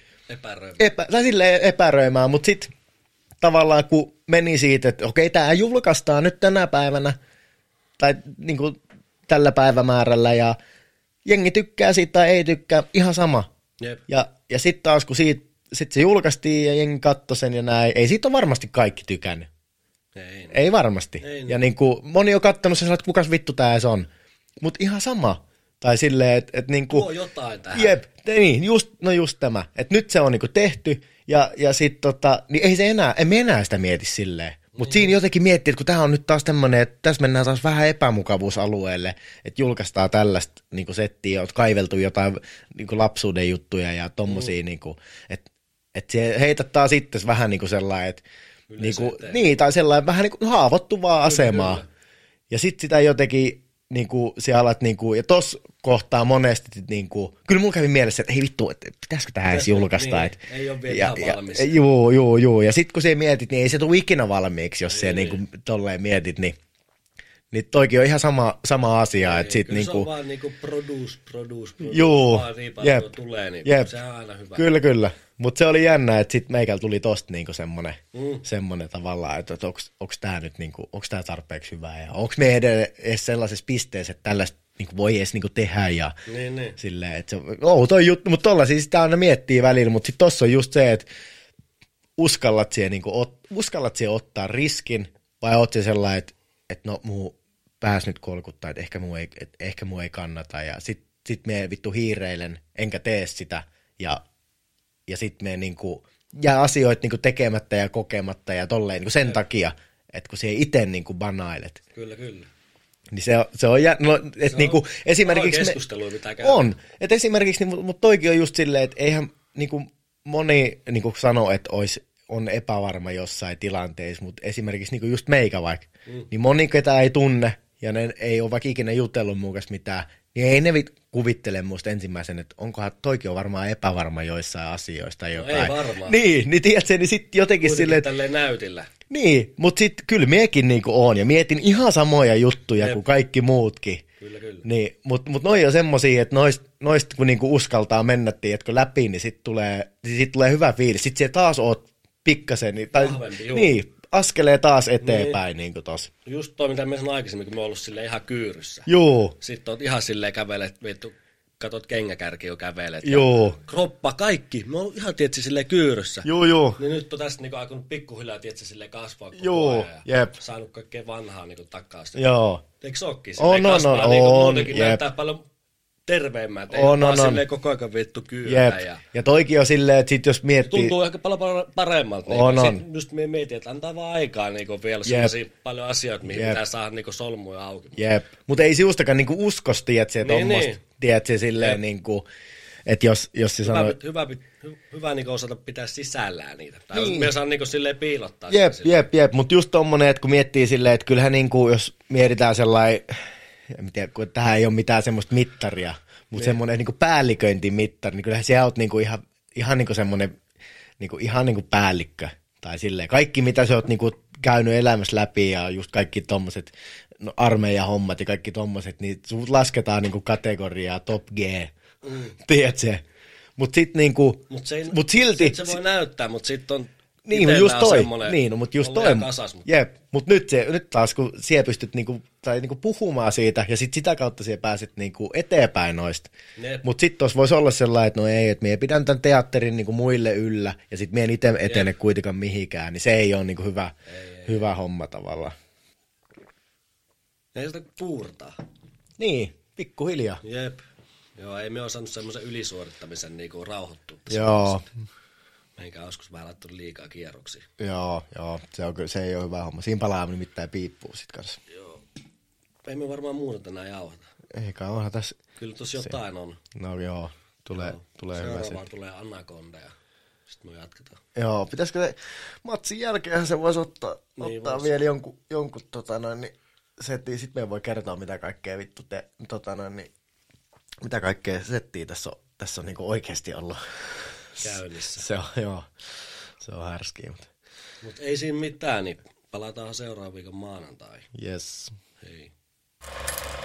[SPEAKER 1] epäröimään, mutta sitten tavallaan kun meni siitä, että okei, tämä julkaistaan nyt tänä päivänä, tai niinku tällä päivämäärällä, ja jengi tykkää siitä tai ei tykkää, ihan sama. Ja sitten taas kun sitten se julkaistiin ja jengi katsoi sen ja näin, ei siitä ole varmasti kaikki tykännyt. Ei varmasti. Ei, ja niin kuin, moni on katsonut sen, että kukas vittu tää edes on. Mut ihan sama. Tai silleen, että niinku...
[SPEAKER 2] Tuo jotain tähän.
[SPEAKER 1] Jep, niin, just tämä. Että nyt se on niinku tehty, ja sit niin ei se enää, emme enää sitä mieti silleen. Mutta siinä jotenkin miettii, että kun tämä on nyt taas tämmöinen, että tässä mennään taas vähän epämukavuusalueelle, että julkaistaan tällaista niinku settiä, oot kaiveltu jotain niinku lapsuuden juttuja ja tommosia, niinku, että se heität taas sitten vähän niinku sellainen, että niinku, niin, tai sellainen vähän niinku haavoittuvaa asemaa. Kyllä. Ja sitten sitä jotenkin, niinku, sä alat, niinku, ja tossa kohtaa monesti, niinku, kyllä mulla kävi mielessä, että hei vittu, että pitäisikö tähän edes julkaista.
[SPEAKER 2] Niin, ei ole vielä ihan valmis.
[SPEAKER 1] Joo. Ja sitten kun sä mietit, niin ei se tule ikinä valmiiksi, jos sä niinku tolleen mietit, niin toikin on ihan sama asia. Että sit,
[SPEAKER 2] kyllä
[SPEAKER 1] niinku,
[SPEAKER 2] se on vaan niinku produce, vaan niin paljon tulee, niin se on aina hyvä.
[SPEAKER 1] Kyllä. Mutta se oli jännä, että sitten meikällä tuli tosta niinku semmonen tavallaan, että onko tämä nyt niinku, onko tää tarpeeksi hyvää ja onko me edes sellaisessa pisteessä, että tällaista niinku voi edes niinku tehdä ja
[SPEAKER 2] niin.
[SPEAKER 1] silleen, että se on outo juttu, mutta tollaisia sitä aina miettii välillä, mutta sitten tossa on just se, että uskallat siihen ottaa riskin vai oot se sellainen, että no muu pääs nyt kolkuttaa, että ehkä muu ei kannata ja sit me vittu hiireilen enkä tee sitä ja sitten me niinku jää asioita niinku tekemättä ja kokematta ja tolleen niinku sen takia, että kun siihen itse niinku banailet.
[SPEAKER 2] Kyllä.
[SPEAKER 1] Niin se on että niinku esimerkiksi
[SPEAKER 2] keskustelua mitä käydään.
[SPEAKER 1] On, että esimerkiksi mutta toikin on just silleen, että eihän niinku moni niinku sano, että on epävarma jossain tilanteessa, mutta esimerkiksi niinku just meikä vaikka, niin moni ketä ei tunne ja ne ei ole vaikka ikinä jutellut mun kanssa mitään, niin ei ne kuvittele musta ensimmäisen, että onkohan toikin on varmaan epävarma joissain asioista jotain.
[SPEAKER 2] No ei varmaan.
[SPEAKER 1] Niin tiedätkö, niin sitten jotenkin
[SPEAKER 2] kuitenkin
[SPEAKER 1] silleen,
[SPEAKER 2] tälleen näytillä.
[SPEAKER 1] Niin, mutta sitten kyllä miekin niinku oon ja mietin ihan samoja juttuja kuin kaikki muutkin.
[SPEAKER 2] Kyllä.
[SPEAKER 1] Niin, mutta noi on semmosia, että noista kun niinku uskaltaa mennä, tiedätkö, läpi, niin sit tulee hyvä fiilis. Sitten siellä taas oot pikkasen, niin, askelee taas eteenpäin niin kuin tossa.
[SPEAKER 2] Just toi, mitä me sanoin aikaisemmin, kun me ollut silleen ihan kyyryssä.
[SPEAKER 1] Joo.
[SPEAKER 2] Sitten oot ihan silleen kävelet, vittu, katot kengäkärki jo kävelet.
[SPEAKER 1] Joo.
[SPEAKER 2] Kroppa, kaikki. Me on ihan, tietysti, silleen kyyryssä.
[SPEAKER 1] Joo.
[SPEAKER 2] Niin nyt on tästä niinku aikunut pikkuhiljaa, tietysti, silleen kasvaa koko
[SPEAKER 1] joo,
[SPEAKER 2] ajan. Ja
[SPEAKER 1] jep.
[SPEAKER 2] saanut kaikkea vanhaa niinku takaa sitä.
[SPEAKER 1] Joo.
[SPEAKER 2] Eikö se ookin?
[SPEAKER 1] On,
[SPEAKER 2] niinku muutenkin näyttää paljon terveemmät. Ei vaan silleen koko ajan vittu kyyrää.
[SPEAKER 1] Ja toikin on silleen, että sit jos miettii...
[SPEAKER 2] Tuntuu ehkä paljon paremmalta. Sitten just me mietin, että antaa vaan aikaa niinku vielä sellaisia paljon asioita, mihin pitää saada niinku solmuja auki.
[SPEAKER 1] Jep. Mutta ei siustakaan niinku uskosti, että se tommoista, tiedätkö, silleen niinku... Että jos se sanoo...
[SPEAKER 2] Hyvä niinku osata pitää sisällään niitä. Tai niin. Me saa niinku silleen piilottaa.
[SPEAKER 1] Jep. Mutta just tommonen, että kun miettii silleen, että kyllähän niinku, jos mietitään sellainen... En tiedä, kun tähän ei ole mitään semmoista mittaria, mutta semmoinen niinku päälliköintimittari, niin kyllähän sä oot niinku ihan niinku semmoinen niinku, ihan niinku päällikkö. Tai silleen, kaikki mitä sä oot niinku käynyt elämässä läpi ja just kaikki tommoset armeijahommat ja kaikki tommoset, niin sut lasketaan niinku kategoriaa top G. Tiedätkö? Mutta sitten niinku, mut silti...
[SPEAKER 2] Se voi näyttää, mutta sitten on...
[SPEAKER 1] Niin, mutta just toi. Niin, mutta just toi. Jep, mutta nyt taas, kun siellä pystyt niinku puhumaan siitä, ja sit sitä kautta siellä pääset niinku eteenpäin noista. Mutta sitten tuossa voisi olla sellainen, että no ei, että mie pidän tämän teatterin niinku muille yllä, ja sitten mie en itse etene kuitenkaan mihinkään, niin se ei ole niinku hyvä homma tavallaan.
[SPEAKER 2] Ei sitä puurtaa.
[SPEAKER 1] Niin, pikkuhiljaa.
[SPEAKER 2] Jep. Joo, ei me ole saanut semmoisen ylisuorittamisen niinku rauhoittua.
[SPEAKER 1] Joo.
[SPEAKER 2] Meikä joskus vähän laittanut liikaa kierroksia.
[SPEAKER 1] Joo, se ei ole hyvä homma. Siinä palaa nimittäin piippuu sit kanssa.
[SPEAKER 2] Joo. Ei me varmaan muuta tänään jauhata.
[SPEAKER 1] Eikä onhan tässä...
[SPEAKER 2] Kyllä tossa jotain on.
[SPEAKER 1] No joo, tulee hyvä se.
[SPEAKER 2] Seuraavaan tulee Anaconda ja sitten me jatketaan.
[SPEAKER 1] Joo, pitäisikö matsin jälkeen se voisi ottaa vielä jonkun niin settiä. Sitten me voi kertoa mitä kaikkea vittu mitä kaikkea settiä tässä on niinku oikeasti ollut
[SPEAKER 2] käynnissä.
[SPEAKER 1] Se on härskiä.
[SPEAKER 2] Mutta ei siinä mitään, niin palataan seuraavan viikon maanantai.
[SPEAKER 1] Yes.
[SPEAKER 2] Hei.